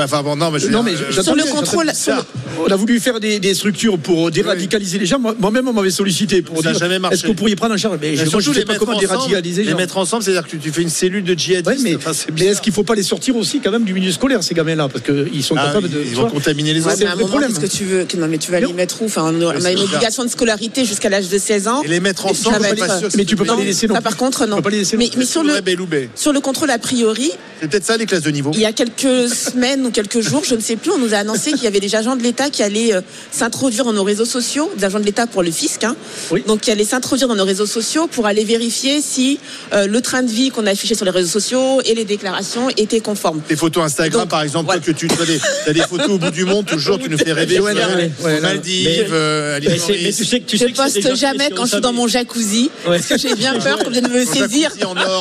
le contrôle, on a voulu faire des structures pour déradicaliser les gens. Moi-même, on m'avait sollicité pour dire est-ce que vous pourriez prendre en charge. Mais je ne sais pas comment déradicaliser les gens. Les mettre ensemble, c'est-à-dire que tu fais une cellule de djihadistes. Mais est-ce qu'il ne faut pas les sortir aussi quand même du milieu scolaire, ces gamins-là, parce qu'ils sont capables de. Ils vont contaminer les autres. C'est un moment, qu'est-ce que tu veux? Non, mais tu vas les mettre où? Enfin, on a une obligation de scolarité jusqu'à l'âge de 16 ans. Et les mettre ensemble, mais tu peux pas les laisser non. Par contre, non. Mais sur le contrôle a priori. C'est peut-être ça les classes de niveau. Il y a quelques semaines ou quelques jours, je ne sais plus, on nous a annoncé qu'il y avait des agents de l'État qui allaient s'introduire dans nos réseaux sociaux, des agents de l'État pour le fisc, donc qui allaient s'introduire dans nos réseaux sociaux pour aller vérifier si le train de vie qu'on a affiché sur les réseaux sociaux et les déclarations étaient conformes. Tes photos Instagram, par exemple, toi que tu as des photos au bout du monde, toujours tu nous fais rêver. Maldives, mais tu sais que je poste jamais quand je suis dans mon jacuzzi, parce que j'ai bien peur qu'on vienne me saisir.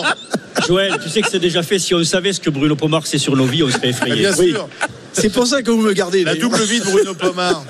Joël, tu sais que c'est déjà fait. Si on savait ce que Bruno Pomar sait sur nos vies, on serait effrayé. Bien sûr. C'est pour ça que vous me gardez. La double vie de Bruno Pomar.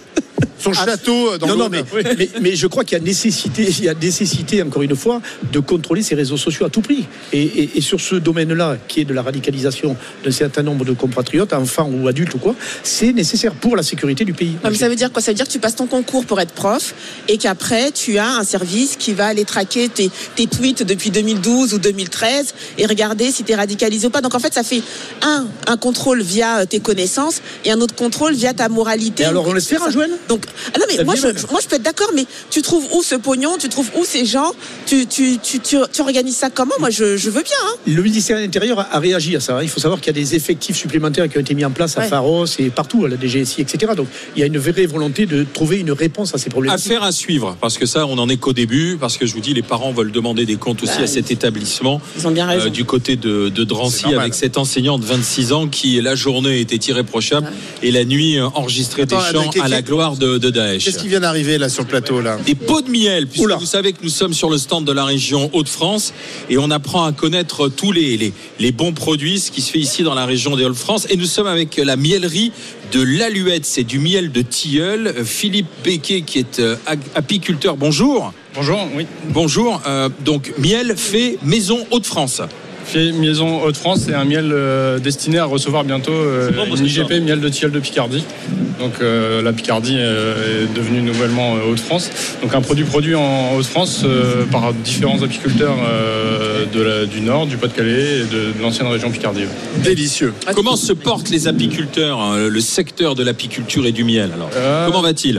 Son château dans mais je crois qu'il y a nécessité, encore une fois, de contrôler ces réseaux sociaux à tout prix. Et sur ce domaine-là, qui est de la radicalisation d'un certain nombre de compatriotes, enfants ou adultes ou quoi, c'est nécessaire pour la sécurité du pays. Non, mais ça veut dire quoi? Ça veut dire que tu passes ton concours pour être prof et qu'après, tu as un service qui va aller traquer tes tweets depuis 2012 ou 2013 et regarder si tu es radicalisé ou pas. Donc en fait, ça fait un contrôle via tes connaissances et un autre contrôle via ta moralité. Et alors, on laisse faire, Joël? Donc, non, mais moi je peux être d'accord, mais tu trouves où ce pognon, tu trouves où ces gens, tu organises ça comment? Moi je veux bien. Le ministère de l'Intérieur a réagi à ça. Il faut savoir qu'il y a des effectifs supplémentaires qui ont été mis en place à Pharos et partout, à la DGSI, etc. Donc il y a une vraie volonté de trouver une réponse à ces problèmes. Affaire à suivre, parce que ça on en est qu'au début, parce que je vous dis, les parents veulent demander des comptes aussi à cet établissement. Ils ont bien raison. Du côté de Drancy, avec cet enseignant de 26 ans qui la journée était irréprochable et la nuit enregistrait des chants à la gloire de Daesh. Qu'est-ce qui vient d'arriver là sur le plateau là? Des pots de miel, puisque vous savez que nous sommes sur le stand de la région Hauts-de-France et on apprend à connaître tous les bons produits, ce qui se fait ici dans la région des Hauts-de-France. Et nous sommes avec la miellerie de l'Aluette, c'est du miel de tilleul. Philippe Becquet qui est apiculteur, bonjour. Bonjour, oui. Bonjour, donc miel fait maison Hauts-de-France. Maison Hauts-de-France, c'est un miel destiné à recevoir bientôt une IGP, miel de tilleul de Picardie. Donc la Picardie est devenue nouvellement Hauts-de-France. Donc un produit en Hauts-de-France par différents apiculteurs du Nord, du Pas-de-Calais et de l'ancienne région Picardie. Délicieux. Comment se portent les apiculteurs, le secteur de l'apiculture et du miel alors? Comment va-t-il?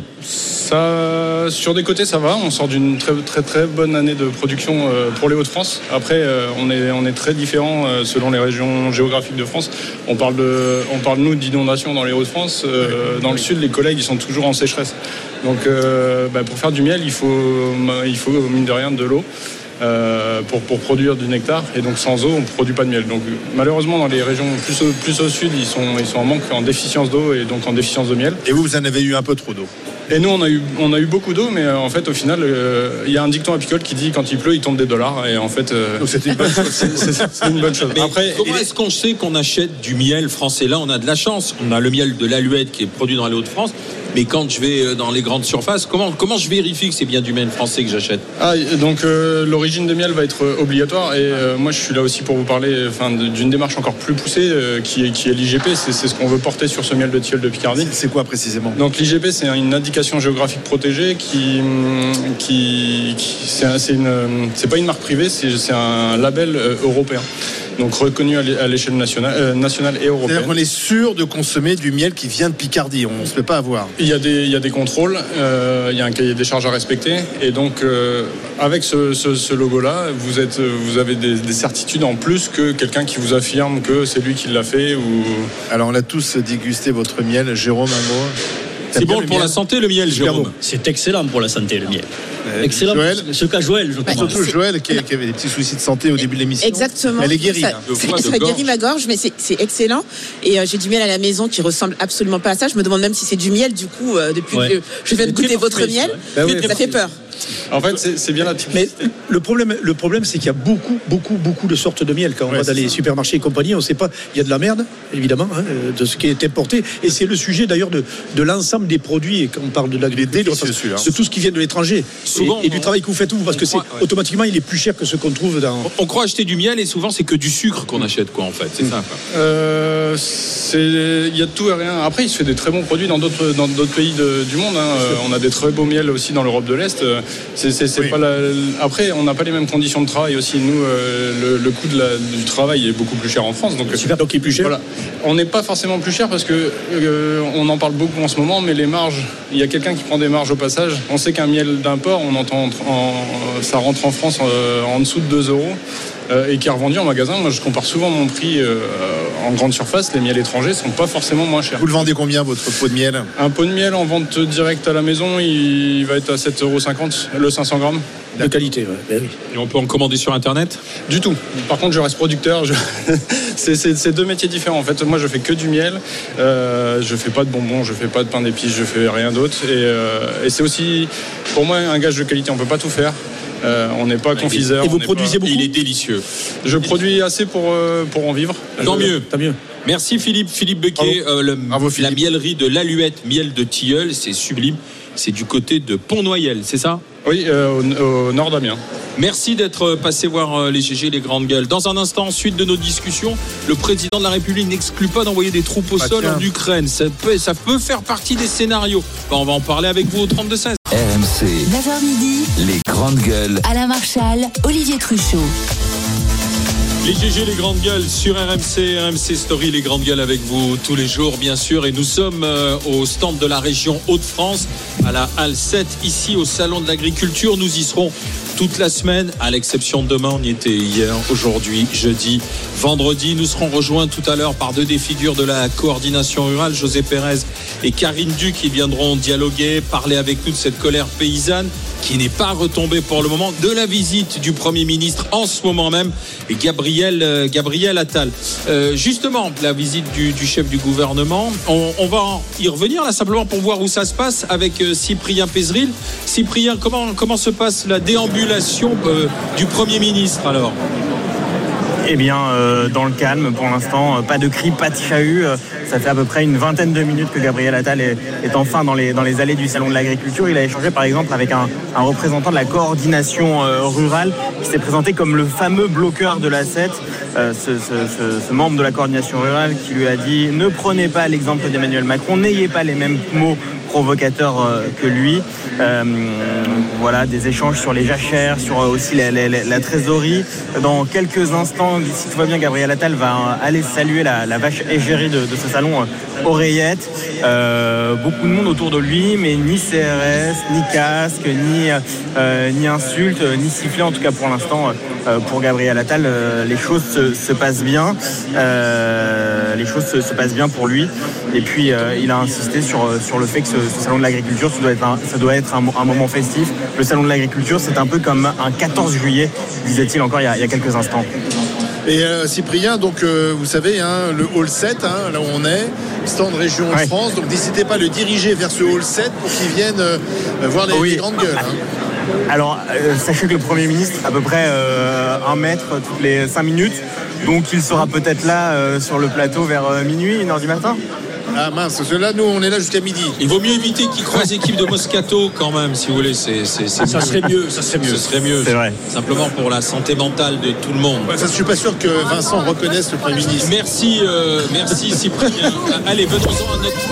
Ça, sur des côtés, ça va. On sort d'une très très très bonne année de production pour les Hauts-de-France. Après, on est très différents selon les régions géographiques de France. On parle nous d'inondations dans les Hauts-de-France. Dans le sud, les collègues ils sont toujours en sécheresse. Donc, pour faire du miel, il faut mine de rien de l'eau. Pour produire du nectar, et donc sans eau on ne produit pas de miel. Donc malheureusement dans les régions plus au sud ils sont en manque, en déficience d'eau et donc en déficience de miel. Et vous en avez eu un peu trop d'eau? Et nous on a eu beaucoup d'eau, mais en fait au final il y a un dicton apicole qui dit quand il pleut il tombe des dollars, et en fait donc c'est une bonne chose. C'est une bonne chose. Mais après, comment est-ce qu'on sait qu'on achète du miel français? Là on a de la chance, on a le miel de l'Aluette qui est produit dans les Hauts-de-France. Mais quand je vais dans les grandes surfaces, comment je vérifie que c'est bien du miel français que j'achète? Donc l'origine de miel va être obligatoire, et moi je suis là aussi pour vous parler d'une démarche encore plus poussée qui est l'IGP. C'est ce qu'on veut porter sur ce miel de tilleul de Picardie. C'est quoi précisément? Donc l'IGP c'est une indication géographique protégée c'est pas une marque privée, c'est un label européen. Donc reconnu à l'échelle nationale et européenne. C'est-à-dire qu'on est sûr de consommer du miel qui vient de Picardie, on ne se fait pas avoir. Il y a des contrôles, il y a un cahier des charges à respecter, et donc avec ce logo-là, vous avez des certitudes en plus que quelqu'un qui vous affirme que c'est lui qui l'a fait. Alors on a tous dégusté votre miel, Jérôme, un mot. C'est bon pour la santé le miel, Jérôme? C'est excellent pour la santé le miel. Excellent. Joël, ce qu'a Joël, je pense. Surtout Joël qui avait des petits soucis de santé au début de l'émission. Exactement. Elle est guérie. Ça guérit ma gorge, mais c'est excellent. Et j'ai du miel à la maison qui ressemble absolument pas à ça. Je me demande même si c'est du miel, du coup, depuis que je viens de goûter votre miel. Ça fait peur. En fait, c'est bien la Mais le problème, c'est qu'il y a beaucoup de sortes de miel. Quand on va dans les supermarchés et compagnie, on ne sait pas. Il y a de la merde, évidemment, de ce qui est importé. Et c'est le sujet d'ailleurs de l'ensemble des produits. Et quand on parle de l'agriculture, de tout ce qui vient de l'étranger. Et du travail que vous faites, parce que automatiquement, il est plus cher que ce qu'on trouve dans. On croit acheter du miel et souvent c'est que du sucre qu'on achète, en fait. C'est ça. Il y a de tout et rien. Après, il se fait des très bons produits dans d'autres pays du monde. On a des très beaux miels aussi dans l'Europe de l'Est. Pas Après, on n'a pas les mêmes conditions de travail aussi. Nous, le coût du travail est beaucoup plus cher en France. Donc il est plus cher. Voilà. On n'est pas forcément plus cher parce que on en parle beaucoup en ce moment, mais les marges, il y a quelqu'un qui prend des marges au passage. On sait qu'un miel d'import, ça rentre en France en dessous de 2 euros. Et qui est revendu en magasin. Moi, je compare souvent mon prix en grande surface. Les miels étrangers sont pas forcément moins chers. Vous le vendez combien, votre pot de miel ? Un pot de miel en vente directe à la maison, il va être à 7,50 € le 500 grammes. De qualité, oui. Et on peut en commander sur Internet ? Du tout. Par contre, je reste producteur. C'est 2 métiers différents. En fait, moi, je fais que du miel. Je fais pas de bonbons, je fais pas de pain d'épices, je fais rien d'autre. Et c'est aussi, pour moi, un gage de qualité. On peut pas tout faire. On n'est pas confiseur. Et vous produisez beaucoup ? Il est délicieux. Je produis assez pour en vivre. Tant mieux. Merci Philippe Becquet. La miellerie de l'Aluette, miel de tilleul, c'est sublime. C'est du côté de Pont-Noyel, c'est ça ? Oui, au nord d'Amiens. Merci d'être passé voir les GG, les grandes gueules. Dans un instant, suite de nos discussions, le président de la République n'exclut pas d'envoyer des troupes au sol en Ukraine. Ça peut faire partie des scénarios. On va en parler avec vous au 32-16. RMC. 9h midi. Les grandes gueules. Alain Marchal, Olivier Truchot. Les GG, les grandes gueules sur RMC Story, les grandes gueules avec vous tous les jours, bien sûr. Et nous sommes au stand de la région Hauts-de-France, à la Halle 7, ici au Salon de l'Agriculture. Nous y serons toute la semaine, à l'exception de demain. On y était hier, aujourd'hui, jeudi, vendredi. Nous serons rejoints tout à l'heure par 2 des figures de la coordination rurale, José Pérez et Karine Duc, qui viendront dialoguer, parler avec nous de cette colère paysanne qui n'est pas retombée pour le moment, de la visite du Premier ministre en ce moment même, et Gabriel Attal. Justement, la visite du chef du gouvernement, on va y revenir là simplement pour voir où ça se passe avec Cyprien Pézeril. Cyprien, comment se passe la déambulation du Premier ministre alors ? Eh bien, dans le calme pour l'instant, pas de cris, pas de chahut. Ça fait à peu près une vingtaine de minutes que Gabriel Attal est enfin dans les allées du Salon de l'Agriculture. Il a échangé par exemple avec un représentant de la coordination rurale qui s'est présenté comme le fameux bloqueur de l'A7. Ce membre de la coordination rurale qui lui a dit « Ne prenez pas l'exemple d'Emmanuel Macron, n'ayez pas les mêmes mots provocateur que lui. Voilà, des échanges sur les jachères, sur aussi la trésorerie. Dans quelques instants, si tout va bien, Gabriel Attal va aller saluer la vache égérie de ce salon, Oreillette. Beaucoup de monde autour de lui, mais ni CRS, ni casque, ni insulte, ni sifflet, en tout cas pour l'instant, pour Gabriel Attal, les choses se passent bien. Les choses se passent bien pour lui. Et puis, il a insisté sur le fait que ce salon de l'agriculture, ça doit être un moment festif. Le salon de l'agriculture, c'est un peu comme un 14 juillet, disait-il encore il y a quelques instants. Et Cyprien, donc vous savez, le hall 7, là où on est, stand région de France, donc n'hésitez pas à le diriger vers ce hall 7 pour qu'il vienne voir les grandes gueules. Alors, sachez que le Premier ministre, à peu près 1 mètre toutes les 5 minutes, donc il sera peut-être là sur le plateau vers minuit, 1h du matin. Ah mince, parce que là, nous, on est là jusqu'à midi. Il vaut mieux éviter qu'il croise l'équipe de Moscato quand même, si vous voulez. Ça serait mieux. Ce serait mieux. C'est vrai. Simplement pour la santé mentale de tout le monde. Je suis pas sûr que Vincent reconnaisse le Premier ministre. Merci Cyprien. Allez, venons-en à notre...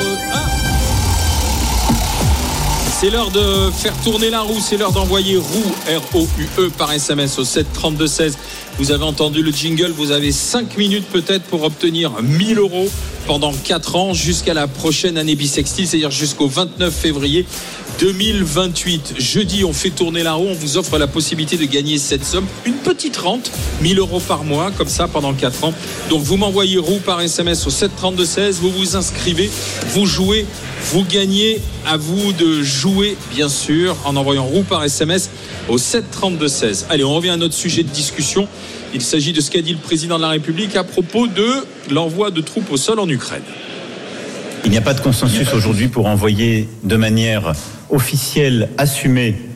C'est l'heure de faire tourner la roue, c'est l'heure d'envoyer roue, R-O-U-E, par SMS au 732-16. Vous avez entendu le jingle, vous avez 5 minutes peut-être pour obtenir 1 000 € pendant 4 ans jusqu'à la prochaine année bissextile, c'est-à-dire jusqu'au 29 février 2028. Jeudi, on fait tourner la roue, on vous offre la possibilité de gagner cette somme, une petite rente, 1 000 € par mois, comme ça pendant 4 ans. Donc vous m'envoyez roue par SMS au 732-16, vous vous inscrivez, vous jouez, vous gagnez. À vous de jouer, bien sûr, en envoyant roue par SMS au 732-16. Allez, on revient à notre sujet de discussion. Il s'agit de ce qu'a dit le président de la République à propos de l'envoi de troupes au sol en Ukraine. Il n'y a pas de consensus aujourd'hui pour envoyer de manière officielle, assumée,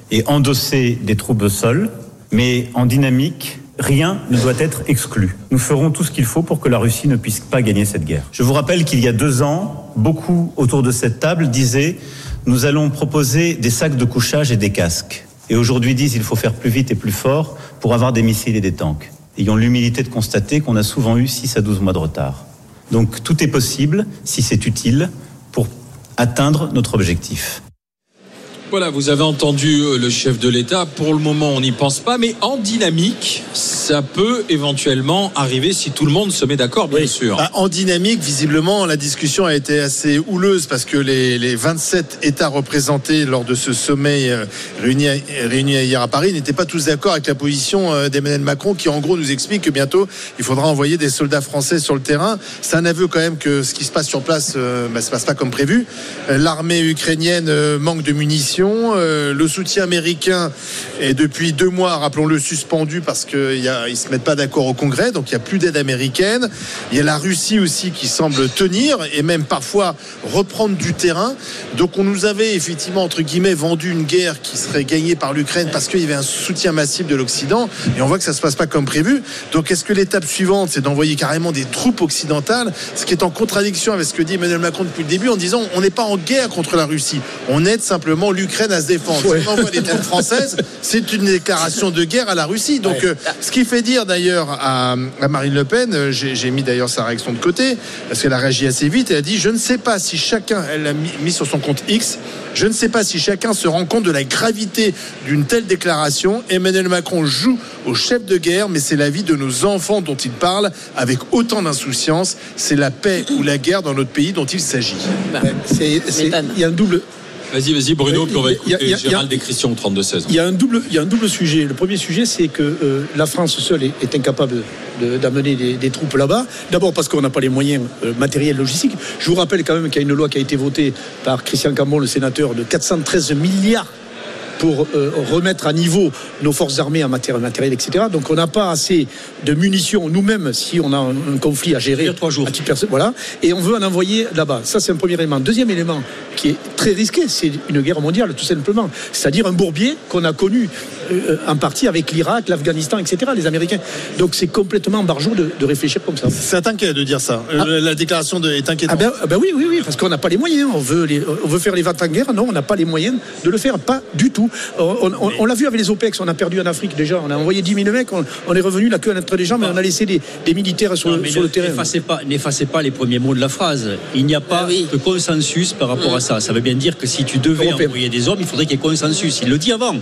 et endosser des troupes au sol, mais en dynamique, rien ne doit être exclu. Nous ferons tout ce qu'il faut pour que la Russie ne puisse pas gagner cette guerre. Je vous rappelle qu'il y a 2 ans, beaucoup autour de cette table disaient « Nous allons proposer des sacs de couchage et des casques ». Et aujourd'hui disent « Il faut faire plus vite et plus fort pour avoir des missiles et des tanks ». Ayons l'humilité de constater qu'on a souvent eu 6 à 12 mois de retard. Donc tout est possible, si c'est utile, pour atteindre notre objectif. Voilà, vous avez entendu le chef de l'État. Pour le moment, on n'y pense pas, mais en dynamique, ça peut éventuellement arriver si tout le monde se met d'accord, bien sûr. En dynamique, visiblement, la discussion a été assez houleuse parce que les 27 États représentés lors de ce sommet réuni hier à Paris n'étaient pas tous d'accord avec la position d'Emmanuel Macron qui, en gros, nous explique que bientôt, il faudra envoyer des soldats français sur le terrain. C'est un aveu quand même que ce qui se passe sur place se passe pas comme prévu. L'armée ukrainienne manque de munitions. Le soutien américain est depuis 2 mois, rappelons-le, suspendu parce qu'ils ne se mettent pas d'accord au Congrès, donc il n'y a plus d'aide américaine. Il y a la Russie aussi qui semble tenir et même parfois reprendre du terrain. Donc on nous avait effectivement, entre guillemets, vendu une guerre qui serait gagnée par l'Ukraine parce qu'il y avait un soutien massif de l'Occident et on voit que ça ne se passe pas comme prévu. Donc est-ce que l'étape suivante, c'est d'envoyer carrément des troupes occidentales, ce qui est en contradiction avec ce que dit Emmanuel Macron depuis le début en disant on n'est pas en guerre contre la Russie, on aide simplement l'Ukraine à se défendre. Si on envoie des troupes françaises, c'est une déclaration de guerre à la Russie. Donc, ce qui fait dire d'ailleurs à Marine Le Pen, j'ai mis d'ailleurs sa réaction de côté, parce qu'elle a réagi assez vite, elle a dit, je ne sais pas si chacun, elle l'a mis sur son compte X, je ne sais pas si chacun se rend compte de la gravité d'une telle déclaration. Emmanuel Macron joue au chef de guerre, mais c'est la vie de nos enfants dont il parle avec autant d'insouciance. C'est la paix ou la guerre dans notre pays dont il s'agit. Il y a un double... Vas-y Bruno, puis on va écouter Gérald et Christian au 32-16. Il y a un double sujet. Le premier sujet, c'est que la France seule est incapable d'amener des troupes là-bas. D'abord parce qu'on n'a pas les moyens matériels, logistiques. Je vous rappelle quand même qu'il y a une loi qui a été votée par Christian Cambon, le sénateur, de 413 milliards pour remettre à niveau nos forces armées en matière matérielle, etc. Donc on n'a pas assez de munitions nous-mêmes si on a un conflit à gérer. 3 jours. Voilà. Et on veut en envoyer là-bas. Ça, c'est un premier élément. Deuxième élément qui est très risqué, c'est une guerre mondiale, tout simplement. C'est-à-dire un bourbier qu'on a connu en partie avec l'Irak, l'Afghanistan, etc., les Américains. Donc c'est complètement barjot de réfléchir comme ça. C'est inquiet de dire ça. La déclaration est inquiétante. Oui, parce qu'on n'a pas les moyens. On veut faire les ventes en guerre. Non, on n'a pas les moyens de le faire. Pas du tout. On l'a vu avec les OPEX, on a perdu en Afrique déjà, on a envoyé 10 000 mecs, on est revenu la queue entre les jambes, mais on a laissé des militaires sur le terrain. N'effacez pas les premiers mots de la phrase. Il n'y a pas de consensus par rapport à ça. Ça veut bien dire que si tu devais envoyer des hommes, il faudrait qu'il y ait consensus. Il le dit avant.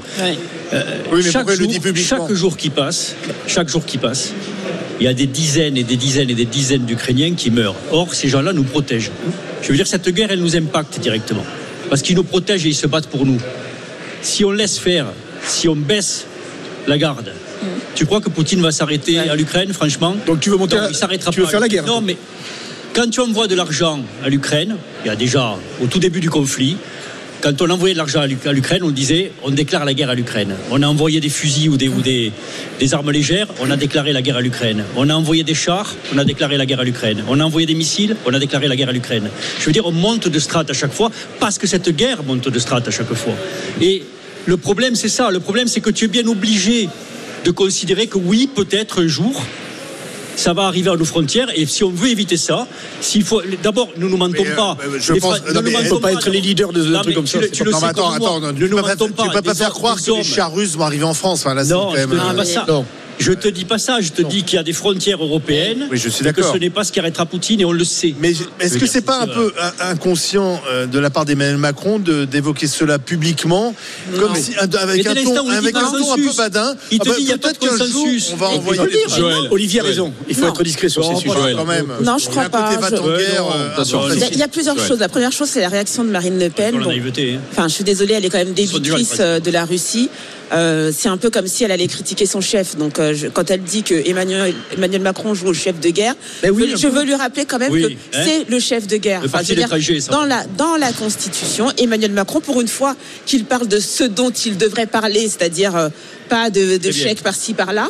Chaque jour qui passe, il y a des dizaines et des dizaines et des dizaines d'Ukrainiens qui meurent. Or, ces gens-là nous protègent. Je veux dire, cette guerre, elle nous impacte directement. Parce qu'ils nous protègent et ils se battent pour nous. Si on laisse faire, si on baisse la garde, tu crois que Poutine va s'arrêter à l'Ukraine, franchement? Donc tu veux monter, il s'arrêtera tu veux pas. Faire la guerre? Non, mais quand tu envoies de l'argent à l'Ukraine, il y a déjà au tout début du conflit, quand on envoyait de l'argent à l'Ukraine, on disait on déclare la guerre à l'Ukraine. On a envoyé des fusils ou des armes légères, on a déclaré la guerre à l'Ukraine. On a envoyé des chars, on a déclaré la guerre à l'Ukraine. On a envoyé des missiles, on a déclaré la guerre à l'Ukraine. Je veux dire, on monte de strate à chaque fois parce que cette guerre monte de strate à chaque fois. Et le problème, c'est ça. Le problème, c'est que tu es bien obligé de considérer que oui, peut-être un jour, ça va arriver à nos frontières. Et si on veut éviter ça, s'il faut. D'abord, nous ne mentons pas. Je pense qu'on ne peut pas être les leaders de trucs comme ça. Tu ne peux pas faire croire que les chars russes vont arriver en France. Non, je ne te dis pas ça. Je te dis pas ça, je te dis qu'il y a des frontières européennes, oui, je suis d'accord. Que ce n'est pas ce qui arrêtera Poutine et on le sait. Mais est-ce que c'est pas un peu inconscient de la part d'Emmanuel Macron d'évoquer cela publiquement, comme si, avec un ton un peu badin? Il te dit il n'y a pas de consensus. On va envoyer Olivier a raison. Il faut être discret sur ces sujets. Quand même. Non, je crois pas. Il y a plusieurs choses. La première chose, c'est la réaction de Marine Le Pen. Enfin, je suis désolée, elle est quand même débitrice de la Russie. C'est un peu comme si elle allait critiquer son chef. Donc quand elle dit que Emmanuel Macron joue au chef de guerre, je veux lui rappeler quand même que c'est le chef de guerre. Enfin, je veux dire, dans la Constitution, Emmanuel Macron, pour une fois qu'il parle de ce dont il devrait parler, c'est-à-dire pas de chèques par-ci par-là,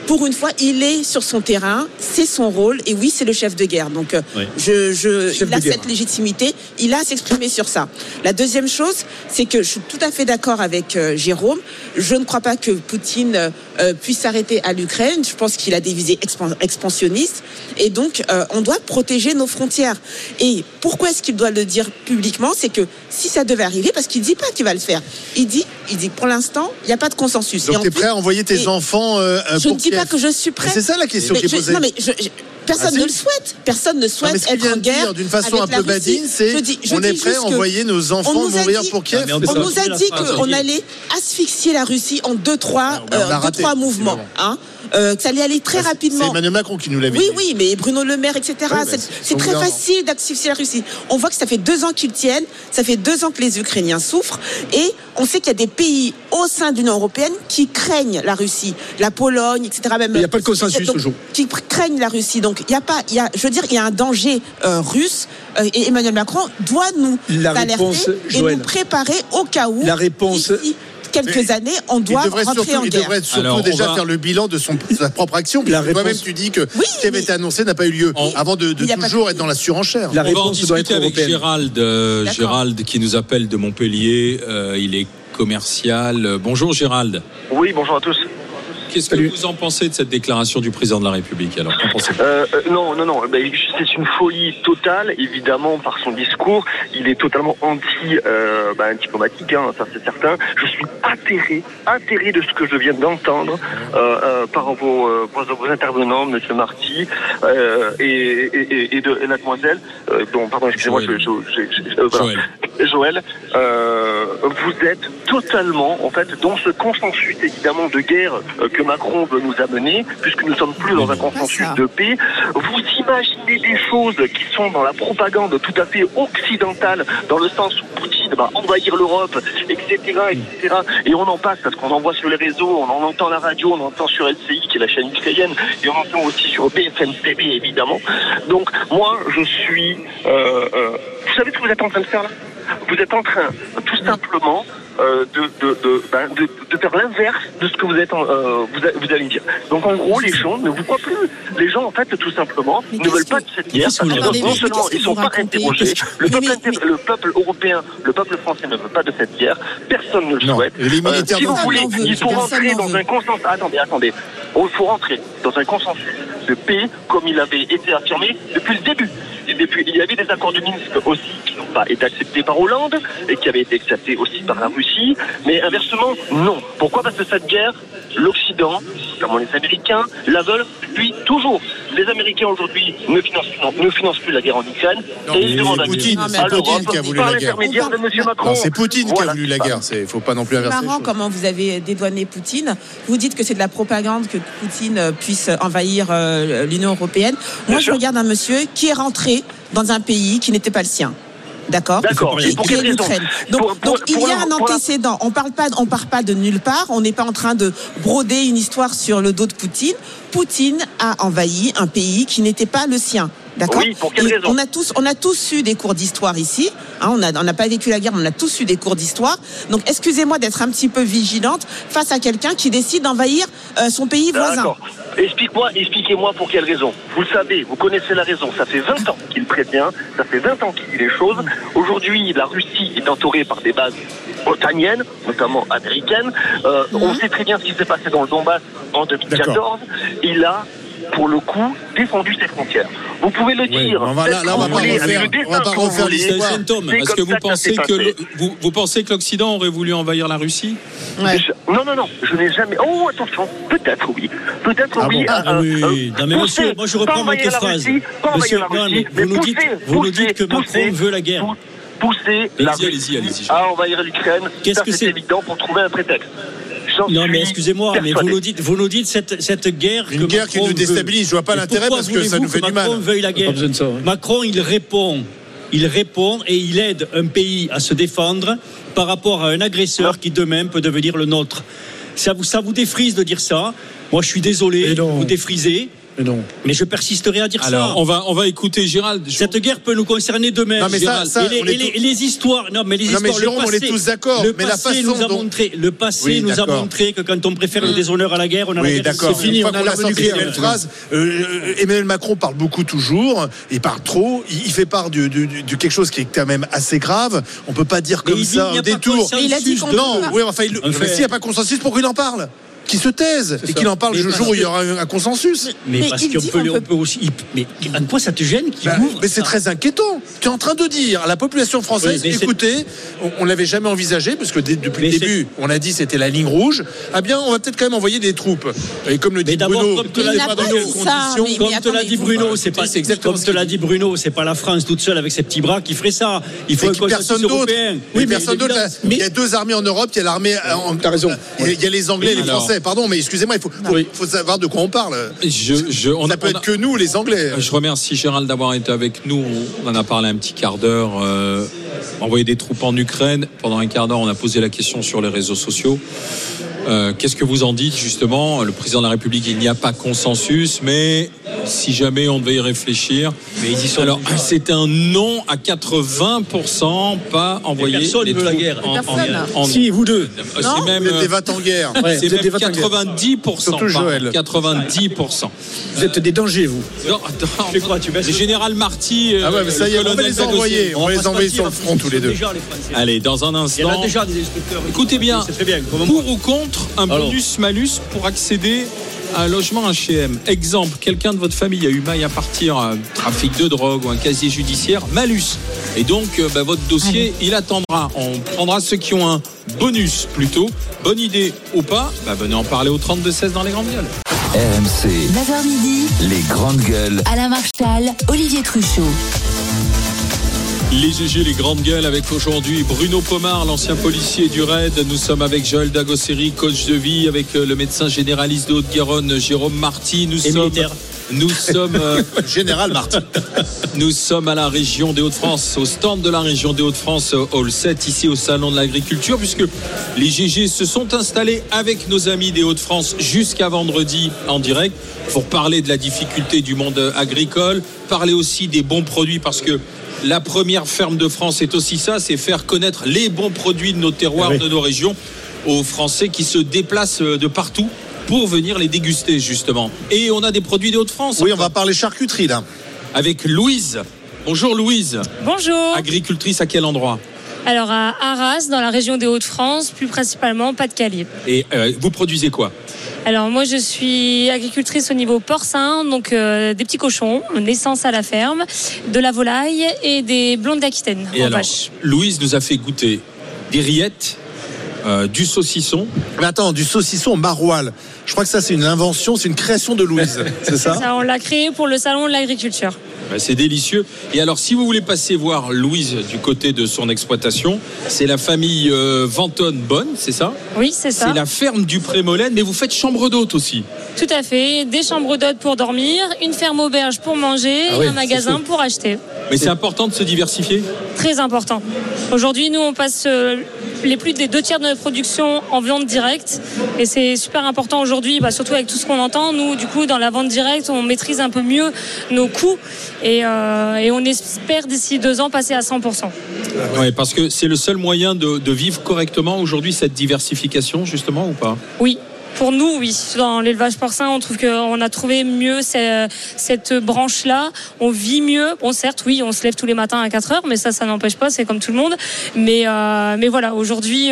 pour une fois, il est sur son terrain, c'est son rôle, et oui, c'est le chef de guerre. Donc, il a cette légitimité, il a à s'exprimer sur ça. La deuxième chose, c'est que je suis tout à fait d'accord avec Jérôme. Je ne crois pas que Poutine puisse s'arrêter à l'Ukraine. Je pense qu'il a des visées expansionnistes, et donc on doit protéger nos frontières. Et pourquoi est-ce qu'il doit le dire publiquement? C'est que si ça devait arriver, parce qu'il dit pas qu'il va le faire, il dit que pour l'instant, il n'y a pas de consensus. Donc tu es prêt à envoyer tes enfants je ne dis pas que je suis prêt. C'est ça la question qui est posée. Non, mais personne ne le souhaite. Personne ne souhaite être en guerre. D'une façon un peu badine, c'est on est prêt à envoyer nos enfants mourir pour Kiev. On nous a dit qu'on allait asphyxier la Russie en 2-3 mouvements. Que ça allait aller très rapidement. C'est Emmanuel Macron qui nous l'avait dit. Oui, mais Bruno Le Maire, etc. C'est très facile d'asphyxier la Russie. On voit que ça fait 2 ans qu'ils tiennent, ça fait 2 ans que les Ukrainiens souffrent, et on sait qu'il y a des pays au sein de l'Union européenne qui craignent la Russie, la Pologne, etc. Même, il n'y a pas de consensus donc, ce jour. Qui craignent la Russie. Donc il y a un danger russe, et Emmanuel Macron doit nous alerter et nous préparer au cas où. La réponse. Quelques années, on doit rentrer en guerre. Il devrait surtout déjà faire le bilan de sa propre action. Toi-même, tu dis que ce qui avait été annoncé n'a pas eu lieu avant de toujours être dans la surenchère. La réponse doit être européenne. Avec Gérald qui nous appelle de Montpellier. Il est commercial. Bonjour Gérald. Oui, bonjour à tous. Qu'est-ce que vous en pensez de cette déclaration du président de la République alors? Non. C'est une folie totale, évidemment, par son discours. Il est totalement diplomatique, ça c'est certain. Je suis atterré de ce que je viens d'entendre par vos intervenants, Monsieur Marty et de mademoiselle. Joël. Vous êtes totalement, en fait, dans ce consensus évidemment de guerre que Macron veut nous amener, puisque nous ne sommes plus dans un consensus de paix. Vous imaginez des choses qui sont dans la propagande tout à fait occidentale, dans le sens où Poutine va envahir l'Europe, etc. Et on en passe, parce qu'on en voit sur les réseaux, on en entend à la radio, on en entend sur LCI, qui est la chaîne israélienne, et on entend aussi sur BFM TV, évidemment. Donc, moi, je suis... vous savez ce que vous êtes en train de faire là? Vous êtes en train, tout simplement, de faire l'inverse de ce que vous êtes vous allez dire. Donc en gros, les gens ne vous croient plus. Les gens, en fait, tout simplement, ne veulent pas de cette guerre. Non seulement ils ne sont pas interrogés, le peuple européen, le peuple français ne veut pas de cette guerre. Personne ne le souhaite. Si vous voulez, il faut rentrer dans un consensus. Attendez. Il faut rentrer dans un consensus de paix, comme il avait été affirmé depuis le début. Il y avait des accords de Minsk aussi qui n'ont pas été acceptés par Hollande et qui avaient été acceptés aussi par la Russie, mais inversement, non. Pourquoi? Parce que cette guerre, l'Occident, notamment les Américains, la veulent depuis toujours. Les Américains aujourd'hui ne financent plus la guerre en Ukraine et ils demandent à Poutine qui a voulu par la guerre. l'intermédiaire de M. Macron. Non, c'est Poutine qui a voulu la guerre. Il ne faut pas non plus inverser les choses. C'est marrant comment vous avez dédouané Poutine. Vous dites que c'est de la propagande que Poutine puisse envahir l'Union européenne. Moi, je regarde un monsieur qui est rentré dans un pays qui n'était pas le sien. D'accord. Et pour quelle raison? Donc il y a un antécédent. On part pas de nulle part. On n'est pas en train de broder une histoire sur le dos de Poutine. Poutine a envahi un pays qui n'était pas le sien. D'accord. Oui, pour quelle raison? On a tous eu des cours d'histoire ici. On n'a pas vécu la guerre, mais on a tous eu des cours d'histoire. Donc, excusez-moi d'être un petit peu vigilante face à quelqu'un qui décide d'envahir son pays voisin. D'accord. Expliquez-moi pour quelle raison. Vous le savez, vous connaissez la raison. Ça fait 20 ans qu'il prévient, ça fait 20 ans qu'il dit les choses. Aujourd'hui, la Russie est entourée par des bases otaniennes, notamment américaines. On sait très bien ce qui s'est passé dans le Donbass en 2014. D'accord. Il a, pour le coup, défendu ses frontières. Vous pouvez le dire. On va pas refaire l'histoire. Est-ce que vous pensez que l'Occident aurait voulu envahir la Russie? Non, je n'ai jamais... Oh, attention, peut-être oui. Non, mais monsieur, moi je reprends votre phrase. Monsieur, vous nous dites que Macron veut la guerre. Pousser la Russie à envahir l'Ukraine. Qu'est-ce que c'est évident pour trouver un prétexte. Non, mais excusez-moi, mais vous nous dites cette guerre. Une guerre qui nous déstabilise. Je vois pas l'intérêt parce que ça nous fait du mal. Macron veuille la guerre. Macron, il répond et il aide un pays à se défendre par rapport à un agresseur qui demain peut devenir le nôtre. Ça vous défrise de dire ça. Moi, je suis désolé, vous défrisez. Mais je persisterai à dire ça. Alors, on va écouter Gérald. Cette guerre peut nous concerner demain. Non, mais les histoires. Non, mais les histoires. Jérôme, on est tous d'accord. Le passé nous a montré que quand on préfère le déshonneur à la guerre, on a la guerre. D'accord. C'est fini. On a l'arme nucléaire. Une phrase. Emmanuel Macron parle beaucoup toujours. Il parle trop. Il fait part de quelque chose qui est quand même assez grave. On peut pas dire comme ça au détour. Il a dit qu'on non. Oui, enfin, s'il n'y a pas consensus, pourquoi il en parle? Qui se taise et qu'il en parle le jour où il y aura un consensus. Mais parce qu'on peut aussi. Mais en quoi ça te gêne mais c'est très inquiétant. Tu es en train de dire à la population française, écoutez, on l'avait jamais envisagé parce que depuis le début, on a dit c'était la ligne rouge. Ah bien, on va peut-être quand même envoyer des troupes. Et comme le dit Bruno, comme te l'a dit Bruno, c'est pas comme te l'a dit Bruno, c'est pas la France toute seule avec ses petits bras qui ferait ça. Il faut un personne d'autre. Oui, personne d'autre. Il y a deux armées en Europe. Il y a l'armée. T'as raison. Il y a les Anglais et les Français. Pardon, mais excusez-moi, il faut savoir de quoi on parle. Ça peut être que nous, les Anglais. Je remercie Gérald d'avoir été avec nous. On en a parlé un petit quart d'heure. Envoyer des troupes en Ukraine. Pendant un quart d'heure, on a posé la question sur les réseaux sociaux. Qu'est-ce que vous en dites justement? Le président de la République, il n'y a pas consensus, mais si jamais on devait y réfléchir, alors c'est un non à 80%, pas envoyer les troupes la guerre. Si, vous deux. C'est même des vats en guerre. C'est même 90%. Surtout Joël. 90%. Vous êtes des dangers, vous. Non, le général Marty. Ah ouais, mais ça y est, on va les envoyer. On va les envoyer sur le front tous les deux. Allez, dans un instant. Il y en a déjà des inspecteurs. Écoutez bien. Pour ou contre un bonus-malus pour accéder à un logement H&M. Exemple, quelqu'un de votre famille a eu maille à partir à un trafic de drogue ou un casier judiciaire, malus. Et donc, votre dossier, il attendra. On prendra ceux qui ont un bonus plutôt. Bonne idée ou pas, venez en parler au 32-16 dans les grandes gueules. RMC. 9h midi. Les grandes gueules. Alain Marchal, Olivier Truchot. Les GG, les grandes gueules, avec aujourd'hui Bruno Pomar, l'ancien policier du RAID. Nous sommes avec Joël Dagosseri, coach de vie, avec le médecin généraliste de Haute-Garonne, Jérôme Marty. Nous sommes Général Marty. Nous sommes à la région des Hauts-de-France, au stand de la région des Hauts-de-France, Hall 7, ici au Salon de l'Agriculture, puisque les GG se sont installés avec nos amis des Hauts-de-France jusqu'à vendredi en direct pour parler de la difficulté du monde agricole, parler aussi des bons produits, parce que la première ferme de France, c'est aussi ça, c'est faire connaître les bons produits de nos terroirs, de nos régions, aux Français qui se déplacent de partout pour venir les déguster, justement. Et on a des produits des Hauts-de-France. Oui, on va parler charcuterie, là. Avec Louise. Bonjour Louise. Bonjour. Agricultrice à quel endroit? Alors à Arras, dans la région des Hauts-de-France, plus principalement Pas-de-Calais. Et vous produisez quoi? Alors moi je suis agricultrice au niveau porcin, donc des petits cochons, naissance à la ferme, de la volaille et des blondes d'Aquitaine. Et alors, Louise nous a fait goûter des rillettes, du saucisson. Mais attends, du saucisson maroilles. Je crois que ça c'est une invention, c'est une création de Louise, c'est ça? Ça, on l'a créé pour le salon de l'agriculture. C'est délicieux. Et alors, si vous voulez passer voir Louise du côté de son exploitation, c'est la famille Vanton-Bonne, c'est ça? Oui, c'est ça. C'est la ferme du Pré-Molène, mais vous faites chambre d'hôte aussi? Tout à fait. Des chambres d'hôte pour dormir, une ferme auberge pour manger et un magasin pour acheter. Mais c'est important de se diversifier? Très important. Aujourd'hui, nous, on passe les plus des 2/3 de notre production en vente directe. Et c'est super important aujourd'hui, surtout avec tout ce qu'on entend. Nous, du coup, dans la vente directe, on maîtrise un peu mieux nos coûts. Et on espère d'ici 2 ans passer à 100%. Oui, parce que c'est le seul moyen de vivre correctement aujourd'hui, cette diversification, justement, ou pas? Oui. Pour nous, oui. Dans l'élevage porcin, on trouve qu'on a trouvé mieux cette branche-là. On vit mieux. Bon, certes, oui, on se lève tous les matins à 4h, mais ça n'empêche pas, c'est comme tout le monde. Mais voilà, aujourd'hui,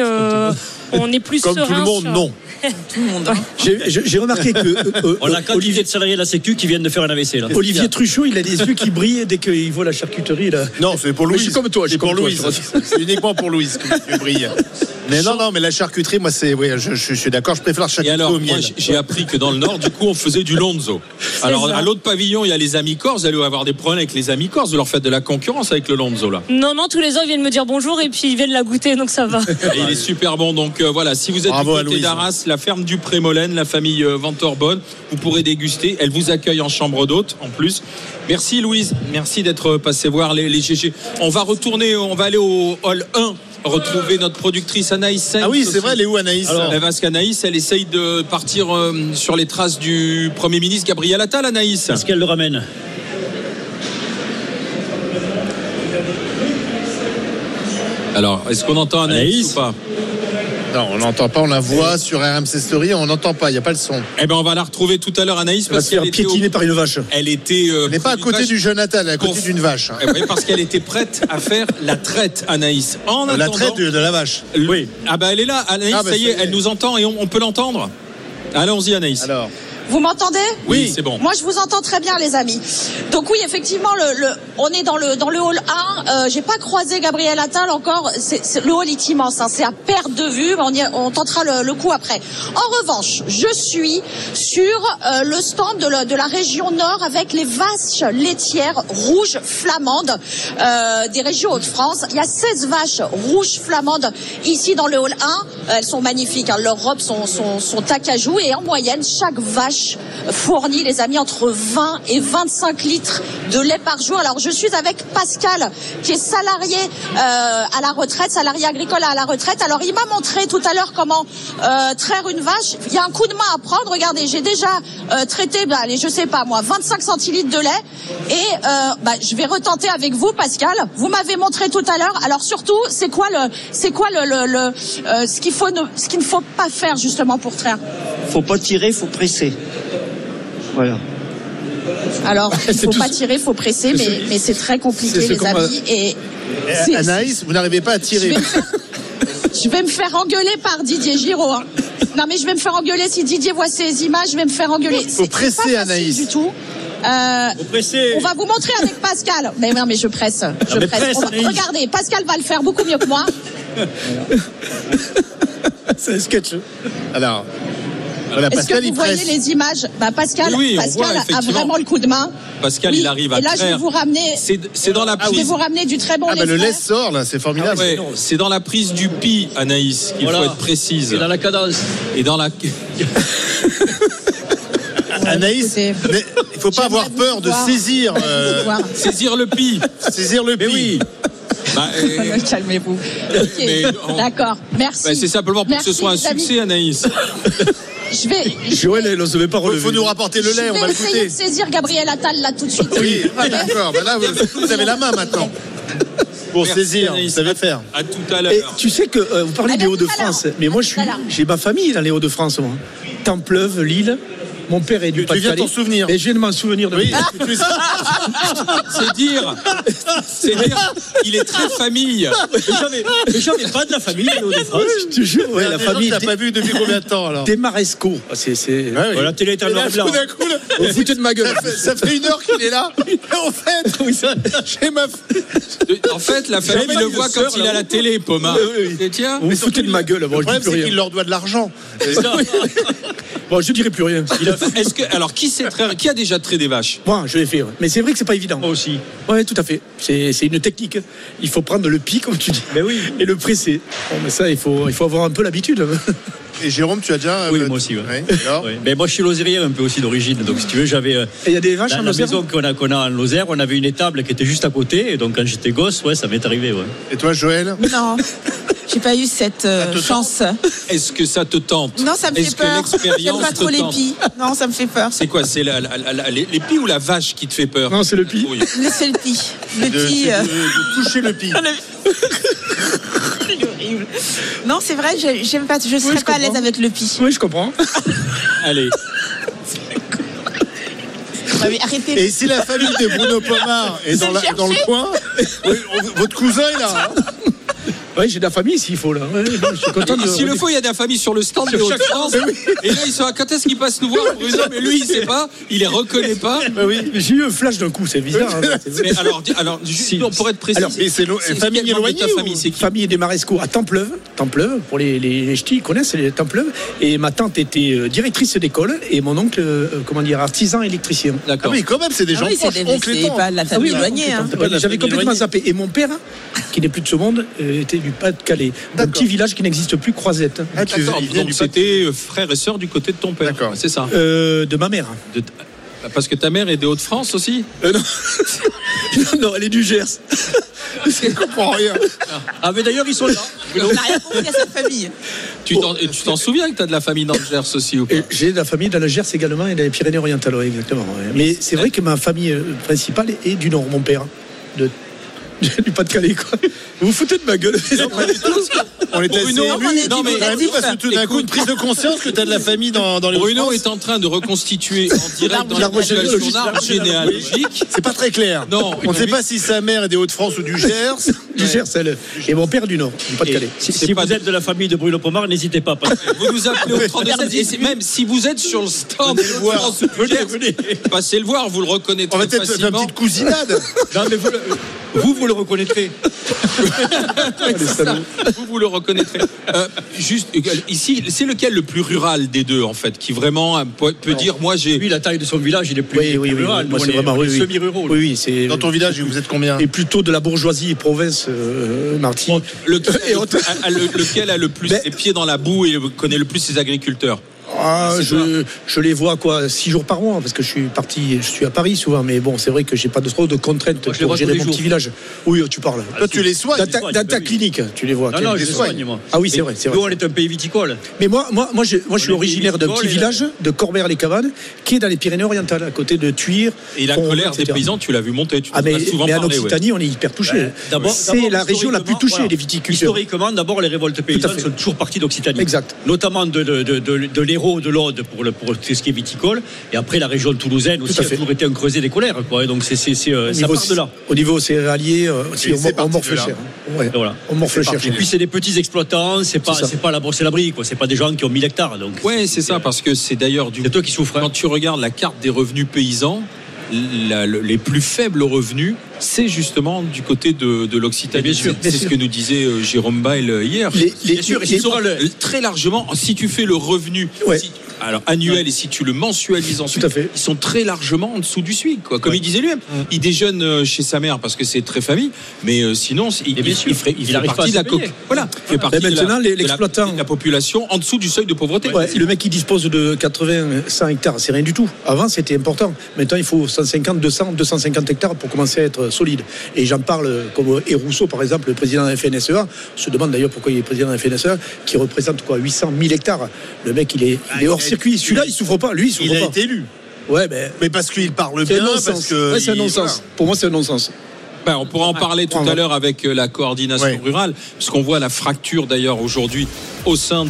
on est plus comme serein. Comme tout le monde, non. Tout le monde. J'ai remarqué que on a 4 milliers de salariés de la Sécu qui viennent de faire un AVC là. Olivier Truchot, il a des yeux qui brillent dès qu'il voit la charcuterie là. Non, c'est pour Louise. Je suis comme toi, c'est pour Louise. C'est uniquement pour Louise que les yeux brillent. Mais non, mais la charcuterie, moi, je suis d'accord, je préfère la charcuterie au miel. Moi, j'ai appris que dans le Nord, du coup, on faisait du lonzo. Alors, à l'autre pavillon, il y a les amis corses. Vous allez avoir des problèmes avec les amis corses. Vous leur faites de la concurrence avec le lonzo là. Non, tous les ans, ils viennent me dire bonjour et puis ils viennent la goûter, donc ça va. Et il est super bon. Donc voilà, si vous êtes du côté d'Arras, la ferme du Pré-Molène, la famille Vanton-Bonne, vous pourrez déguster. Elle vous accueille en chambre d'hôte en plus. Merci Louise, merci d'être passé voir les GG. On va aller au hall 1 retrouver notre productrice Anaïs Sainz. Ah oui, c'est vrai, elle est où Anaïs? Parce qu'Anaïs, elle essaye de partir sur les traces du Premier ministre Gabriel Attal, Anaïs. Est-ce qu'elle le ramène? Alors, est-ce qu'on entend Anaïs ou pas? Non, on n'entend pas, on la voit sur RMC Story, on n'entend pas, il n'y a pas le son. Eh ben, on va la retrouver tout à l'heure, Anaïs, parce qu'elle était piétinée par une vache. Elle était. Elle n'est pas à côté du jeune Attal, elle est à côté d'une vache. Oui, parce qu'elle était prête à faire la traite, Anaïs. En la traite de la vache. Oui. Ah bah elle est là, Anaïs, ça y est, elle nous entend et on peut l'entendre. Allons-y, Anaïs. Alors. Vous m'entendez? Oui, c'est bon. Moi, je vous entends très bien, les amis. Donc oui, effectivement, on est dans le hall 1. J'ai pas croisé Gabriel Attal encore. Le hall est immense. Hein. C'est à perte de vue. On tentera le coup après. En revanche, je suis sur le stand de la région Nord avec les vaches laitières rouges flamandes des régions Hauts-de-France. Il y a 16 vaches rouges flamandes ici dans le hall 1. Elles sont magnifiques. Hein. Leurs robes sont acajou et en moyenne, chaque vache fournit, les amis, entre 20 et 25 litres de lait par jour. Alors je suis avec Pascal qui est salarié à la retraite, salarié agricole à la retraite. Alors il m'a montré tout à l'heure comment traire une vache. Il y a un coup de main à prendre. Regardez, j'ai déjà traité, allez, je sais pas moi, 25 centilitres de lait et je vais retenter avec vous, Pascal. Vous m'avez montré tout à l'heure. Alors surtout, c'est quoi ce qu'il ne faut pas faire justement pour traire? Faut pas tirer, faut presser. Voilà. Alors, il faut pas tirer, il faut presser, mais c'est très compliqué, les amis. Anaïs, vous n'arrivez pas à tirer. Je vais me faire engueuler par Didier Giraud. Hein. Non, mais je vais me faire engueuler si Didier voit ces images. Je vais me faire engueuler. Faut presser, Anaïs. Du tout. On va vous montrer avec Pascal. Mais non, mais je presse. Regardez, Pascal va le faire beaucoup mieux que moi. C'est un sketch. Alors. Voilà, Pascal, est-ce que vous voyez les images? Pascal, oui, Pascal a vraiment le coup de main. Pascal, il arrive à traire. Et là, je vais vous ramener. C'est dans la prise. Je vais vous ramener du très bon lait. Le lait sort là, c'est formidable. Ah ouais, c'est dans la prise du pis, Anaïs, qu'il faut être précise. Et dans la cadence. Et dans la. Anaïs, il ne faut pas avoir peur de saisir. Saisir le pis. Saisir le pis. Oui. Calmez-vous. Okay. D'accord, merci. C'est simplement pour que ce soit un succès, Anaïs. Joël, on ne se met pas relever. Il faut nous rapporter le lait, on va le goûter. Je vais essayer de saisir Gabriel Attal là tout de suite. Oui, d'accord. Là, vous avez la main maintenant. Pour saisir, vous savez faire. À tout à l'heure. Et tu sais que vous parlez des Hauts-de-France, mais moi j'ai ma famille dans les Hauts-de-France, moi. Templeuve, Lille. Mon père est du Pas-de-Calais. Tu viens t'en souvenir. Et je viens de m'en souvenir. Oui. C'est dire, il est très famille. Mais j'en ai pas de la famille dans les Hauts-de-France. Je te jure, la famille. T'as pas vu depuis combien de temps alors? Des Maresco. La télé est en noir et blanc. Tout d'un coup, vous foutez de ma gueule. Ça fait 1 heure qu'il est là. En fait, la famille le voit quand il est à la télé, Poma. Tiens, vous foutez de ma gueule. Le problème, c'est qu'il leur doit de l'argent. Bon, je dirais plus rien. Alors, qui a déjà trait des vaches? Moi, je l'ai fait. Ouais. Mais c'est vrai que c'est pas évident. Moi aussi. Oui, tout à fait. C'est une technique. Il faut prendre le pic, comme tu dis. Mais oui. Et le presser. Bon, mais ça, il faut avoir un peu l'habitude. Et Jérôme, tu as déjà. Oui, moi aussi. Ouais. Oui. Mais moi, je suis lozérien un peu aussi d'origine. Donc, si tu veux, j'avais. Il y a des vaches en Lozère. La maison qu'on a en Lozère, on avait une étable qui était juste à côté. Et donc, quand j'étais gosse, ça m'est arrivé. Ouais. Et toi, Joël? Non. J'ai pas eu cette chance. Est-ce que ça te tente? Non, ça me fait peur. J'aime pas trop les pis. Non, ça me fait peur. C'est quoi? C'est les pis ou la vache qui te fait peur? Non, c'est le pis. C'est le pis. Le pis. De toucher le pis. C'est horrible. Non, c'est vrai, j'aime pas. Je serais pas à l'aise avec le pis. Oui, je comprends. Allez. Arrêtez. Et si la famille de Bruno Pomar est dans le coin, votre cousin est là. Oui, j'ai de la famille s'il faut là. Ouais, je suis content de... S'il le faut, il y a de la famille sur le stand de Hauts-de-France. Et là, ils sont quand est-ce qu'ils passent nous voir, Bruno? Mais lui, il sait pas, il les reconnaît pas. Oui, j'ai eu un flash d'un coup, c'est bizarre. Mais alors, juste pour être précis, c'est famille éloignée. Famille des Maresco à Templeuve, pour les ch'tis, ils connaissent les Templeuve. Et ma tante était directrice d'école et mon oncle, artisan électricien. D'accord. Ah oui, quand même, c'est des gens proches. C'est pas de la famille éloignée. J'avais complètement zappé. Et mon père, qui n'est plus de ce monde, était du Pas-de-Calais, un petit village qui n'existe plus, Croisette. Donc c'était frère et sœur du côté de ton père. D'accord. C'est ça. De ma mère. Parce que ta mère est des Hauts-de-France aussi? Non. Non, elle est du Gers. Je ne comprends rien. Ah, mais d'ailleurs, ils sont là. On n'a rien compris à cette famille. Tu t'en souviens que tu as de la famille dans le Gers aussi ou pas? J'ai de la famille dans le Gers également et dans les Pyrénées-Orientales, oui, exactement. Ouais. Mais c'est vrai que ma famille principale est du Nord, mon père. Du Pas-de-Calais, quoi. Vous vous foutez de ma gueule. On était assez émus. Non, mais parce que tout d'un coup, une prise de conscience que tu as de la famille dans les Bruno est en train de reconstituer en direct dans l'arbre généalogique. C'est pas très clair. Non, on ne sait pas si sa mère est des Hauts-de-France ou du Gers. Du Gers, elle. Et mon père du Nord, du Pas-de-Calais. Si vous êtes de la famille de Bruno Pomar, n'hésitez pas. Vous nous appelez au 3216 et même si vous êtes sur le stand de France, venez. Passez le voir, vous le reconnaîtrez. On va peut-être faire une petite cousinade. Non, mais vous le reconnaîtrez. Vous le reconnaîtrez. Juste ici, c'est lequel le plus rural des deux en fait, qui vraiment peut dire moi j'ai. Lui, la taille de son village, il est plus rural. Moi, c'est vraiment semi-ruraux. Oui, c'est. Dans ton village, vous êtes combien? Et plutôt de la bourgeoisie et province, Marty. Lequel a le plus les pieds dans la boue et connaît le plus ses agriculteurs? Je les vois 6 jours par mois parce que je suis à Paris souvent, mais bon, c'est vrai que j'ai pas trop de contraintes pour gérer mon petit village. Oui, tu parles. Toi, tu les soignes dans ta clinique, tu les vois. Non, je les soigne moi. Ah oui, c'est vrai. Nous, on est un pays viticole. Mais moi, je suis originaire d'un petit village de Corbert-les-Cabanes qui est dans les Pyrénées-Orientales, à côté de Tuire. Et la colère des paysans, tu l'as vu monter. Mais en Occitanie, on est hyper touchés. C'est la région la plus touchée, les viticulteurs. Historiquement, d'abord, les révoltes paysannes sont toujours parties d'Occitanie. Exact. Notamment de l'Hérault, de l'Aude pour ce qui est viticole, et après la région toulousaine aussi a toujours été un creuset des colères, quoi. Et donc ça part de là. Au niveau céréalier, on morfle cher. Voilà. On morfle cher. Et puis c'est des petits exploitants, c'est pas la brosse et l'abri, quoi. C'est pas des gens qui ont 1000 hectares. Donc c'est ça, parce que c'est d'ailleurs c'est toi qui souffres. Quand tu regardes la carte des revenus paysans, les plus faibles revenus, c'est justement du côté de l'Occitanie. Bien sûr. C'est ce que nous disait Jérôme Bail hier. Bien sûr, ils sont très largement, si tu fais le revenu annuel et si tu le mensualises ensuite, ils sont très largement en dessous du SMIC, quoi. Comme il disait lui-même. Il déjeune chez sa mère parce que c'est très famille, mais sinon, il fait partie de la coque. Voilà. Il fait partie de la population en dessous du seuil de pauvreté. Le mec qui dispose de 80-100 hectares, c'est rien du tout. Avant, c'était important. Maintenant, il faut 150, 200, 250 hectares pour commencer à être solide. Et j'en parle comme Rousseau, par exemple, le président de la FNSEA. On se demande d'ailleurs pourquoi il est président de la FNSEA, qui représente 800 000 hectares. Le mec, il est hors circuit. Celui-là, il souffre pas. Lui, il souffre pas. Il a été élu. Ouais, mais parce qu'il parle bien, parce que c'est un non-sens. Pour moi, c'est un non-sens. On pourra en parler tout à l'heure avec la coordination rurale, puisqu'on voit la fracture d'ailleurs aujourd'hui au sein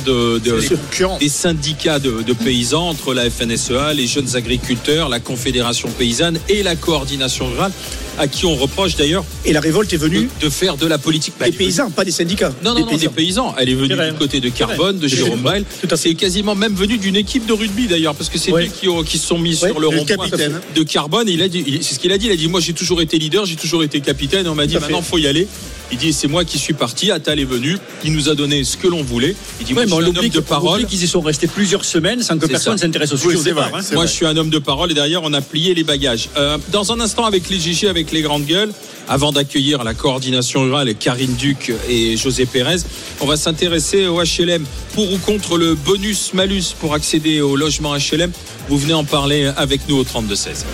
des syndicats de paysans entre la FNSEA, les jeunes agriculteurs, la Confédération paysanne et la coordination rurale, à qui on reproche d'ailleurs. Et la révolte est venue de faire de la politique. Des paysans, pas des syndicats. Non, des paysans. Elle est venue du côté de Carbone, de Jérôme Bail. C'est quasiment même venu d'une équipe de rugby d'ailleurs, parce que c'est lui qui se sont mis sur le rond-point de Carbone. Il a dit, c'est ce qu'il a dit. Il a dit, moi j'ai toujours été leader, j'ai toujours été capitaine. Et on m'a dit, maintenant faut y aller. Il dit, c'est moi qui suis parti. Attal est venu. Il nous a donné ce que l'on voulait. Il dit, moi je suis un homme de parole. Qu'ils y sont restés plusieurs semaines sans que personne s'intéresse au sujet au départ. Moi je suis un homme de parole et derrière on a plié les bagages. Dans un instant avec les GG, avec les grandes gueules, avant d'accueillir la coordination rurale, Karine Duc et José Pérez, on va s'intéresser au HLM. Pour ou contre le bonus-malus pour accéder au logement HLM. Vous venez en parler avec nous au 32-16.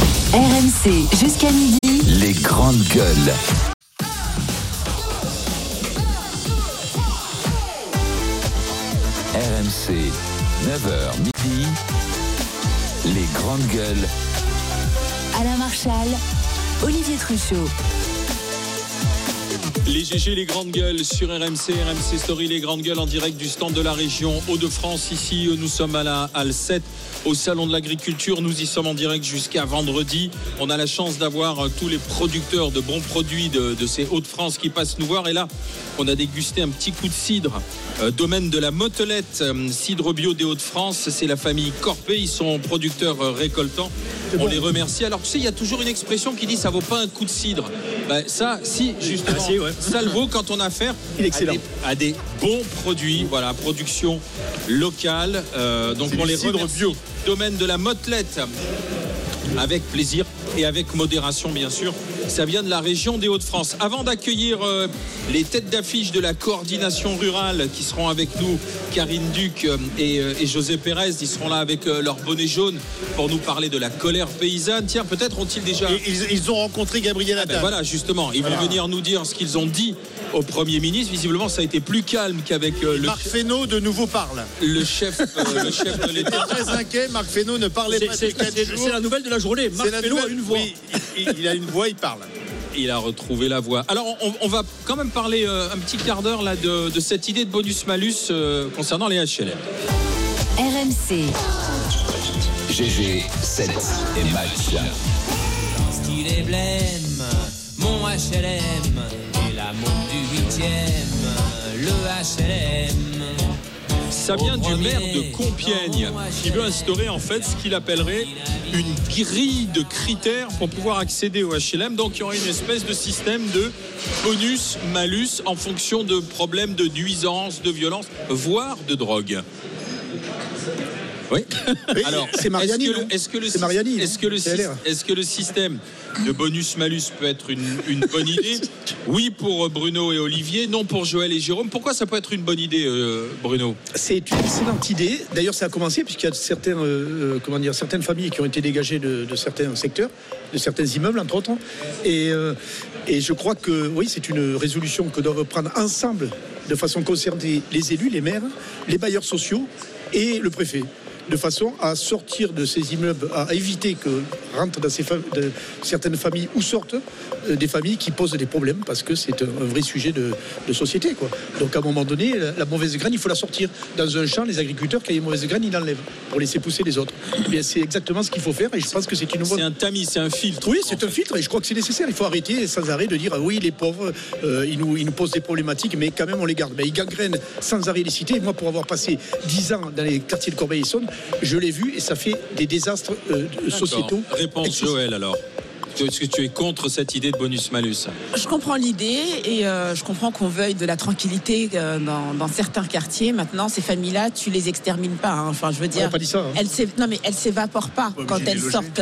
RMC jusqu'à midi. Les grandes gueules. RMC, 9h midi. Les grandes gueules. Alain Marchal, Olivier Truchot. Les GG, les grandes gueules sur RMC Story, les grandes gueules en direct du stand de la région Hauts-de-France. Ici, nous sommes à la Halle 7, au Salon de l'Agriculture. Nous y sommes en direct jusqu'à vendredi. On a la chance d'avoir tous les producteurs de bons produits de ces Hauts-de-France qui passent nous voir. Et là, on a dégusté un petit coup de cidre. Domaine de la Motelette, cidre bio des Hauts-de-France. C'est la famille Corpé. Ils sont producteurs récoltants. On les remercie. Alors, tu sais, il y a toujours une expression qui dit ça vaut pas un coup de cidre. Ça, si, justement. Ça le vaut quand on a affaire à des bons produits. Voilà, production locale. Donc on les remercie. Bio. Domaine de la Motelette. Avec plaisir et avec modération, bien sûr. Ça vient de la région des Hauts-de-France. Avant d'accueillir les têtes d'affiche de la coordination rurale qui seront avec nous, Karine Duc et José Pérez, ils seront là avec leur bonnet jaune pour nous parler de la colère paysanne. Tiens, peut-être ont-ils déjà... Ils ont rencontré Gabriel Attal. Voilà, justement, ils vont venir nous dire ce qu'ils ont dit au Premier ministre. Visiblement, ça a été plus calme qu'avec Marc Fesneau de nouveau parle. Le chef de l'État. Très inquiet, Marc Fesneau ne parlait pas depuis 4 jours. C'est la nouvelle de la journée. Marc Fesneau a une voix. Oui, il a une voix, il parle. Il a retrouvé la voix. Alors, on va quand même parler un petit quart d'heure là de cette idée de bonus-malus concernant les HLM. RMC. GG, 7 et match. Style et blême, mon HLM et l'amour du 8e, le HLM. Ça vient du maire de Compiègne qui veut instaurer en fait ce qu'il appellerait une grille de critères pour pouvoir accéder au HLM. Donc il y aurait une espèce de système de bonus-malus en fonction de problèmes de nuisance, de violence, voire de drogue. Oui. Alors, c'est Mariani. Est-ce que le système de bonus-malus peut être une bonne idée? Oui pour Bruno et Olivier, non pour Joël et Jérôme. Pourquoi ça peut être une bonne idée, Bruno? C'est une excellente idée. D'ailleurs, ça a commencé puisqu'il y a certaines familles qui ont été dégagées de certains secteurs, de certains immeubles, entre autres. Et je crois que oui, c'est une résolution que doivent prendre ensemble, de façon concernée, les élus, les maires, les bailleurs sociaux et le préfet, de façon à sortir de ces immeubles, à éviter que rentrent dans certaines familles ou sortent des familles qui posent des problèmes, parce que c'est un vrai sujet de société, quoi. Donc à un moment donné, la mauvaise graine, il faut la sortir. Dans un champ, les agriculteurs, quand il y a une mauvaise graine, ils l'enlèvent pour laisser pousser les autres. Bien, c'est exactement ce qu'il faut faire, et je pense que c'est une bonne... C'est un tamis, c'est un filtre. Oui, c'est un filtre, et je crois que c'est nécessaire. Il faut arrêter sans arrêt de dire oui, les pauvres, ils nous posent des problématiques, mais quand même on les garde. Mais ils gangrènent sans arrêt les cités. Moi, pour avoir passé 10 ans dans les quartiers de Corbeil-Essonnes, je l'ai vu, et ça fait des désastres sociétaux. Réponse Joël, alors. Est-ce que tu es contre cette idée de bonus-malus? Je comprends l'idée et je comprends qu'on veuille de la tranquillité dans certains quartiers. Maintenant, ces familles-là, tu les extermines pas. Hein. Enfin, je veux dire, pas dit ça, hein. Elles s'évaporent pas quand elles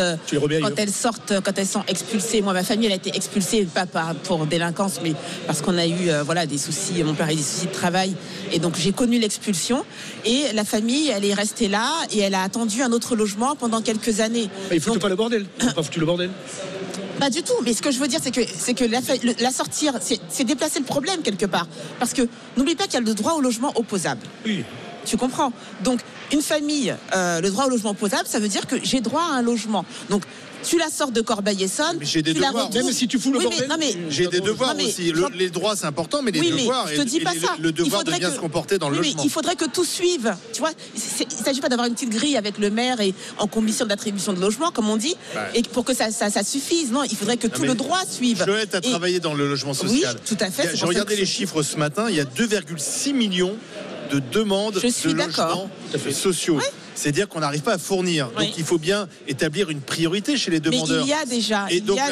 sortent. Quand elles sont expulsées. Moi, ma famille, elle a été expulsée pas pour délinquance, mais parce qu'on a eu des soucis. Mon père a eu des soucis de travail, et donc j'ai connu l'expulsion. Et la famille, elle est restée là et elle a attendu un autre logement pendant quelques années. Mais il faut pas le bordel. Ils n'ont pas foutu le bordel. Pas du tout, mais ce que je veux dire, c'est que la sortir, c'est déplacer le problème quelque part. Parce que n'oublie pas qu'il y a le droit au logement opposable. Oui. Tu comprends? Donc, une famille, le droit au logement opposable, ça veut dire que j'ai droit à un logement. Donc, tu la sors de Corbeil-Essonnes. Mais j'ai des devoirs. Même si tu fous le bordel. J'ai des devoirs aussi. Les droits, c'est important, mais les devoirs. Je te dis pas ça. Le devoir de bien se comporter dans le logement. Mais il faudrait que tout suive. Tu vois, il ne s'agit pas d'avoir une petite grille avec le maire et en commission d'attribution de logement, comme on dit, et pour que ça suffise. Non, il faudrait que tout le droit suive. Joël, tu as travaillé dans le logement social. Oui, tout à fait. J'ai regardé les chiffres ce matin. Il y a 2,6 millions de demandes de logements sociaux. Ouais. C'est-à-dire qu'on n'arrive pas à fournir. Donc il faut bien établir une priorité chez les demandeurs. Mais il y a déjà,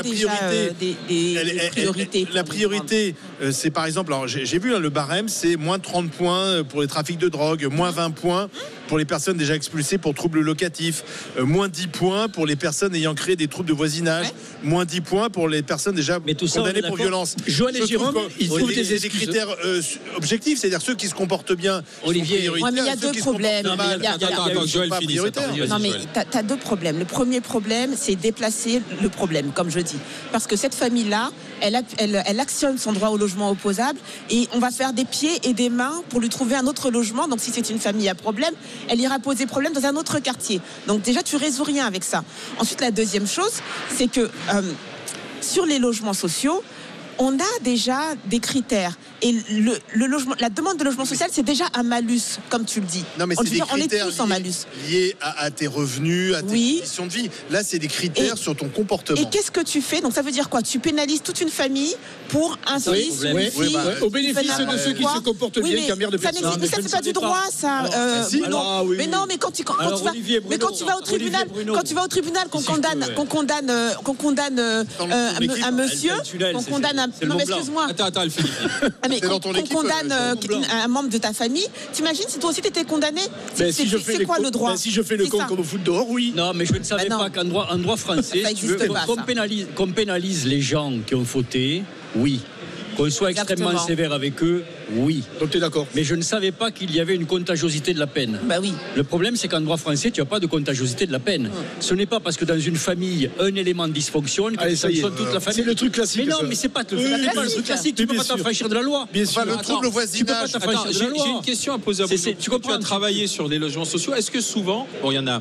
des priorités. La priorité, c'est par exemple, alors j'ai vu le barème, c'est moins 30 points pour les trafics de drogue, moins 20 points pour les personnes déjà expulsées pour troubles locatifs, moins 10 points pour les personnes ayant créé des troubles de voisinage, moins 10 points pour les personnes déjà condamnées pour violence. Joël et Jérôme, ils trouvent des critères objectifs, c'est-à-dire ceux qui se comportent bien. Olivier, mais il y a deux problèmes. Joël finit. Non, mais tu as deux problèmes. Le premier problème, c'est déplacer le problème, comme je dis. Parce que cette famille-là, elle actionne son droit au logement opposable et on va faire des pieds et des mains pour lui trouver un autre logement. Donc si c'est une famille à problème, elle ira poser problème dans un autre quartier. Donc déjà, tu résous rien avec ça. Ensuite, la deuxième chose, c'est que sur les logements sociaux, on a déjà des critères. Et le logement, la demande de logement social, c'est déjà un malus, comme tu le dis. Non, mais c'est des critères on est tous en malus. Liés à tes revenus, à tes conditions de vie. Là, c'est des critères sur ton comportement. Et qu'est-ce que tu fais? Donc, ça veut dire quoi? Tu pénalises toute une famille pour un fils, une fille. Au bénéfice de ceux qui se comportent bien, qui merdent personne. Mais ça, c'est pas du droit, ça. Mais non, mais quand tu vas au tribunal, qu'on condamne un monsieur, qu'on condamne Non, mais excuse-moi. Attends, elle finit. Mais quand on condamne un membre de ta famille, t'imagines si toi aussi t'étais condamné? C'est quoi le droit? Si je fais le con comme au foot dehors, oui. Non, mais je ne savais pas qu'en droit français, qu'on pénalise les gens qui ont fauté, oui. Qu'on soit extrêmement sévère avec eux, oui. Donc tu es d'accord. Mais je ne savais pas qu'il y avait une contagiosité de la peine. Bah oui. Le problème, c'est qu'en droit français, tu n'as pas de contagiosité de la peine. Ce n'est pas parce que dans une famille, un élément dysfonctionne que ça sanctionne toute la famille. C'est le truc classique. Mais non, mais c'est pas le truc classique. Tu ne peux pas t'affranchir de la loi. Bien sûr. Le trouble au voisinage. J'ai une question à poser à vous. Tu as travaillé sur les logements sociaux. Est-ce que souvent, il y en a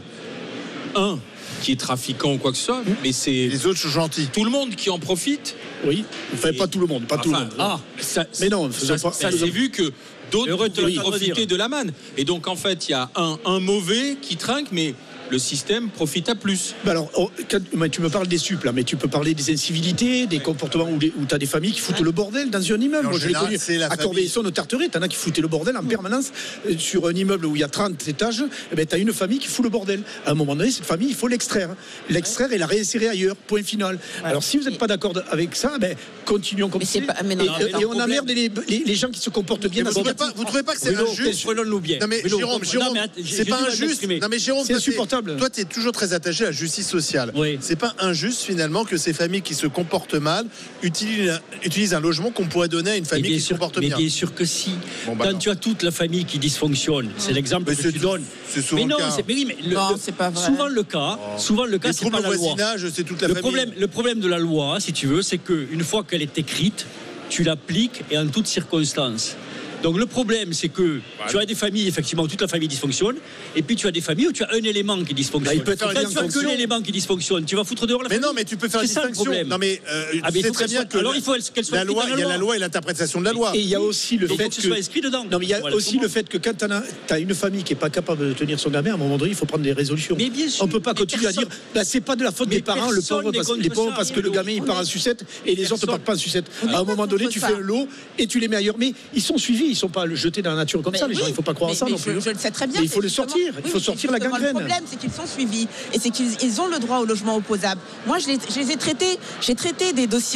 un qui est trafiquant ou quoi que ce soit, mais c'est les autres sont gentils. Tout le monde qui en profite. Oui, enfin pas tout le monde, tout le monde. Mais non, ça s'est vu que d'autres peuvent profiter de la manne. Et donc en fait, il y a un mauvais qui trinque, mais le système profite à plus. Alors, tu me parles des suples, mais tu peux parler des incivilités, des comportements où tu as des familles qui foutent le bordel dans un immeuble. Moi, je l'ai connu à Corbeil-Essonnes, au Tarteret, tu en as qui foutaient le bordel en permanence sur un immeuble où il y a 30 étages. Tu as une famille qui fout le bordel. À un moment donné, cette famille, il faut l'extraire. L'extraire et la réinsérer ailleurs, point final. Alors, si vous n'êtes pas d'accord avec ça, continuons comme ça. Et on emmerde les gens qui se comportent bien. Vous ne trouvez pas que c'est injuste? Prenons-nous bien. Non, mais Jérôme, c'est pas injuste. Non, mais Jérôme, c'est insupportable. Toi, tu es toujours très attaché à la justice sociale. Oui. C'est pas injuste finalement que ces familles qui se comportent mal utilisent un logement qu'on pourrait donner à une famille qui se comporte bien. Mais bien sûr que si. Quand tu as toute la famille qui dysfonctionne, c'est l'exemple que tu donnes. C'est souvent le cas. C'est pas vrai. Souvent le cas, c'est pas la loi. Voisinage, c'est toute la famille. Le problème de la loi, si tu veux, c'est qu'une fois qu'elle est écrite, tu l'appliques et en toutes circonstances. Donc le problème, c'est que tu as des familles, effectivement, où toute la famille dysfonctionne, et puis tu as des familles où tu as un élément qui dysfonctionne. Quand tu as que l'élément qui dysfonctionne, tu vas foutre dehors la famille. Mais non, mais tu peux faire la distinction. Non, mais tu sais très bien que alors il faut qu'elle soit la loi, il y a la loi et l'interprétation de la loi. Et il y a aussi le fait que ce soit inscrit dedans. Non, mais il y a aussi le fait que quand tu as une famille qui n'est pas capable de tenir son gamin, à un moment donné, il faut prendre des résolutions. Mais bien sûr. On ne peut pas continuer à dire c'est pas de la faute des parents, les pauvres parce que le gamin il part en sucette et les autres ne partent pas en sucette. À un moment donné, tu fais un lot et tu les mets ailleurs. Mais ils sont suivis, ils ne sont pas jetés dans la nature comme ça, les gens, il ne faut pas croire à ça non plus. Je le sais très bien. Mais il faut le sortir, il faut sortir la gangrène. Le problème, c'est qu'ils sont suivis et c'est qu'ils ont le droit au logement opposable. Moi, je les ai traités, j'ai traité des dossiers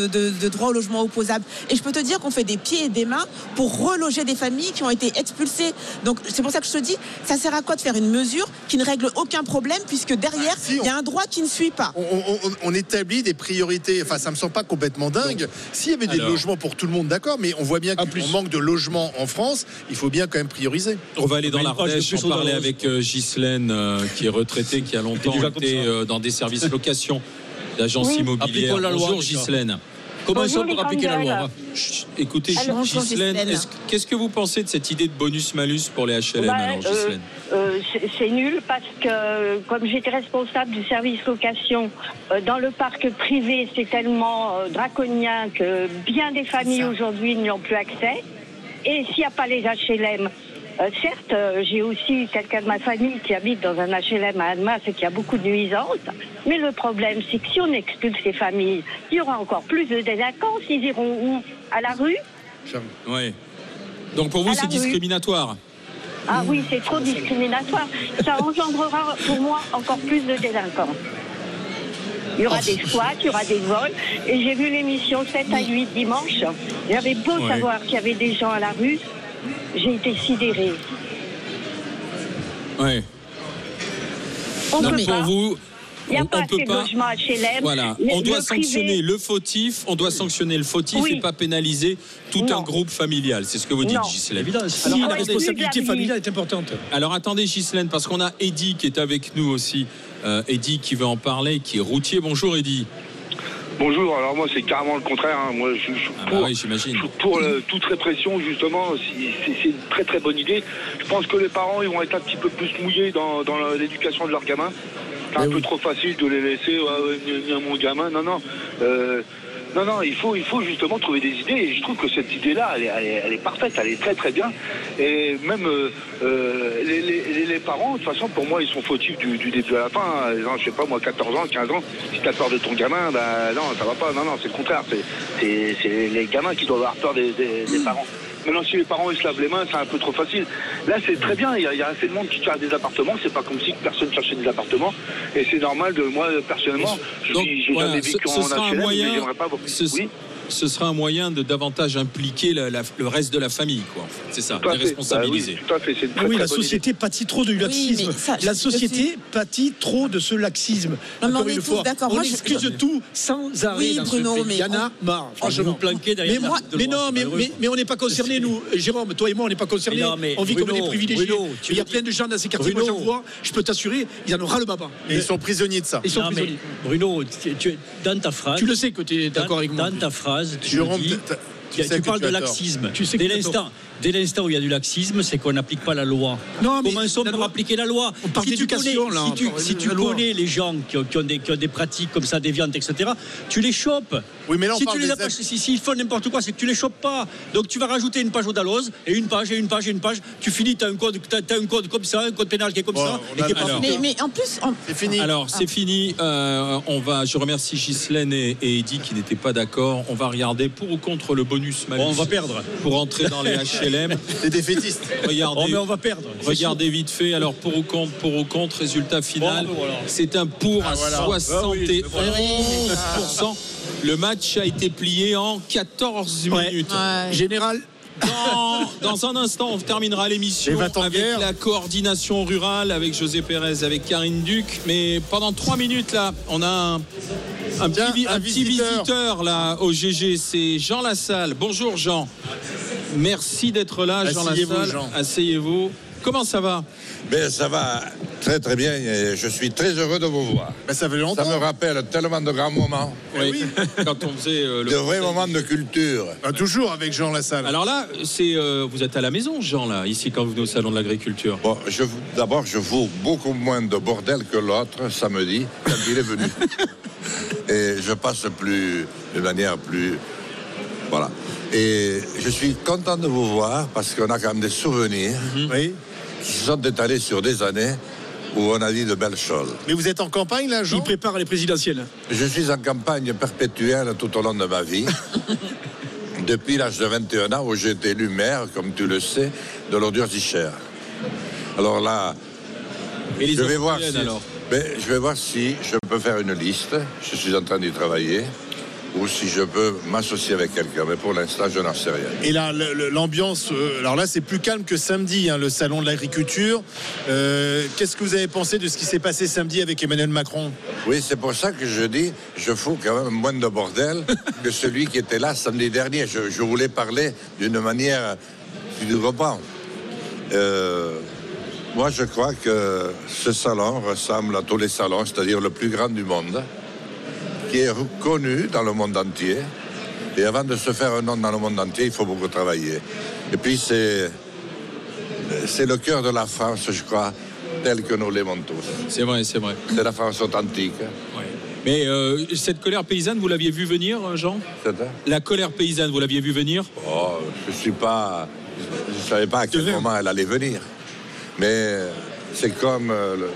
de droit au logement opposable et je peux te dire qu'on fait des pieds et des mains pour reloger des familles qui ont été expulsées. Donc, c'est pour ça que je te dis, ça sert à quoi de faire une mesure qui ne règle aucun problème puisque derrière, il y a un droit qui ne suit pas. On établit des priorités. Enfin, ça me semble pas complètement dingue. S'il y avait des logements pour tout le monde, d'accord, mais on voit bien qu'on manque de logements en France. Il faut bien quand même prioriser. On va aller dans l'Ardèche, on parlait avec Ghislaine qui est retraitée, qui a longtemps été dans des services location d'agence immobilière. Bonjour Ghislaine. Commençons pour appliquer la loi. Écoutez, Ghislaine, qu'est-ce que vous pensez de cette idée de bonus-malus pour les HLM alors, Ghislaine? C'est nul parce que comme j'étais responsable du service location dans le parc privé, c'est tellement draconien que bien des familles aujourd'hui n'y ont plus accès. Et s'il n'y a pas les HLM, certes, j'ai aussi quelqu'un de ma famille qui habite dans un HLM à Annemasse et qui a beaucoup de nuisances. Mais le problème, c'est que si on expulse ces familles, il y aura encore plus de délinquants. Ils iront où? À la rue? Oui. Donc pour vous, c'est discriminatoire? Ah oui, c'est trop discriminatoire. Ça engendrera pour moi encore plus de délinquants. Il y aura des squats, il y aura des vols. Et j'ai vu l'émission 7 à 8 dimanche. J'avais beau savoir qu'il y avait des gens à la rue. J'ai été sidérée. Oui. On donc peut pour pas. Vous, il n'y a pas assez de logements HLM. Voilà. On doit sanctionner le fautif. On doit sanctionner le fautif et pas pénaliser tout un groupe familial. C'est ce que vous dites, Ghislaine. Si la responsabilité familiale est importante. Alors attendez, Ghislaine, parce qu'on a Eddy qui est avec nous aussi. Eddy qui veut en parler, qui est routier. Bonjour Eddy. Bonjour, alors moi c'est carrément le contraire. Moi je suis pour toute répression justement. C'est une très très bonne idée. Je pense que les parents ils vont être un petit peu plus mouillés dans l'éducation de leurs gamins. C'est un peu trop facile de les laisser mon gamin. Non, il faut justement trouver des idées et je trouve que cette idée-là, elle est parfaite, elle est très très bien. Et même les parents, de toute façon, pour moi, ils sont fautifs du début à la fin. Je sais pas, moi, 14 ans, 15 ans, si t'as peur de ton gamin, non, ça va pas. Non, c'est le contraire. C'est les gamins qui doivent avoir peur des parents. Maintenant, si les parents ils se lavent les mains, c'est un peu trop facile. Là, c'est très bien. Il y a assez de monde qui cherche des appartements. C'est pas comme si personne cherchait des appartements. Et c'est normal moi, personnellement, j'ai jamais vécu en HLM, mais j'aimerais pas. ce sera un moyen de davantage impliquer le reste de la famille, quoi. C'est ça, les responsabiliser. Bah oui, tout à fait, c'est une très, oui, très la société pâtit trop du laxisme. La société pâtit trop de ce laxisme. Non, mais Encore on est une tous fois, d'accord. on Moi, excuse tout sans arrêt. Oui, dans ce Bruno, pays. mais Il y en a marre. Je vous planquer derrière. Mais on n'est pas concernés, nous. Jérôme, toi et moi, on n'est pas concernés. On vit comme des privilégiés. Il y a plein de gens dans ces quartiers. Moi, j'en vois. Je peux t'assurer, ils en ont ras le baba. Et ils sont prisonniers de ça. Ils sont prisonniers. Bruno, dans ta phrase. Tu le sais que tu es d'accord avec moi. Dans ta phrase, tu Jérôme, dis. Tu parles de laxisme. Dès l'instant où il y a du laxisme, c'est qu'on n'applique pas la loi. Non, mais commençons par appliquer la loi. On parle d'éducation, là. Si tu connais les gens qui ont des pratiques comme ça, déviantes, etc., tu les chopes. Oui, mais là, on parle s'ils font n'importe quoi, c'est que tu les chopes pas. Donc tu vas rajouter une page au Dalloz, et une page. Tu finis, tu as un code comme ça, un code pénal qui est comme ça. Mais en plus. C'est fini. Alors, c'est fini. Je remercie Ghislaine et Eddy qui n'étaient pas d'accord. On va regarder pour ou contre le bonus-malus. On va perdre. Pour entrer dans les HLM. C'est défaitiste. Regardez, mais on va perdre. Regardez vite fait. Alors, pour ou contre, résultat final. C'est un pour à 71%. Le match a été plié en 14 minutes. Général. Dans un instant, on terminera l'émission avec la coordination rurale, avec José Pérez, avec Karine Duc. Mais pendant 3 minutes, là, on a un petit visiteur là, au GG. C'est Jean Lassalle. Bonjour Jean. Merci d'être là, Jean Lassalle. Asseyez-vous. Comment ça va? Ça va très très bien. Je suis très heureux de vous voir. Ça fait longtemps. Ça me rappelle tellement de grands moments. Oui. Quand on faisait de vrais moments de culture. Toujours avec Jean Lassalle. Alors là, vous êtes à la maison, Jean, là, ici, quand vous venez au salon de l'agriculture. Bon, d'abord, je fous beaucoup moins de bordel que l'autre samedi quand il est venu. Et je passe de manière plus. Voilà. Et je suis content de vous voir parce qu'on a quand même des souvenirs qui se sont étalés sur des années où on a dit de belles choses. Mais vous êtes en campagne là, Jean? Il prépare les présidentielles. Je suis en campagne perpétuelle tout au long de ma vie. Depuis l'âge de 21 ans où j'ai été élu maire, comme tu le sais, de l'Ordure-Zichère. Alors là, je vais voir si je peux faire une liste. Je suis en train d'y travailler. Ou si je peux m'associer avec quelqu'un. Mais pour l'instant, je n'en sais rien. Et là, l'ambiance, alors là, c'est plus calme que samedi, le salon de l'agriculture. Qu'est-ce que vous avez pensé de ce qui s'est passé samedi avec Emmanuel Macron? Oui, c'est pour ça que je dis, je fous quand même moins de bordel que celui qui était là samedi dernier. Je voulais parler d'une manière, tu comprends. Moi, je crois que ce salon ressemble à tous les salons, c'est-à-dire le plus grand du monde, qui est reconnu dans le monde entier. Et avant de se faire un nom dans le monde entier, il faut beaucoup travailler. Et puis, c'est le cœur de la France, je crois, tel que nous l'aimons tous. C'est vrai. C'est la France authentique. Ouais. Mais cette colère paysanne, vous l'aviez vu venir, Jean? La colère paysanne, vous l'aviez vu venir? Je ne savais pas à quel moment elle allait venir. Mais c'est comme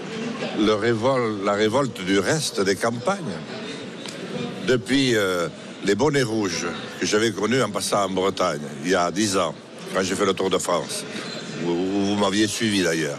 la révolte du reste des campagnes. Depuis les bonnets rouges que j'avais connus en passant en Bretagne, il y a 10 ans, quand j'ai fait le Tour de France, où vous m'aviez suivi d'ailleurs.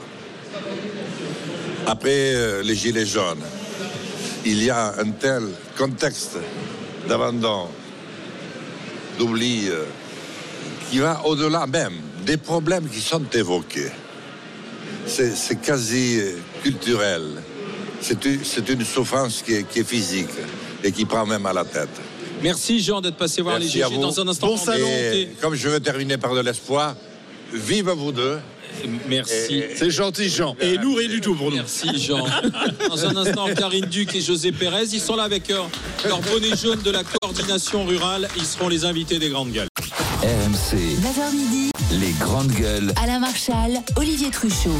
Après les Gilets jaunes, il y a un tel contexte d'abandon, d'oubli, qui va au-delà même des problèmes qui sont évoqués. C'est quasi culturel. C'est une souffrance qui est physique et qui prend même à la tête. Merci Jean d'être passé voir les GG dans un instant. Bon salon. Comme je veux terminer par de l'espoir, vive vous deux. Merci. C'est gentil Jean. Et nous rien du tout pour nous. Merci Jean. Dans un instant, Karine Duc et José Pérez, ils sont là avec leur bonnet jaune de la coordination rurale. Ils seront les invités des Grandes Gueules. RMC. 9h midi. Les Grandes Gueules. Alain Marchal, Olivier Truchot.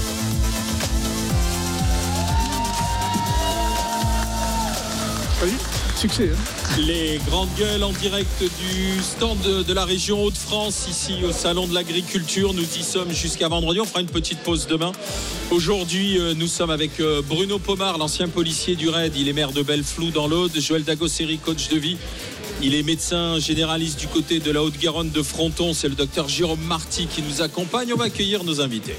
Succès. Les Grandes Gueules en direct du stand de la région Hauts-de-France, ici au salon de l'agriculture. Nous y sommes jusqu'à vendredi. On fera une petite pause demain. Aujourd'hui, nous sommes avec Bruno Pomar, l'ancien policier du RAID. Il est maire de Belleflou dans l'Aude. Joël Dagosseri, coach de vie. Il est médecin généraliste du côté de la Haute-Garonne de Fronton. C'est le docteur Jérôme Marty qui nous accompagne. On va accueillir nos invités.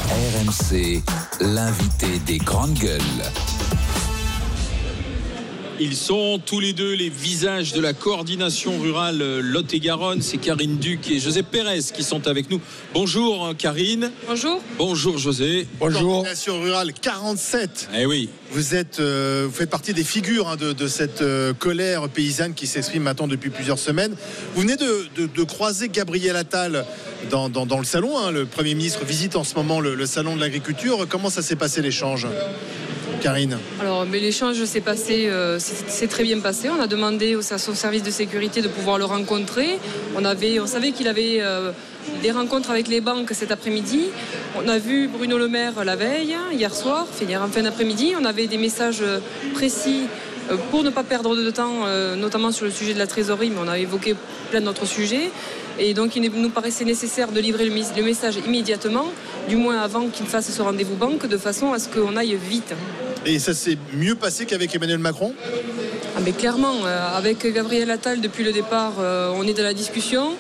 RMC, l'invité des Grandes Gueules. Ils sont tous les deux les visages de la coordination rurale Lot-et-Garonne. C'est Karine Duc et José Pérez qui sont avec nous. Bonjour Karine. Bonjour. Bonjour José. Bonjour. Coordination rurale 47. Eh oui. Vous faites partie des figures de cette colère paysanne qui s'exprime maintenant depuis plusieurs semaines. Vous venez de croiser Gabriel Attal dans le salon. Le Premier ministre visite en ce moment le salon de l'agriculture. Comment ça s'est passé l'échange, Karine? Alors, mais l'échange s'est passé, c'est très bien passé. On a demandé à son service de sécurité de pouvoir le rencontrer. On savait qu'il avait des rencontres avec les banques cet après-midi. On a vu Bruno Le Maire la veille, hier soir, en fin d'après-midi. On avait des messages précis pour ne pas perdre de temps, notamment sur le sujet de la trésorerie, mais on a évoqué plein d'autres sujets. Et donc, il nous paraissait nécessaire de livrer le message immédiatement, du moins avant qu'il fasse ce rendez-vous banque, de façon à ce qu'on aille vite. Et ça s'est mieux passé qu'avec Emmanuel Macron ? Mais clairement, avec Gabriel Attal, depuis le départ, on est dans la discussion.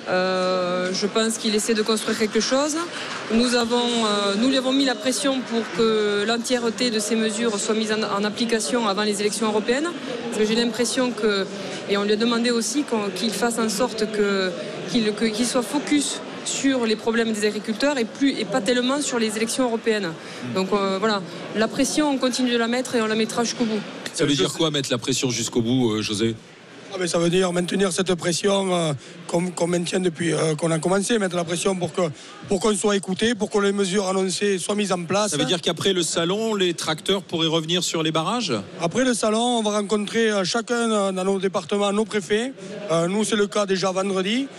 Je pense qu'il essaie de construire quelque chose. Nous lui avons mis la pression pour que l'entièreté de ces mesures soit mise en application avant les élections européennes. Parce que j'ai l'impression et on lui a demandé aussi qu'il fasse en sorte qu'il soit focus sur les problèmes des agriculteurs et pas tellement sur les élections européennes. Donc voilà, la pression, on continue de la mettre et on la mettra jusqu'au bout. Ça veut dire quoi, mettre la pression jusqu'au bout, José ? Mais ça veut dire maintenir cette pression qu'on maintient depuis qu'on a commencé, mettre la pression pour qu'on soit écouté, pour que les mesures annoncées soient mises en place. Ça veut dire qu'après le salon, les tracteurs pourraient revenir sur les barrages ? Après le salon, on va rencontrer chacun dans nos départements nos préfets. Nous, c'est le cas déjà vendredi,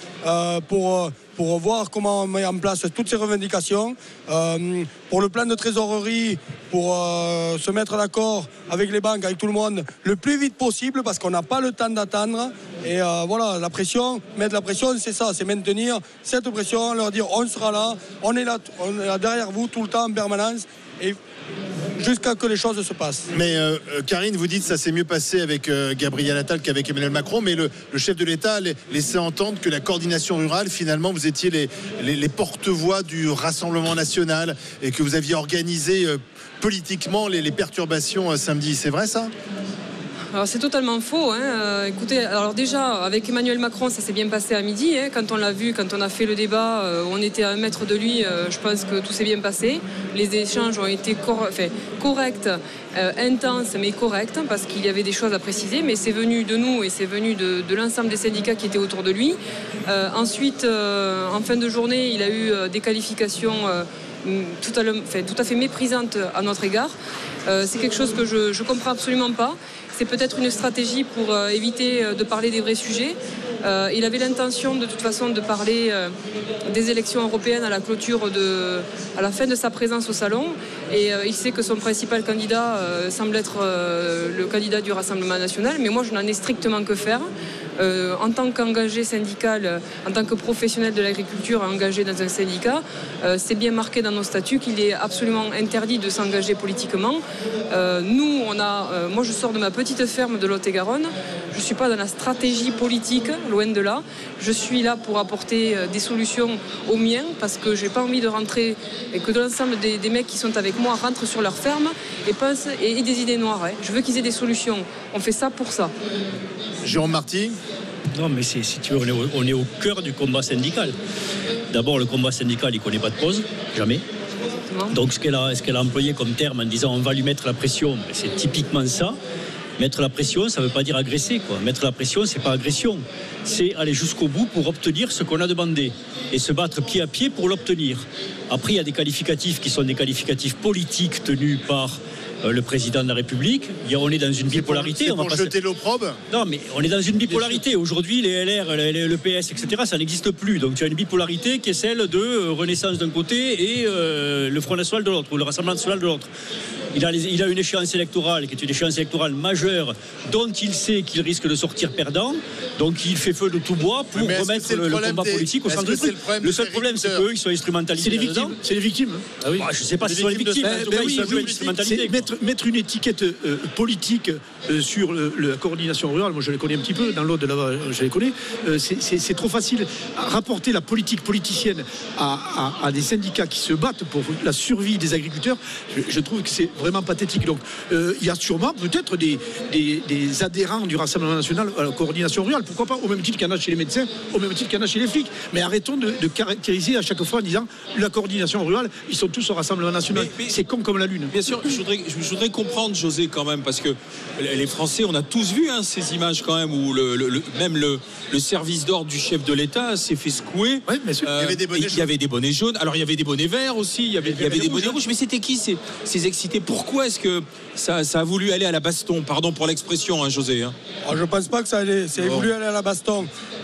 pour voir comment on met en place toutes ces revendications. Pour le plan de trésorerie, pour se mettre d'accord avec les banques, avec tout le monde, le plus vite possible, parce qu'on n'a pas le temps d'attendre. Et voilà, la pression, mettre la pression, c'est ça, c'est maintenir cette pression, leur dire on sera là, on est là derrière vous tout le temps en permanence. Et jusqu'à que les choses se passent. Mais Karine, vous dites que ça s'est mieux passé avec Gabriel Attal qu'avec Emmanuel Macron, mais le chef de l'État laissait entendre que la coordination rurale, finalement, vous étiez les porte-voix du Rassemblement national et que vous aviez organisé politiquement les perturbations samedi. C'est vrai ça ? Alors c'est totalement faux. Écoutez, alors déjà avec Emmanuel Macron, ça s'est bien passé à midi. Quand on l'a vu, quand on a fait le débat, on était à 1 mètre de lui. Je pense que tout s'est bien passé. Les échanges ont été corrects, intenses, mais corrects, parce qu'il y avait des choses à préciser. Mais c'est venu de nous et c'est venu de l'ensemble des syndicats qui étaient autour de lui. Ensuite, en fin de journée, il a eu des qualifications tout à fait méprisantes à notre égard. C'est quelque chose que je comprends absolument pas. C'est peut-être une stratégie pour éviter de parler des vrais sujets. Il avait l'intention de toute façon de parler des élections européennes à la fin de sa présence au salon. Et il sait que son principal candidat semble être le candidat du Rassemblement national. Mais moi, je n'en ai strictement que faire. En tant qu'engagé syndical, en tant que professionnel de l'agriculture engagé dans un syndicat, c'est bien marqué dans nos statuts qu'il est absolument interdit de s'engager politiquement. Moi je sors de ma petite ferme de Lot-et-Garonne, je ne suis pas dans la stratégie politique, loin de là. Je suis là pour apporter des solutions aux miens, parce que je n'ai pas envie de rentrer et que l'ensemble des mecs qui sont avec moi rentrent sur leur ferme et pensent et des idées noires. Je veux qu'ils aient des solutions. On fait ça pour ça. Jérôme Marty. Non, mais si tu veux, on est au cœur du combat syndical. D'abord, le combat syndical, il ne connaît pas de pause, jamais. Donc, ce qu'elle a employé comme terme en disant on va lui mettre la pression, c'est typiquement ça. Mettre la pression, ça ne veut pas dire agresser, quoi. Mettre la pression, c'est pas agression. C'est aller jusqu'au bout pour obtenir ce qu'on a demandé et se battre pied à pied pour l'obtenir. Après, il y a des qualificatifs qui sont des qualificatifs politiques tenus par le président de la République. On est dans une bipolarité. C'est pour jeter l'opprobre ? Non, mais on est dans une bipolarité. Aujourd'hui, les LR, le PS, etc., ça n'existe plus. Donc tu as une bipolarité qui est celle de Renaissance d'un côté et le Front National de l'autre, ou le Rassemblement National de l'autre. Il a une échéance électorale qui est une échéance électorale majeure dont il sait qu'il risque de sortir perdant. Donc il fait feu de tout bois pour remettre le combat politique au centre du truc. Le seul problème, c'est qu'eux, ils sont instrumentalisés. C'est les victimes. C'est les victimes. Ah oui. Je ne sais pas si ce sont les victimes. En tout cas, ils sont instrumentalisés. Mettre une étiquette politique sur la coordination rurale, moi je les connais un petit peu, dans l'autre là-bas je les connais, c'est trop facile. Rapporter la politique politicienne à des syndicats qui se battent pour la survie des agriculteurs, je trouve que c'est vraiment pathétique. Donc il y a sûrement peut-être des adhérents du Rassemblement national à la coordination rurale, pourquoi pas, au même titre qu'il y en a chez les médecins, au même titre qu'il y en a chez les flics. Mais arrêtons de caractériser à chaque fois en disant la coordination rurale, ils sont tous au Rassemblement national. Mais c'est con comme la lune. Bien sûr, je voudrais comprendre, José, quand même, parce que les Français, on a tous vu ces images quand même où même le service d'ordre du chef de l'État s'est fait secouer. Oui, bien sûr. Il y avait des bonnets jaunes. Il y avait des bonnets jaunes. Alors il y avait des bonnets verts aussi. Il y avait des bonnets rouges. Mais c'était qui ces excités? Pourquoi est-ce que ça a voulu aller à la baston? Pardon pour l'expression, hein, José. Je pense pas que ça ait voulu aller à la baston.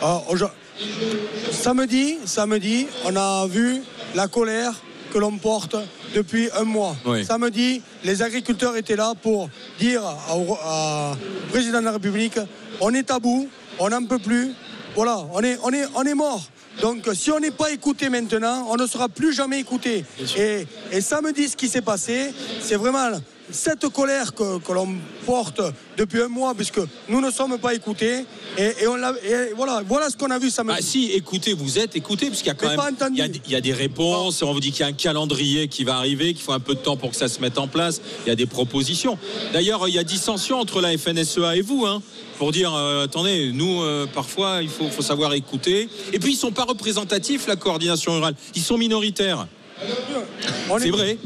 Samedi, on a vu la colère que l'on porte depuis un mois. Oui. Samedi, les agriculteurs étaient là pour dire au président de la République, on est à bout, on n'en peut plus. Voilà, on est mort. Donc si on n'est pas écouté maintenant, on ne sera plus jamais écouté. Et samedi, ce qui s'est passé, c'est vraiment cette colère que l'on porte depuis un mois, puisque nous ne sommes pas écoutés. Et voilà ce qu'on a vu samedi. Ah si, écoutez, vous êtes écoutés, parce qu'il y a quand même il y a des réponses. On vous dit qu'il y a un calendrier qui va arriver, qu'il faut un peu de temps pour que ça se mette en place. Il y a des propositions. D'ailleurs, il y a dissension entre la FNSEA et vous, pour dire attendez, nous parfois il faut savoir écouter. Et puis ils sont pas représentatifs, la coordination rurale, ils sont minoritaires. C'est vrai.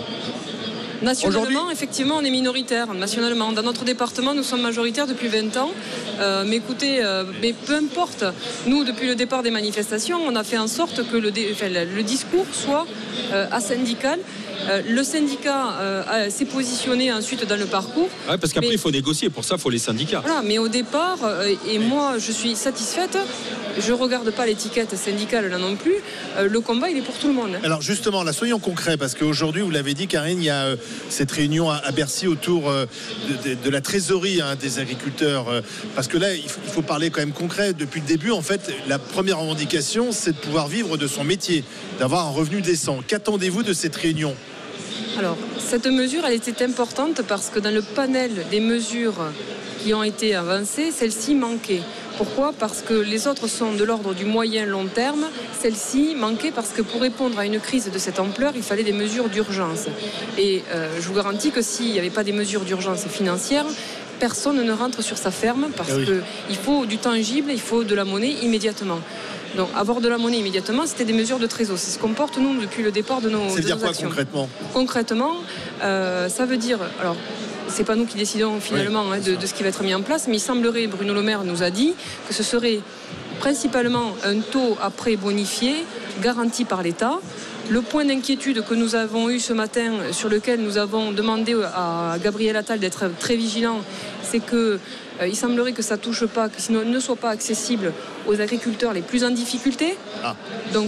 Nationalement, effectivement, on est minoritaire. Nationalement, dans notre département, nous sommes majoritaires depuis 20 ans. Mais écoutez, mais peu importe. Nous, depuis le départ des manifestations, on a fait en sorte que le discours soit asyndical. Le syndicat s'est positionné ensuite dans le parcours. Ouais, parce qu'après, il faut négocier. Pour ça, il faut les syndicats. Voilà, mais au départ, et moi, je suis satisfaite. Je ne regarde pas l'étiquette syndicale là non plus. Le combat, il est pour tout le monde. Alors justement, là, soyons concrets, parce qu'aujourd'hui, vous l'avez dit, Karine, il y a cette réunion à Bercy autour de la trésorerie des agriculteurs. Parce que là, il faut parler quand même concret. Depuis le début, en fait, la première revendication, c'est de pouvoir vivre de son métier, d'avoir un revenu décent. Qu'attendez-vous de cette réunion ? Alors, cette mesure, elle était importante parce que dans le panel des mesures qui ont été avancées, celle-ci manquait. Pourquoi ? Parce que les autres sont de l'ordre du moyen-long terme. Celle-ci manquait parce que pour répondre à une crise de cette ampleur, il fallait des mesures d'urgence. Et je vous garantis que s'il n'y avait pas des mesures d'urgence financière, personne ne rentre sur sa ferme parce qu'il faut du tangible, il faut de la monnaie immédiatement. Donc avoir de la monnaie immédiatement, c'était des mesures de trésor. C'est ce qu'on porte nous depuis le départ de nos actions. C'est-à-dire quoi concrètement ? Concrètement, ça veut dire... Alors, c'est pas nous qui décidons finalement de ce qui va être mis en place, mais il semblerait, Bruno Le Maire nous a dit que ce serait principalement un taux après bonifié, garanti par l'État. Le point d'inquiétude que nous avons eu ce matin, sur lequel nous avons demandé à Gabriel Attal d'être très vigilant, c'est que il semblerait que ça touche pas, que sinon ne soit pas accessible aux agriculteurs les plus en difficulté. Donc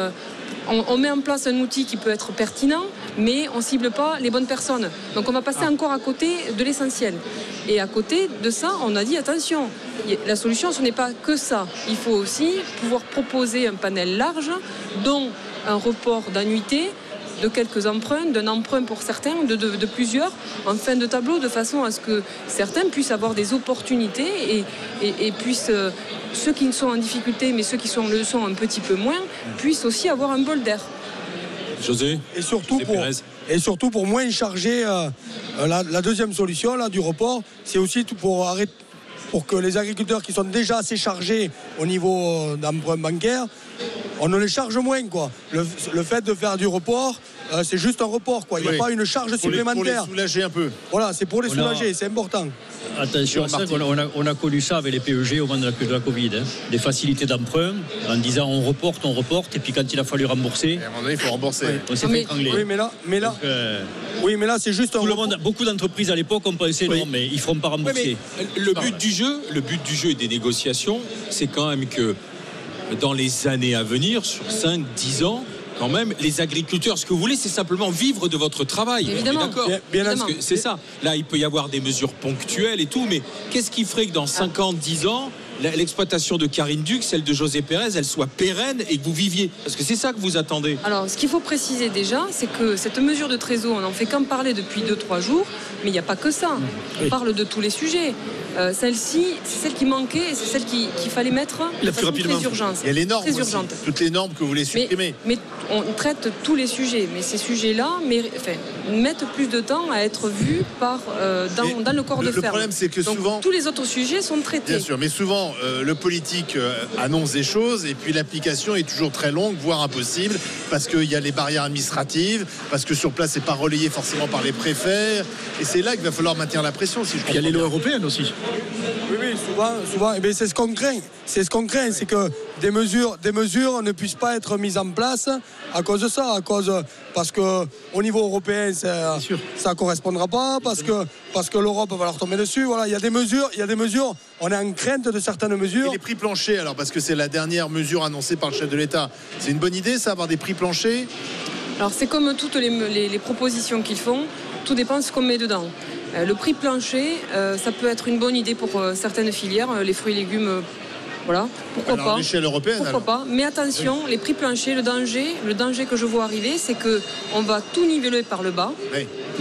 on met en place un outil qui peut être pertinent, mais on ne cible pas les bonnes personnes. Donc on va passer encore à côté de l'essentiel. Et à côté de ça, on a dit attention, la solution ce n'est pas que ça. Il faut aussi pouvoir proposer un panel large, dont un report d'annuité, de quelques emprunts, d'un emprunt pour certains, de plusieurs, en fin de tableau, de façon à ce que certains puissent avoir des opportunités et puissent, ceux qui sont en difficulté, mais ceux qui le sont un petit peu moins, puissent aussi avoir un bol d'air. José, et surtout pour moins charger la deuxième solution là, du report, c'est aussi pour que les agriculteurs qui sont déjà assez chargés au niveau d'emprunt bancaire, on ne les charge moins, quoi. Le fait de faire du report, c'est juste un report, quoi. Il n'y a pas une charge supplémentaire. Pour les soulager un peu. Voilà, c'est pour les soulager, c'est important. Attention, on a connu ça avec les PEG au moment de la Covid. Des facilités d'emprunt en disant on reporte, et puis quand il a fallu rembourser. Et à un moment donné, il faut rembourser. On s'est fait étrangler. Oui, mais là, c'est juste beaucoup d'entreprises à l'époque ont pensé non, mais ils ne feront pas rembourser. Le but du jeu et des négociations, c'est quand même que dans les années à venir, sur 5-10 ans, quand même, les agriculteurs, ce que vous voulez, c'est simplement vivre de votre travail. Évidemment. D'accord. Parce que c'est ça. Là, il peut y avoir des mesures ponctuelles et tout, mais qu'est-ce qui ferait que dans 50-10 ans, l'exploitation de Karine Duc, celle de José Pérez, elle soit pérenne et que vous viviez. Parce que c'est ça que vous attendez. Alors, ce qu'il faut préciser déjà, c'est que cette mesure de trésor, on n'en fait qu'en parler depuis 2-3 jours, mais il n'y a pas que ça. On parle de tous les sujets. Celle-ci, c'est celle qui manquait et c'est celle qu'il fallait mettre de façon très urgente. Il y a les normes aussi, toutes les normes que vous voulez supprimer. Mais on traite tous les sujets, mais ces sujets-là mettent plus de temps à être vus dans le corps de ferme. Le problème, c'est que souvent... tous les autres sujets sont traités. Bien sûr, mais souvent, le politique annonce des choses et puis l'application est toujours très longue, voire impossible, parce qu'il y a les barrières administratives, parce que sur place, c'est pas relayé forcément par les préfets. Et c'est là qu'il va falloir maintenir la pression. Si il y a les lois européennes aussi. Oui, souvent. Et bien, c'est ce qu'on craint. C'est ce qu'on craint, c'est que des mesures ne puissent pas être mises en place à cause de ça, parce que au niveau européen, ça correspondra pas, parce que l'Europe va leur tomber dessus. Voilà, il y a des mesures. On est en crainte de certaines mesures. Et les prix planchers, alors, parce que c'est la dernière mesure annoncée par le chef de l'État. C'est une bonne idée, ça, avoir des prix planchers? Alors, c'est comme toutes les propositions qu'ils font. Tout dépend de ce qu'on met dedans. Le prix plancher, ça peut être une bonne idée pour certaines filières, les fruits et légumes, voilà, pourquoi pas. À l'échelle européenne, pourquoi pas. Mais attention, les prix planchers, le danger que je vois arriver, c'est qu'on va tout niveler par le bas. Oui.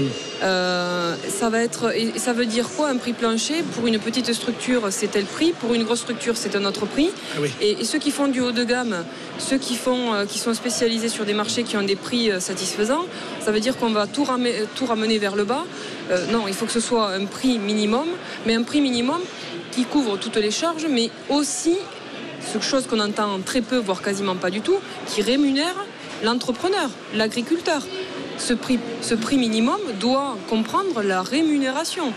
Ça veut dire quoi un prix plancher? Pour une petite structure, c'est tel prix. Pour une grosse structure, c'est un autre prix. Oui. Et ceux qui font du haut de gamme, ceux qui sont spécialisés sur des marchés qui ont des prix satisfaisants, ça veut dire qu'on va tout ramener vers le bas. Non, il faut que ce soit un prix minimum, mais un prix minimum qui couvre toutes les charges, mais aussi, chose qu'on entend très peu, voire quasiment pas du tout, qui rémunère l'entrepreneur, l'agriculteur. Ce prix minimum doit comprendre la rémunération.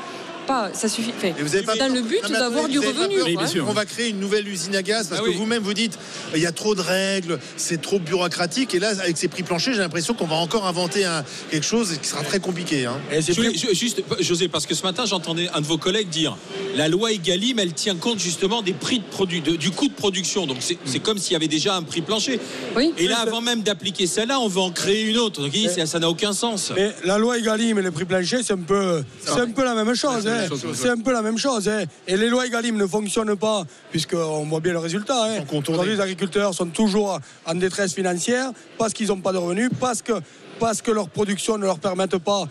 Ça suffit. Dans le but d'avoir du revenu. On va créer une nouvelle usine à gaz parce que vous-même vous dites il y a trop de règles, c'est trop bureaucratique. Et là, avec ces prix planchers, j'ai l'impression qu'on va encore inventer quelque chose qui sera très compliqué. Hein. Juste, José, parce que ce matin, j'entendais un de vos collègues dire la loi Egalim, elle tient compte justement des prix de produits, du coût de production. Donc c'est comme s'il y avait déjà un prix plancher. Oui, et là, avant même d'appliquer celle-là, on va en créer une autre. Donc ça n'a aucun sens. Mais la loi Egalim et les prix planchers, c'est un peu la même chose. C'est un peu la même chose. Et les lois Egalim ne fonctionnent pas, puisqu'on voit bien le résultat. Aujourd'hui, les agriculteurs sont toujours en détresse financière parce qu'ils n'ont pas de revenus, parce que leur production ne leur permette pas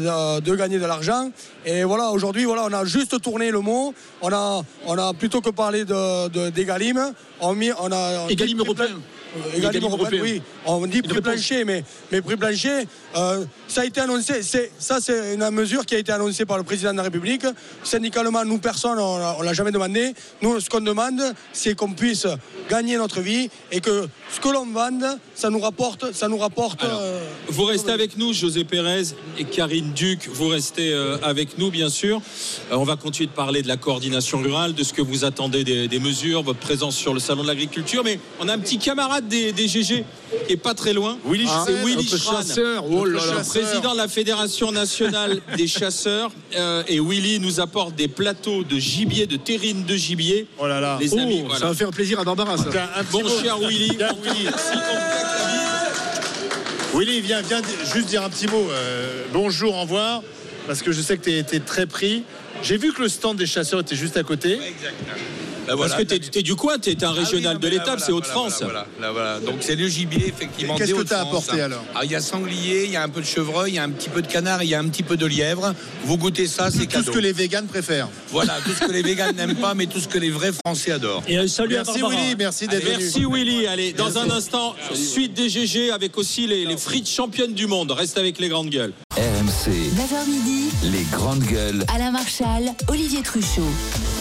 de gagner de l'argent. Et voilà, aujourd'hui, on a juste tourné le mot. On a plutôt que parler d'Egalim, on a Egalim européen. Egalim européen, oui. On dit prix plancher, mais prix plancher, ça a été annoncé. C'est une mesure qui a été annoncée par le président de la République. Syndicalement, nous, personne, on l'a jamais demandé. Nous, ce qu'on demande, c'est qu'on puisse gagner notre vie et que ce que l'on vende, ça nous rapporte. Alors, vous restez avec nous, José Pérez et Karine Duc. Vous restez avec nous, bien sûr. On va continuer de parler de la coordination rurale, de ce que vous attendez des mesures, votre présence sur le salon de l'agriculture. Mais on a un petit camarade des GG qui est pas très loin. C'est Willy Schran, président de la Fédération nationale des chasseurs. Et Willy nous apporte des plateaux de gibier, de terrine de gibier. Oh là là. Les amis, ça va faire plaisir à Barbara. Ça. Bon cher Willy. Willy, viens juste dire un petit mot. Bonjour, au revoir. Parce que je sais que tu es très pris. J'ai vu que le stand des chasseurs était juste à côté. Exactement. Parce que t'es du coin, t'es un régional de l'étape, c'est Hauts-de-France. Voilà. Donc c'est le gibier, effectivement. Qu'est-ce que tu as apporté alors? Il y a sanglier, il y a un peu de chevreuil, il y a un petit peu de canard, il y a un petit peu de lièvre. Vous goûtez ça, c'est cadeau. Tout ce que les véganes préfèrent. Voilà, tout ce que les véganes n'aiment pas, mais tout ce que les vrais Français adorent. Et salut merci Willy, merci d'être venu. Merci Willy. Allez, dans un instant, suite des GG avec aussi les frites championnes du monde. Reste avec les grandes gueules. RMC. 9h midi. Les grandes gueules. Alain Marchal, Olivier Truchot.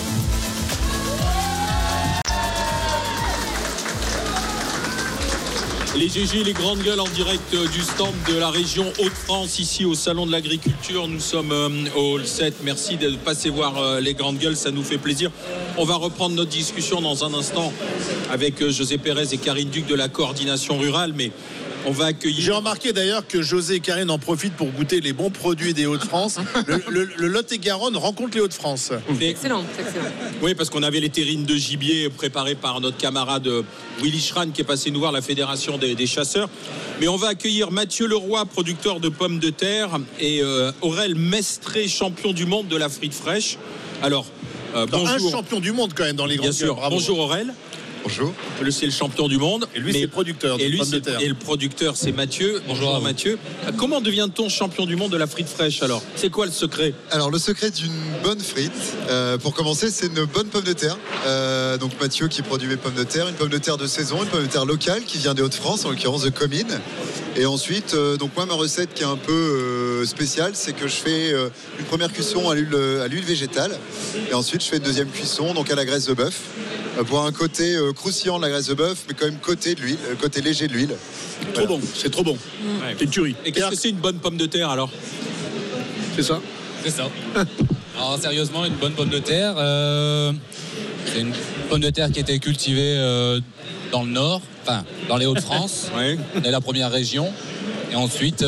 Les GG, les grandes gueules en direct du stand de la région Hauts-de-France, ici au Salon de l'Agriculture. Nous sommes au Hall 7. Merci de passer voir les grandes gueules, ça nous fait plaisir. On va reprendre notre discussion dans un instant avec José Pérez et Karine Duc de la coordination rurale, mais on va accueillir... J'ai remarqué d'ailleurs que José et Karine en profitent pour goûter les bons produits des Hauts-de-France. le Lot-et-Garonne rencontre les Hauts-de-France. Excellent. Oui, parce qu'on avait les terrines de gibier préparées par notre camarade Willy Schran qui est passé nous voir, la Fédération des chasseurs. Mais on va accueillir Mathieu Leroy, producteur de pommes de terre, et Aurel Mestré, champion du monde de la frite fraîche. Alors, Bonjour. Un champion du monde quand même dans les grands. Bien sûr. Bonjour Aurel. Bonjour. C'est le champion du monde. Et lui, c'est le producteur. Et le producteur, c'est Mathieu. Bonjour Mathieu. Comment devient-on champion du monde de la frite fraîche alors? C'est quoi le secret? Alors le secret d'une bonne frite, pour commencer, c'est une bonne pomme de terre. Donc Mathieu qui produit mes pommes de terre, une pomme de terre de saison, une pomme de terre locale qui vient des Hauts-de-France, en l'occurrence de Comines. Et ensuite, donc moi ma recette qui est un peu spéciale, c'est que je fais une première cuisson à l'huile végétale, et ensuite je fais une deuxième cuisson donc à la graisse de bœuf. Pour un côté croustillant de la graisse de bœuf, mais quand même côté léger de l'huile. Trop bon, c'est trop bon. Ouais. C'est une tuerie. Et qu'est-ce que c'est une bonne pomme de terre alors? C'est ça? C'est ça. Alors sérieusement, une bonne pomme de terre, c'est une pomme de terre qui a été cultivée dans le nord, enfin dans les Hauts-de-France. Ouais. On est la première région. Et ensuite,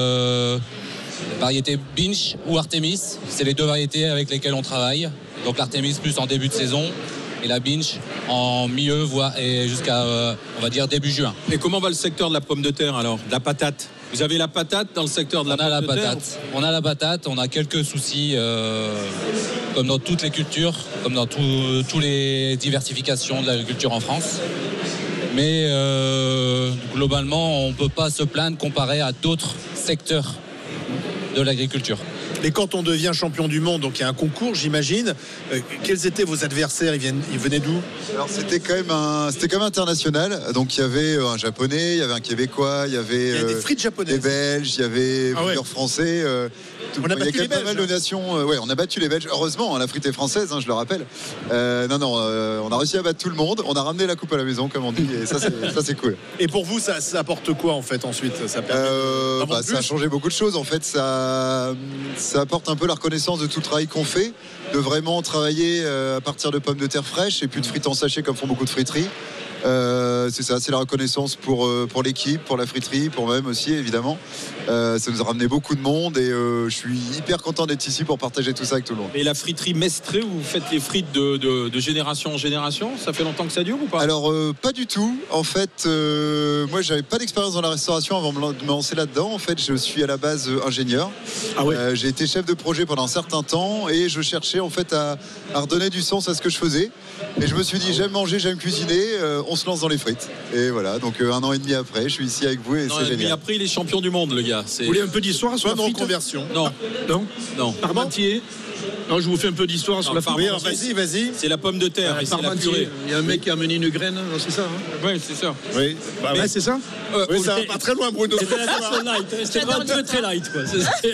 variété Binch ou Artemis, c'est les deux variétés avec lesquelles on travaille. Donc l'Artemis plus en début de saison. Et la Binch en milieu, voire et jusqu'à, on va dire, début juin. Et comment va le secteur de la pomme de terre alors? De la patate? Vous avez la patate dans le secteur de la pomme de terre? On a la patate, on a quelques soucis, comme dans toutes les cultures, comme dans toutes les diversifications de l'agriculture en France. Mais globalement, on ne peut pas se plaindre comparé à d'autres secteurs de l'agriculture. Mais quand on devient champion du monde, donc il y a un concours, j'imagine. Quels étaient vos adversaires? Ils venaient d'où? Alors c'était quand même international. Donc il y avait un japonais, il y avait un québécois, il y avait des frites japonaises, des Belges, il y avait plusieurs Français. On a battu les Belges. Pas mal de nations. Ouais, on a battu les Belges. Heureusement, la frite est française, je le rappelle. On a réussi à battre tout le monde. On a ramené la coupe à la maison, comme on dit. Et ça, c'est cool. Et pour vous, ça apporte quoi en fait ensuite? Ça a changé beaucoup de choses. En fait, ça apporte un peu la reconnaissance de tout le travail qu'on fait, de vraiment travailler à partir de pommes de terre fraîches et puis de frites en sachet comme font beaucoup de friteries. C'est ça, c'est la reconnaissance pour l'équipe, pour la friterie, pour moi-même aussi évidemment. Ça nous a ramené beaucoup de monde et je suis hyper content d'être ici pour partager tout ça avec tout le monde. Et la friterie Mestré, vous faites les frites de génération en génération? Ça fait longtemps que ça dure ou pas? Alors pas du tout. En fait, moi j'avais pas d'expérience dans la restauration avant de me lancer là-dedans. En fait, je suis à la base ingénieur. Ah ouais. J'ai été chef de projet pendant un certain temps et je cherchais en fait à redonner du sens à ce que je faisais. Et je me suis dit j'aime manger, j'aime cuisiner. On se lance dans les frites. Et voilà, donc 1 an et demi après, je suis ici avec vous et c'est génial. Et après, il est champion du monde, le gars. Vous voulez un peu d'histoire sur la frite? Reconversion. Non. Parmentier. Non, je vous fais un peu d'histoire sur la frite. Vas-y. C'est la pomme de terre et c'est la purée. Il y a un mec qui a amené une graine, c'est ça? Oui, c'est ça. Oui, c'est ça? Oui, ça va pas très loin, Bruno. C'était la version light. C'était un peu très light, quoi.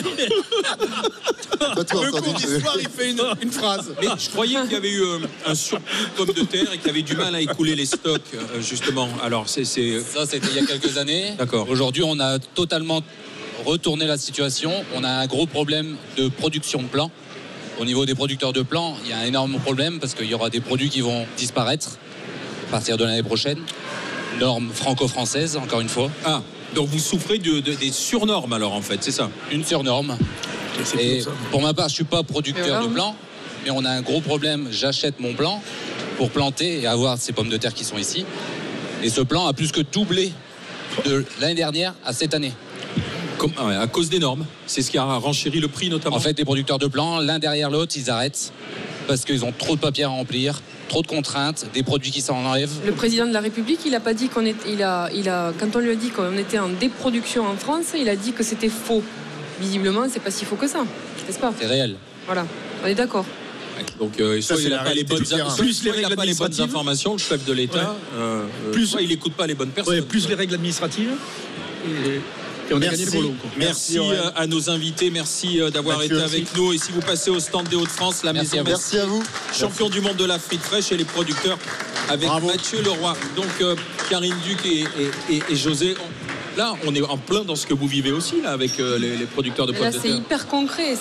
Le cours d'histoire, il fait une phrase. Mais je croyais qu'il y avait eu un surplus de pommes de terre et qu'il y avait du mal à écouler les stocks, justement. Alors, Ça, c'était il y a quelques années. D'accord. Aujourd'hui, on a totalement retourné la situation. On a un gros problème de production de plants. Au niveau des producteurs de plants, il y a un énorme problème parce qu'il y aura des produits qui vont disparaître à partir de l'année prochaine. Normes franco-françaises, encore une fois. Ah, donc vous souffrez des surnormes alors en fait, c'est ça? Une surnorme. Et pour ma part, je ne suis pas producteur de plants, mais on a un gros problème. J'achète mon plant pour planter et avoir ces pommes de terre qui sont ici. Et ce plant a plus que doublé de l'année dernière à cette année. À cause des normes. C'est ce qui a renchéri le prix notamment. En fait, les producteurs de plants, l'un derrière l'autre, ils arrêtent parce qu'ils ont trop de papier à remplir, trop de contraintes, des produits qui s'en enlèvent. Le président de la République, il n'a pas dit qu'on était. Quand on lui a dit qu'on était en déproduction en France, il a dit que c'était faux. Visiblement, c'est pas si faux que ça, n'est-ce pas? C'est réel. Voilà, on est d'accord. Donc, soit il n'a pas les bonnes informations, le chef de l'État. Soit il n'écoute pas les bonnes personnes. Plus les règles administratives. Et on a gagné le boulot. Merci à nos invités, merci d'avoir été avec nous. Et si vous passez au stand des Hauts-de-France, la maison. Merci à vous. Champion du monde de la frite fraîche et les producteurs avec Mathieu Leroy. Donc Karine Duc et José. Là, on est en plein dans ce que vous vivez aussi là avec les producteurs de pommes de terre. C'est hyper concret.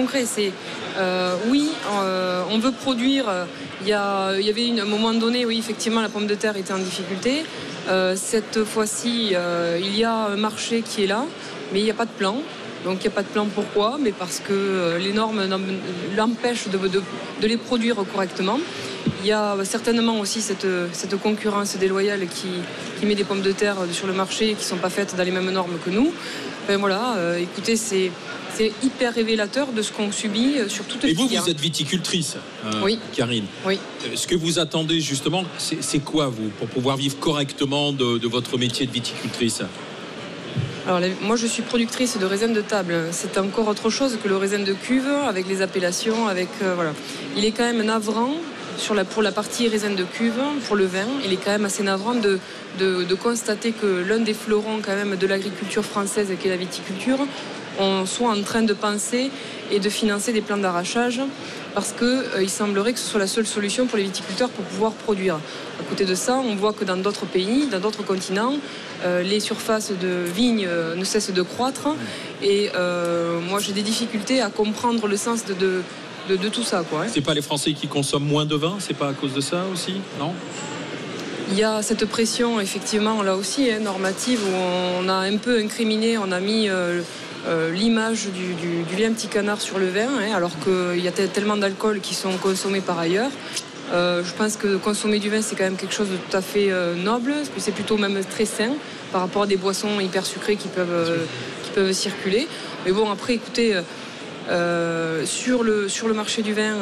On veut produire. Il y avait un moment donné, oui, effectivement, la pomme de terre était en difficulté. Cette fois-ci, il y a un marché qui est là, mais il n'y a pas de plan. Donc il n'y a pas de plan, pourquoi? Mais parce que les normes l'empêchent de les produire correctement. Il y a certainement aussi cette concurrence déloyale qui met des pommes de terre sur le marché qui ne sont pas faites dans les mêmes normes que nous. Enfin, voilà, écoutez, c'est hyper révélateur de ce qu'on subit sur toute la filière. Et vous êtes viticultrice, oui. Karine. Oui. Ce que vous attendez justement, c'est quoi vous, pour pouvoir vivre correctement de votre métier de viticultrice? Alors, moi, je suis productrice de raisin de table. C'est encore autre chose que le raisin de cuve, avec les appellations, voilà. Il est quand même navrant pour la partie raisin de cuve, pour le vin. Il est quand même assez navrant de constater que l'un des fleurons quand même de l'agriculture française, qui est la viticulture, on soit en train de penser et de financer des plans d'arrachage, parce qu'il semblerait que ce soit la seule solution pour les viticulteurs pour pouvoir produire. À côté de ça, on voit que dans d'autres pays, dans d'autres continents, les surfaces de vignes ne cessent de croître. Et moi, j'ai des difficultés à comprendre le sens de tout ça, quoi. C'est pas les Français qui consomment moins de vin? C'est pas à cause de ça aussi? Non? Il y a cette pression, effectivement, là aussi, normative, où on a un peu incriminé, on a mis l'image du vilain petit canard sur le vin, alors qu'il y a tellement d'alcool qui sont consommés par ailleurs. Je pense que consommer du vin, c'est quand même quelque chose de tout à fait noble, parce que c'est plutôt même très sain par rapport à des boissons hyper sucrées qui peuvent circuler. Mais bon, après, écoutez, sur le marché du vin,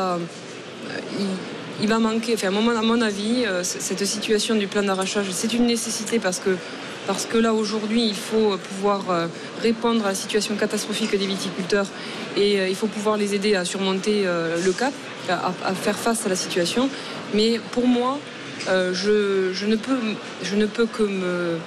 il va manquer, enfin, à mon avis, cette situation du plan d'arrachage, c'est une nécessité parce que là, aujourd'hui, il faut pouvoir répondre à la situation catastrophique des viticulteurs et il faut pouvoir les aider à surmonter le cap, à faire face à la situation. Mais pour moi, je ne peux que me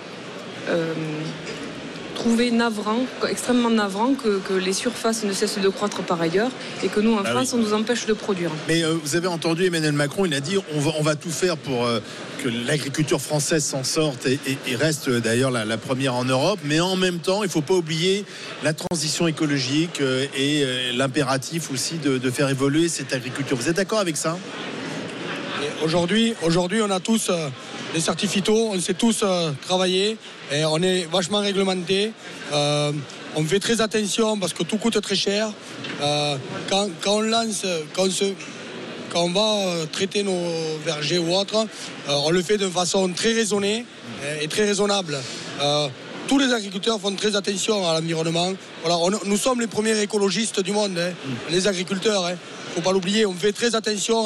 trouver navrant, extrêmement navrant que les surfaces ne cessent de croître par ailleurs et que nous en France on nous empêche de produire. Mais vous avez entendu Emmanuel Macron, il a dit on va tout faire pour que l'agriculture française s'en sorte et reste d'ailleurs la première en Europe, mais en même temps il ne faut pas oublier la transition écologique et l'impératif aussi de faire évoluer cette agriculture. Vous êtes d'accord avec ça? Aujourd'hui on a tous des certificats, on sait tous travailler et on est vachement réglementé. On fait très attention parce que tout coûte très cher. Quand on va traiter nos vergers ou autres, on le fait de façon très raisonnée et très raisonnable. Tous les agriculteurs font très attention à l'environnement. Voilà, nous sommes les premiers écologistes du monde, les agriculteurs. Faut pas l'oublier, on fait très attention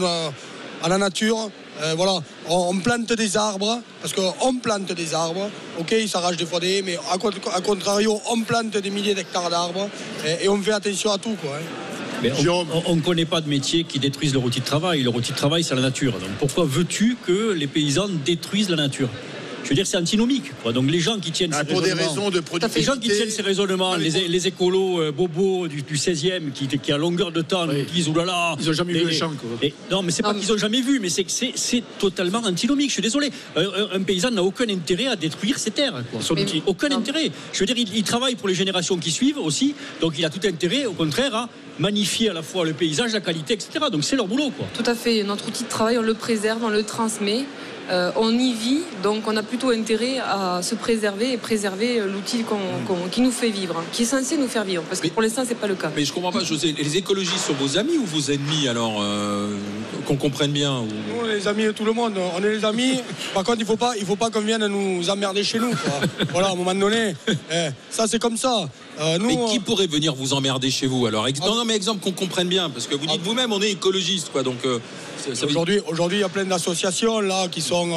à la nature. Voilà, on plante des arbres, parce qu'on plante des arbres, ok, ils s'arrachent des fois mais à contrario, on plante des milliers d'hectares d'arbres et on fait attention à tout, quoi. Mais on ne connaît pas de métier qui détruisent leur outil de travail. Leur outil de travail, c'est la nature. Donc pourquoi veux-tu que les paysans détruisent la nature? Je veux dire, c'est antinomique, quoi. Donc les gens qui tiennent ces pour raisonnements, des raisons de productivité, les gens qui tiennent ces raisonnements, les écolos bobos du 16e qui à longueur de temps nous disent oulala, ils n'ont jamais vu les champs, quoi. Non, mais c'est pas qu'ils n'ont jamais vu, mais c'est totalement antinomique. Je suis désolé. Un paysan n'a aucun intérêt à détruire ses terres, quoi. Aucun intérêt. Je veux dire, il travaille pour les générations qui suivent aussi, donc il a tout intérêt, au contraire, à magnifier à la fois le paysage, la qualité, etc. Donc c'est leur boulot, quoi. Tout à fait. Notre outil de travail, on le préserve, on le transmet. On y vit, donc on a plutôt intérêt à se préserver et préserver l'outil qui nous fait vivre, qui est censé nous faire vivre, parce que pour l'instant c'est pas le cas. Mais je comprends pas, José, les écologistes sont vos amis ou vos ennemis alors, qu'on comprenne bien ou... Nous on est les amis de tout le monde, on est les amis. Par contre il faut pas qu'on vienne nous emmerder chez nous, quoi. Voilà, à un moment donné, ça c'est comme ça. Mais qui pourrait venir vous emmerder chez vous alors? Non, mais exemple qu'on comprenne bien, parce que vous dites vous-même on est écologiste, quoi, donc aujourd'hui il y a plein d'associations là qui sont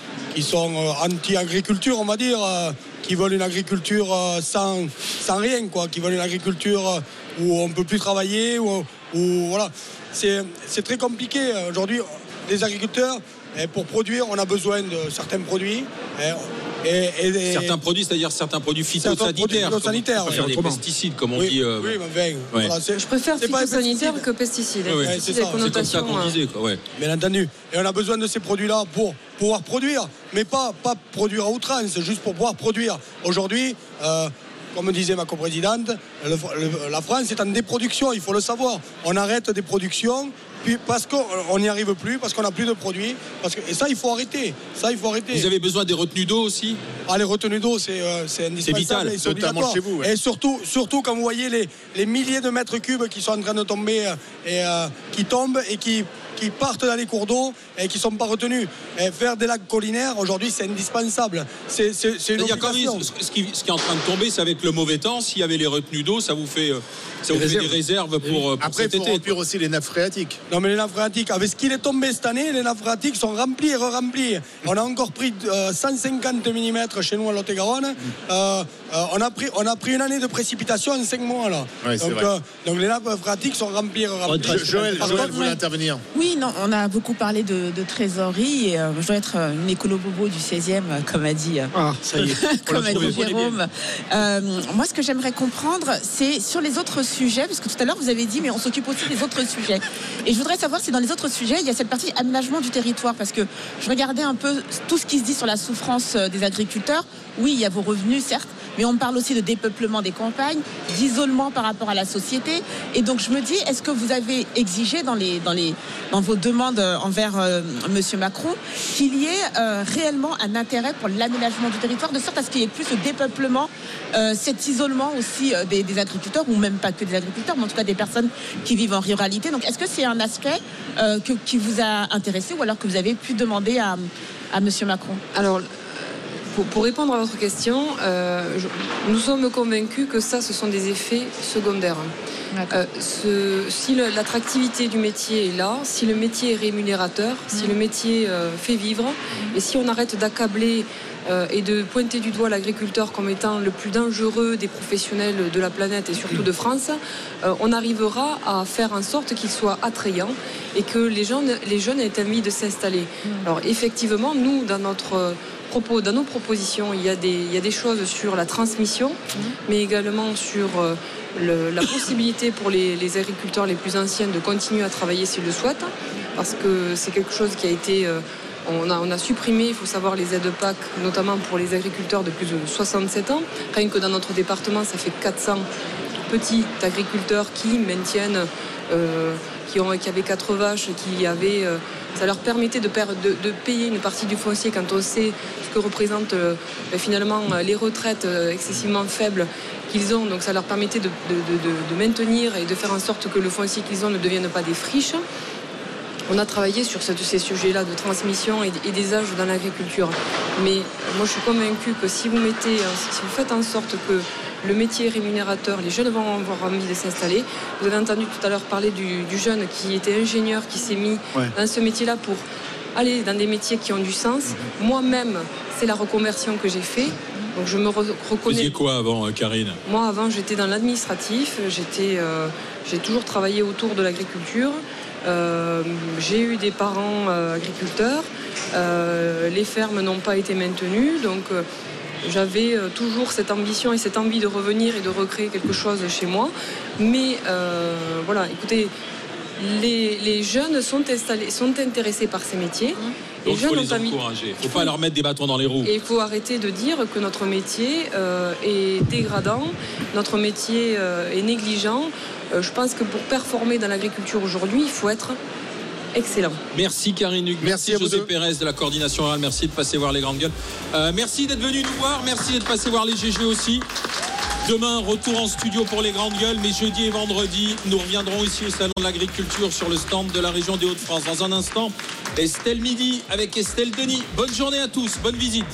anti-agriculture, on va dire, qui veulent une agriculture sans rien, quoi, qui veulent une agriculture où on ne peut plus travailler, où voilà, c'est très compliqué aujourd'hui. Les agriculteurs, pour produire, on a besoin de certains produits. Certains produits, c'est-à-dire certains produits phytosanitaires, des pesticides, comme on dit. Oui, mais voilà, je préfère phytosanitaire que pesticides. C'est ça, c'est comme ça qu'on disait, quoi. Ouais. Bien entendu. Et on a besoin de ces produits-là pour pouvoir produire, mais pas produire à outrance, juste pour pouvoir produire. Aujourd'hui, comme disait ma coprésidente, la France est en déproduction, il faut le savoir. On arrête des productions. Puis parce qu'on n'y arrive plus, parce qu'on n'a plus de produits, et ça il faut arrêter. Vous avez besoin des retenues d'eau aussi? Les retenues d'eau c'est indispensable, c'est vital, notamment chez vous. Et surtout quand vous voyez les milliers de mètres cubes qui sont en train de tomber et qui tombent et qui partent dans les cours d'eau et qui ne sont pas retenus. Et faire des lacs collinaires aujourd'hui c'est indispensable. C'est une obligation. Ce qui est en train de tomber, c'est avec le mauvais temps. S'il y avait les retenues d'eau, d'eau, ça vous fait des réserves pour après, cet il faut été. remplir aussi les nappes phréatiques. Non, mais les nappes phréatiques, avec ce qu'il est tombé cette année, les nappes phréatiques sont remplies et re-remplies. On a encore pris 150 mm chez nous à Lot-et-Garonne. On a pris une année de précipitation en 5 mois là. Ouais, donc les nappes phréatiques sont remplies et re-remplies. Joël voulait intervenir. Oui, non, on a beaucoup parlé de trésorerie. Et, je dois être une écolo-bobo du 16e, comme a dit, ça y est. comme a dit Jérôme. Moi, ce que j'aimerais comprendre, c'est sur les autres sujets, parce que tout à l'heure, vous avez dit, mais on s'occupe aussi des autres sujets. Et je voudrais savoir si dans les autres sujets, il y a cette partie aménagement du territoire, parce que je regardais un peu tout ce qui se dit sur la souffrance des agriculteurs. Oui, il y a vos revenus, certes, mais on parle aussi de dépeuplement des campagnes, d'isolement par rapport à la société. Et donc, je me dis, est-ce que vous avez exigé dans vos demandes envers Monsieur Macron qu'il y ait réellement un intérêt pour l'aménagement du territoire, de sorte à ce qu'il y ait plus de dépeuplement, cet isolement aussi des agriculteurs, ou même pas que des agriculteurs, mais en tout cas des personnes qui vivent en ruralité. Donc, est-ce que c'est un aspect qui vous a intéressé, ou alors que vous avez pu demander à Monsieur Macron? Alors, pour répondre à votre question, nous sommes convaincus que ce sont des effets secondaires. Si l'attractivité du métier est là, si le métier est rémunérateur, si le métier fait vivre, et si on arrête d'accabler et de pointer du doigt l'agriculteur comme étant le plus dangereux des professionnels de la planète et surtout de France, on arrivera à faire en sorte qu'il soit attrayant et que les jeunes aient envie de s'installer. Alors effectivement, nous, dans nos propositions, il y a des choses sur la transmission, mais également sur la possibilité pour les agriculteurs les plus anciens de continuer à travailler s'ils le souhaitent, parce que c'est quelque chose qui a été... On a supprimé, il faut savoir, les aides PAC, notamment pour les agriculteurs de plus de 67 ans. Rien que dans notre département, ça fait 400 petits agriculteurs qui maintiennent... qui avaient 4 vaches, ça leur permettait de payer une partie du foncier quand on sait ce que représentent finalement les retraites excessivement faibles qu'ils ont. Donc ça leur permettait de maintenir et de faire en sorte que le foncier qu'ils ont ne devienne pas des friches. On a travaillé sur ces sujets-là de transmission et des âges dans l'agriculture. Mais moi je suis convaincue que si vous faites en sorte que le métier est rémunérateur, les jeunes vont avoir envie de s'installer. Vous avez entendu tout à l'heure parler du jeune qui était ingénieur, qui s'est mis dans ce métier-là pour aller dans des métiers qui ont du sens. Moi-même, c'est la reconversion que j'ai fait. Donc je me reconnais. Vous faisiez quoi avant, Karine? Moi, avant, j'étais dans l'administratif. J'ai toujours travaillé autour de l'agriculture. J'ai eu des parents agriculteurs. Les fermes n'ont pas été maintenues. Donc... j'avais toujours cette ambition et cette envie de revenir et de recréer quelque chose chez moi. Mais voilà, écoutez, les jeunes sont intéressés par ces métiers. Donc il faut les encourager. Il ne faut pas leur mettre des bâtons dans les roues. Et il faut arrêter de dire que notre métier est dégradant, notre métier est négligent. Je pense que pour performer dans l'agriculture aujourd'hui, il faut être... excellent. Merci Karine Hugues, merci José Pérez de la coordination rurale, merci de passer voir les grandes gueules. Merci d'être venu nous voir, merci d'être passé voir les GG aussi. Demain, retour en studio pour les grandes gueules, mais jeudi et vendredi, nous reviendrons ici au Salon de l'Agriculture sur le stand de la région des Hauts-de-France. Dans un instant, Estelle Midi avec Estelle Denis. Bonne journée à tous, bonne visite.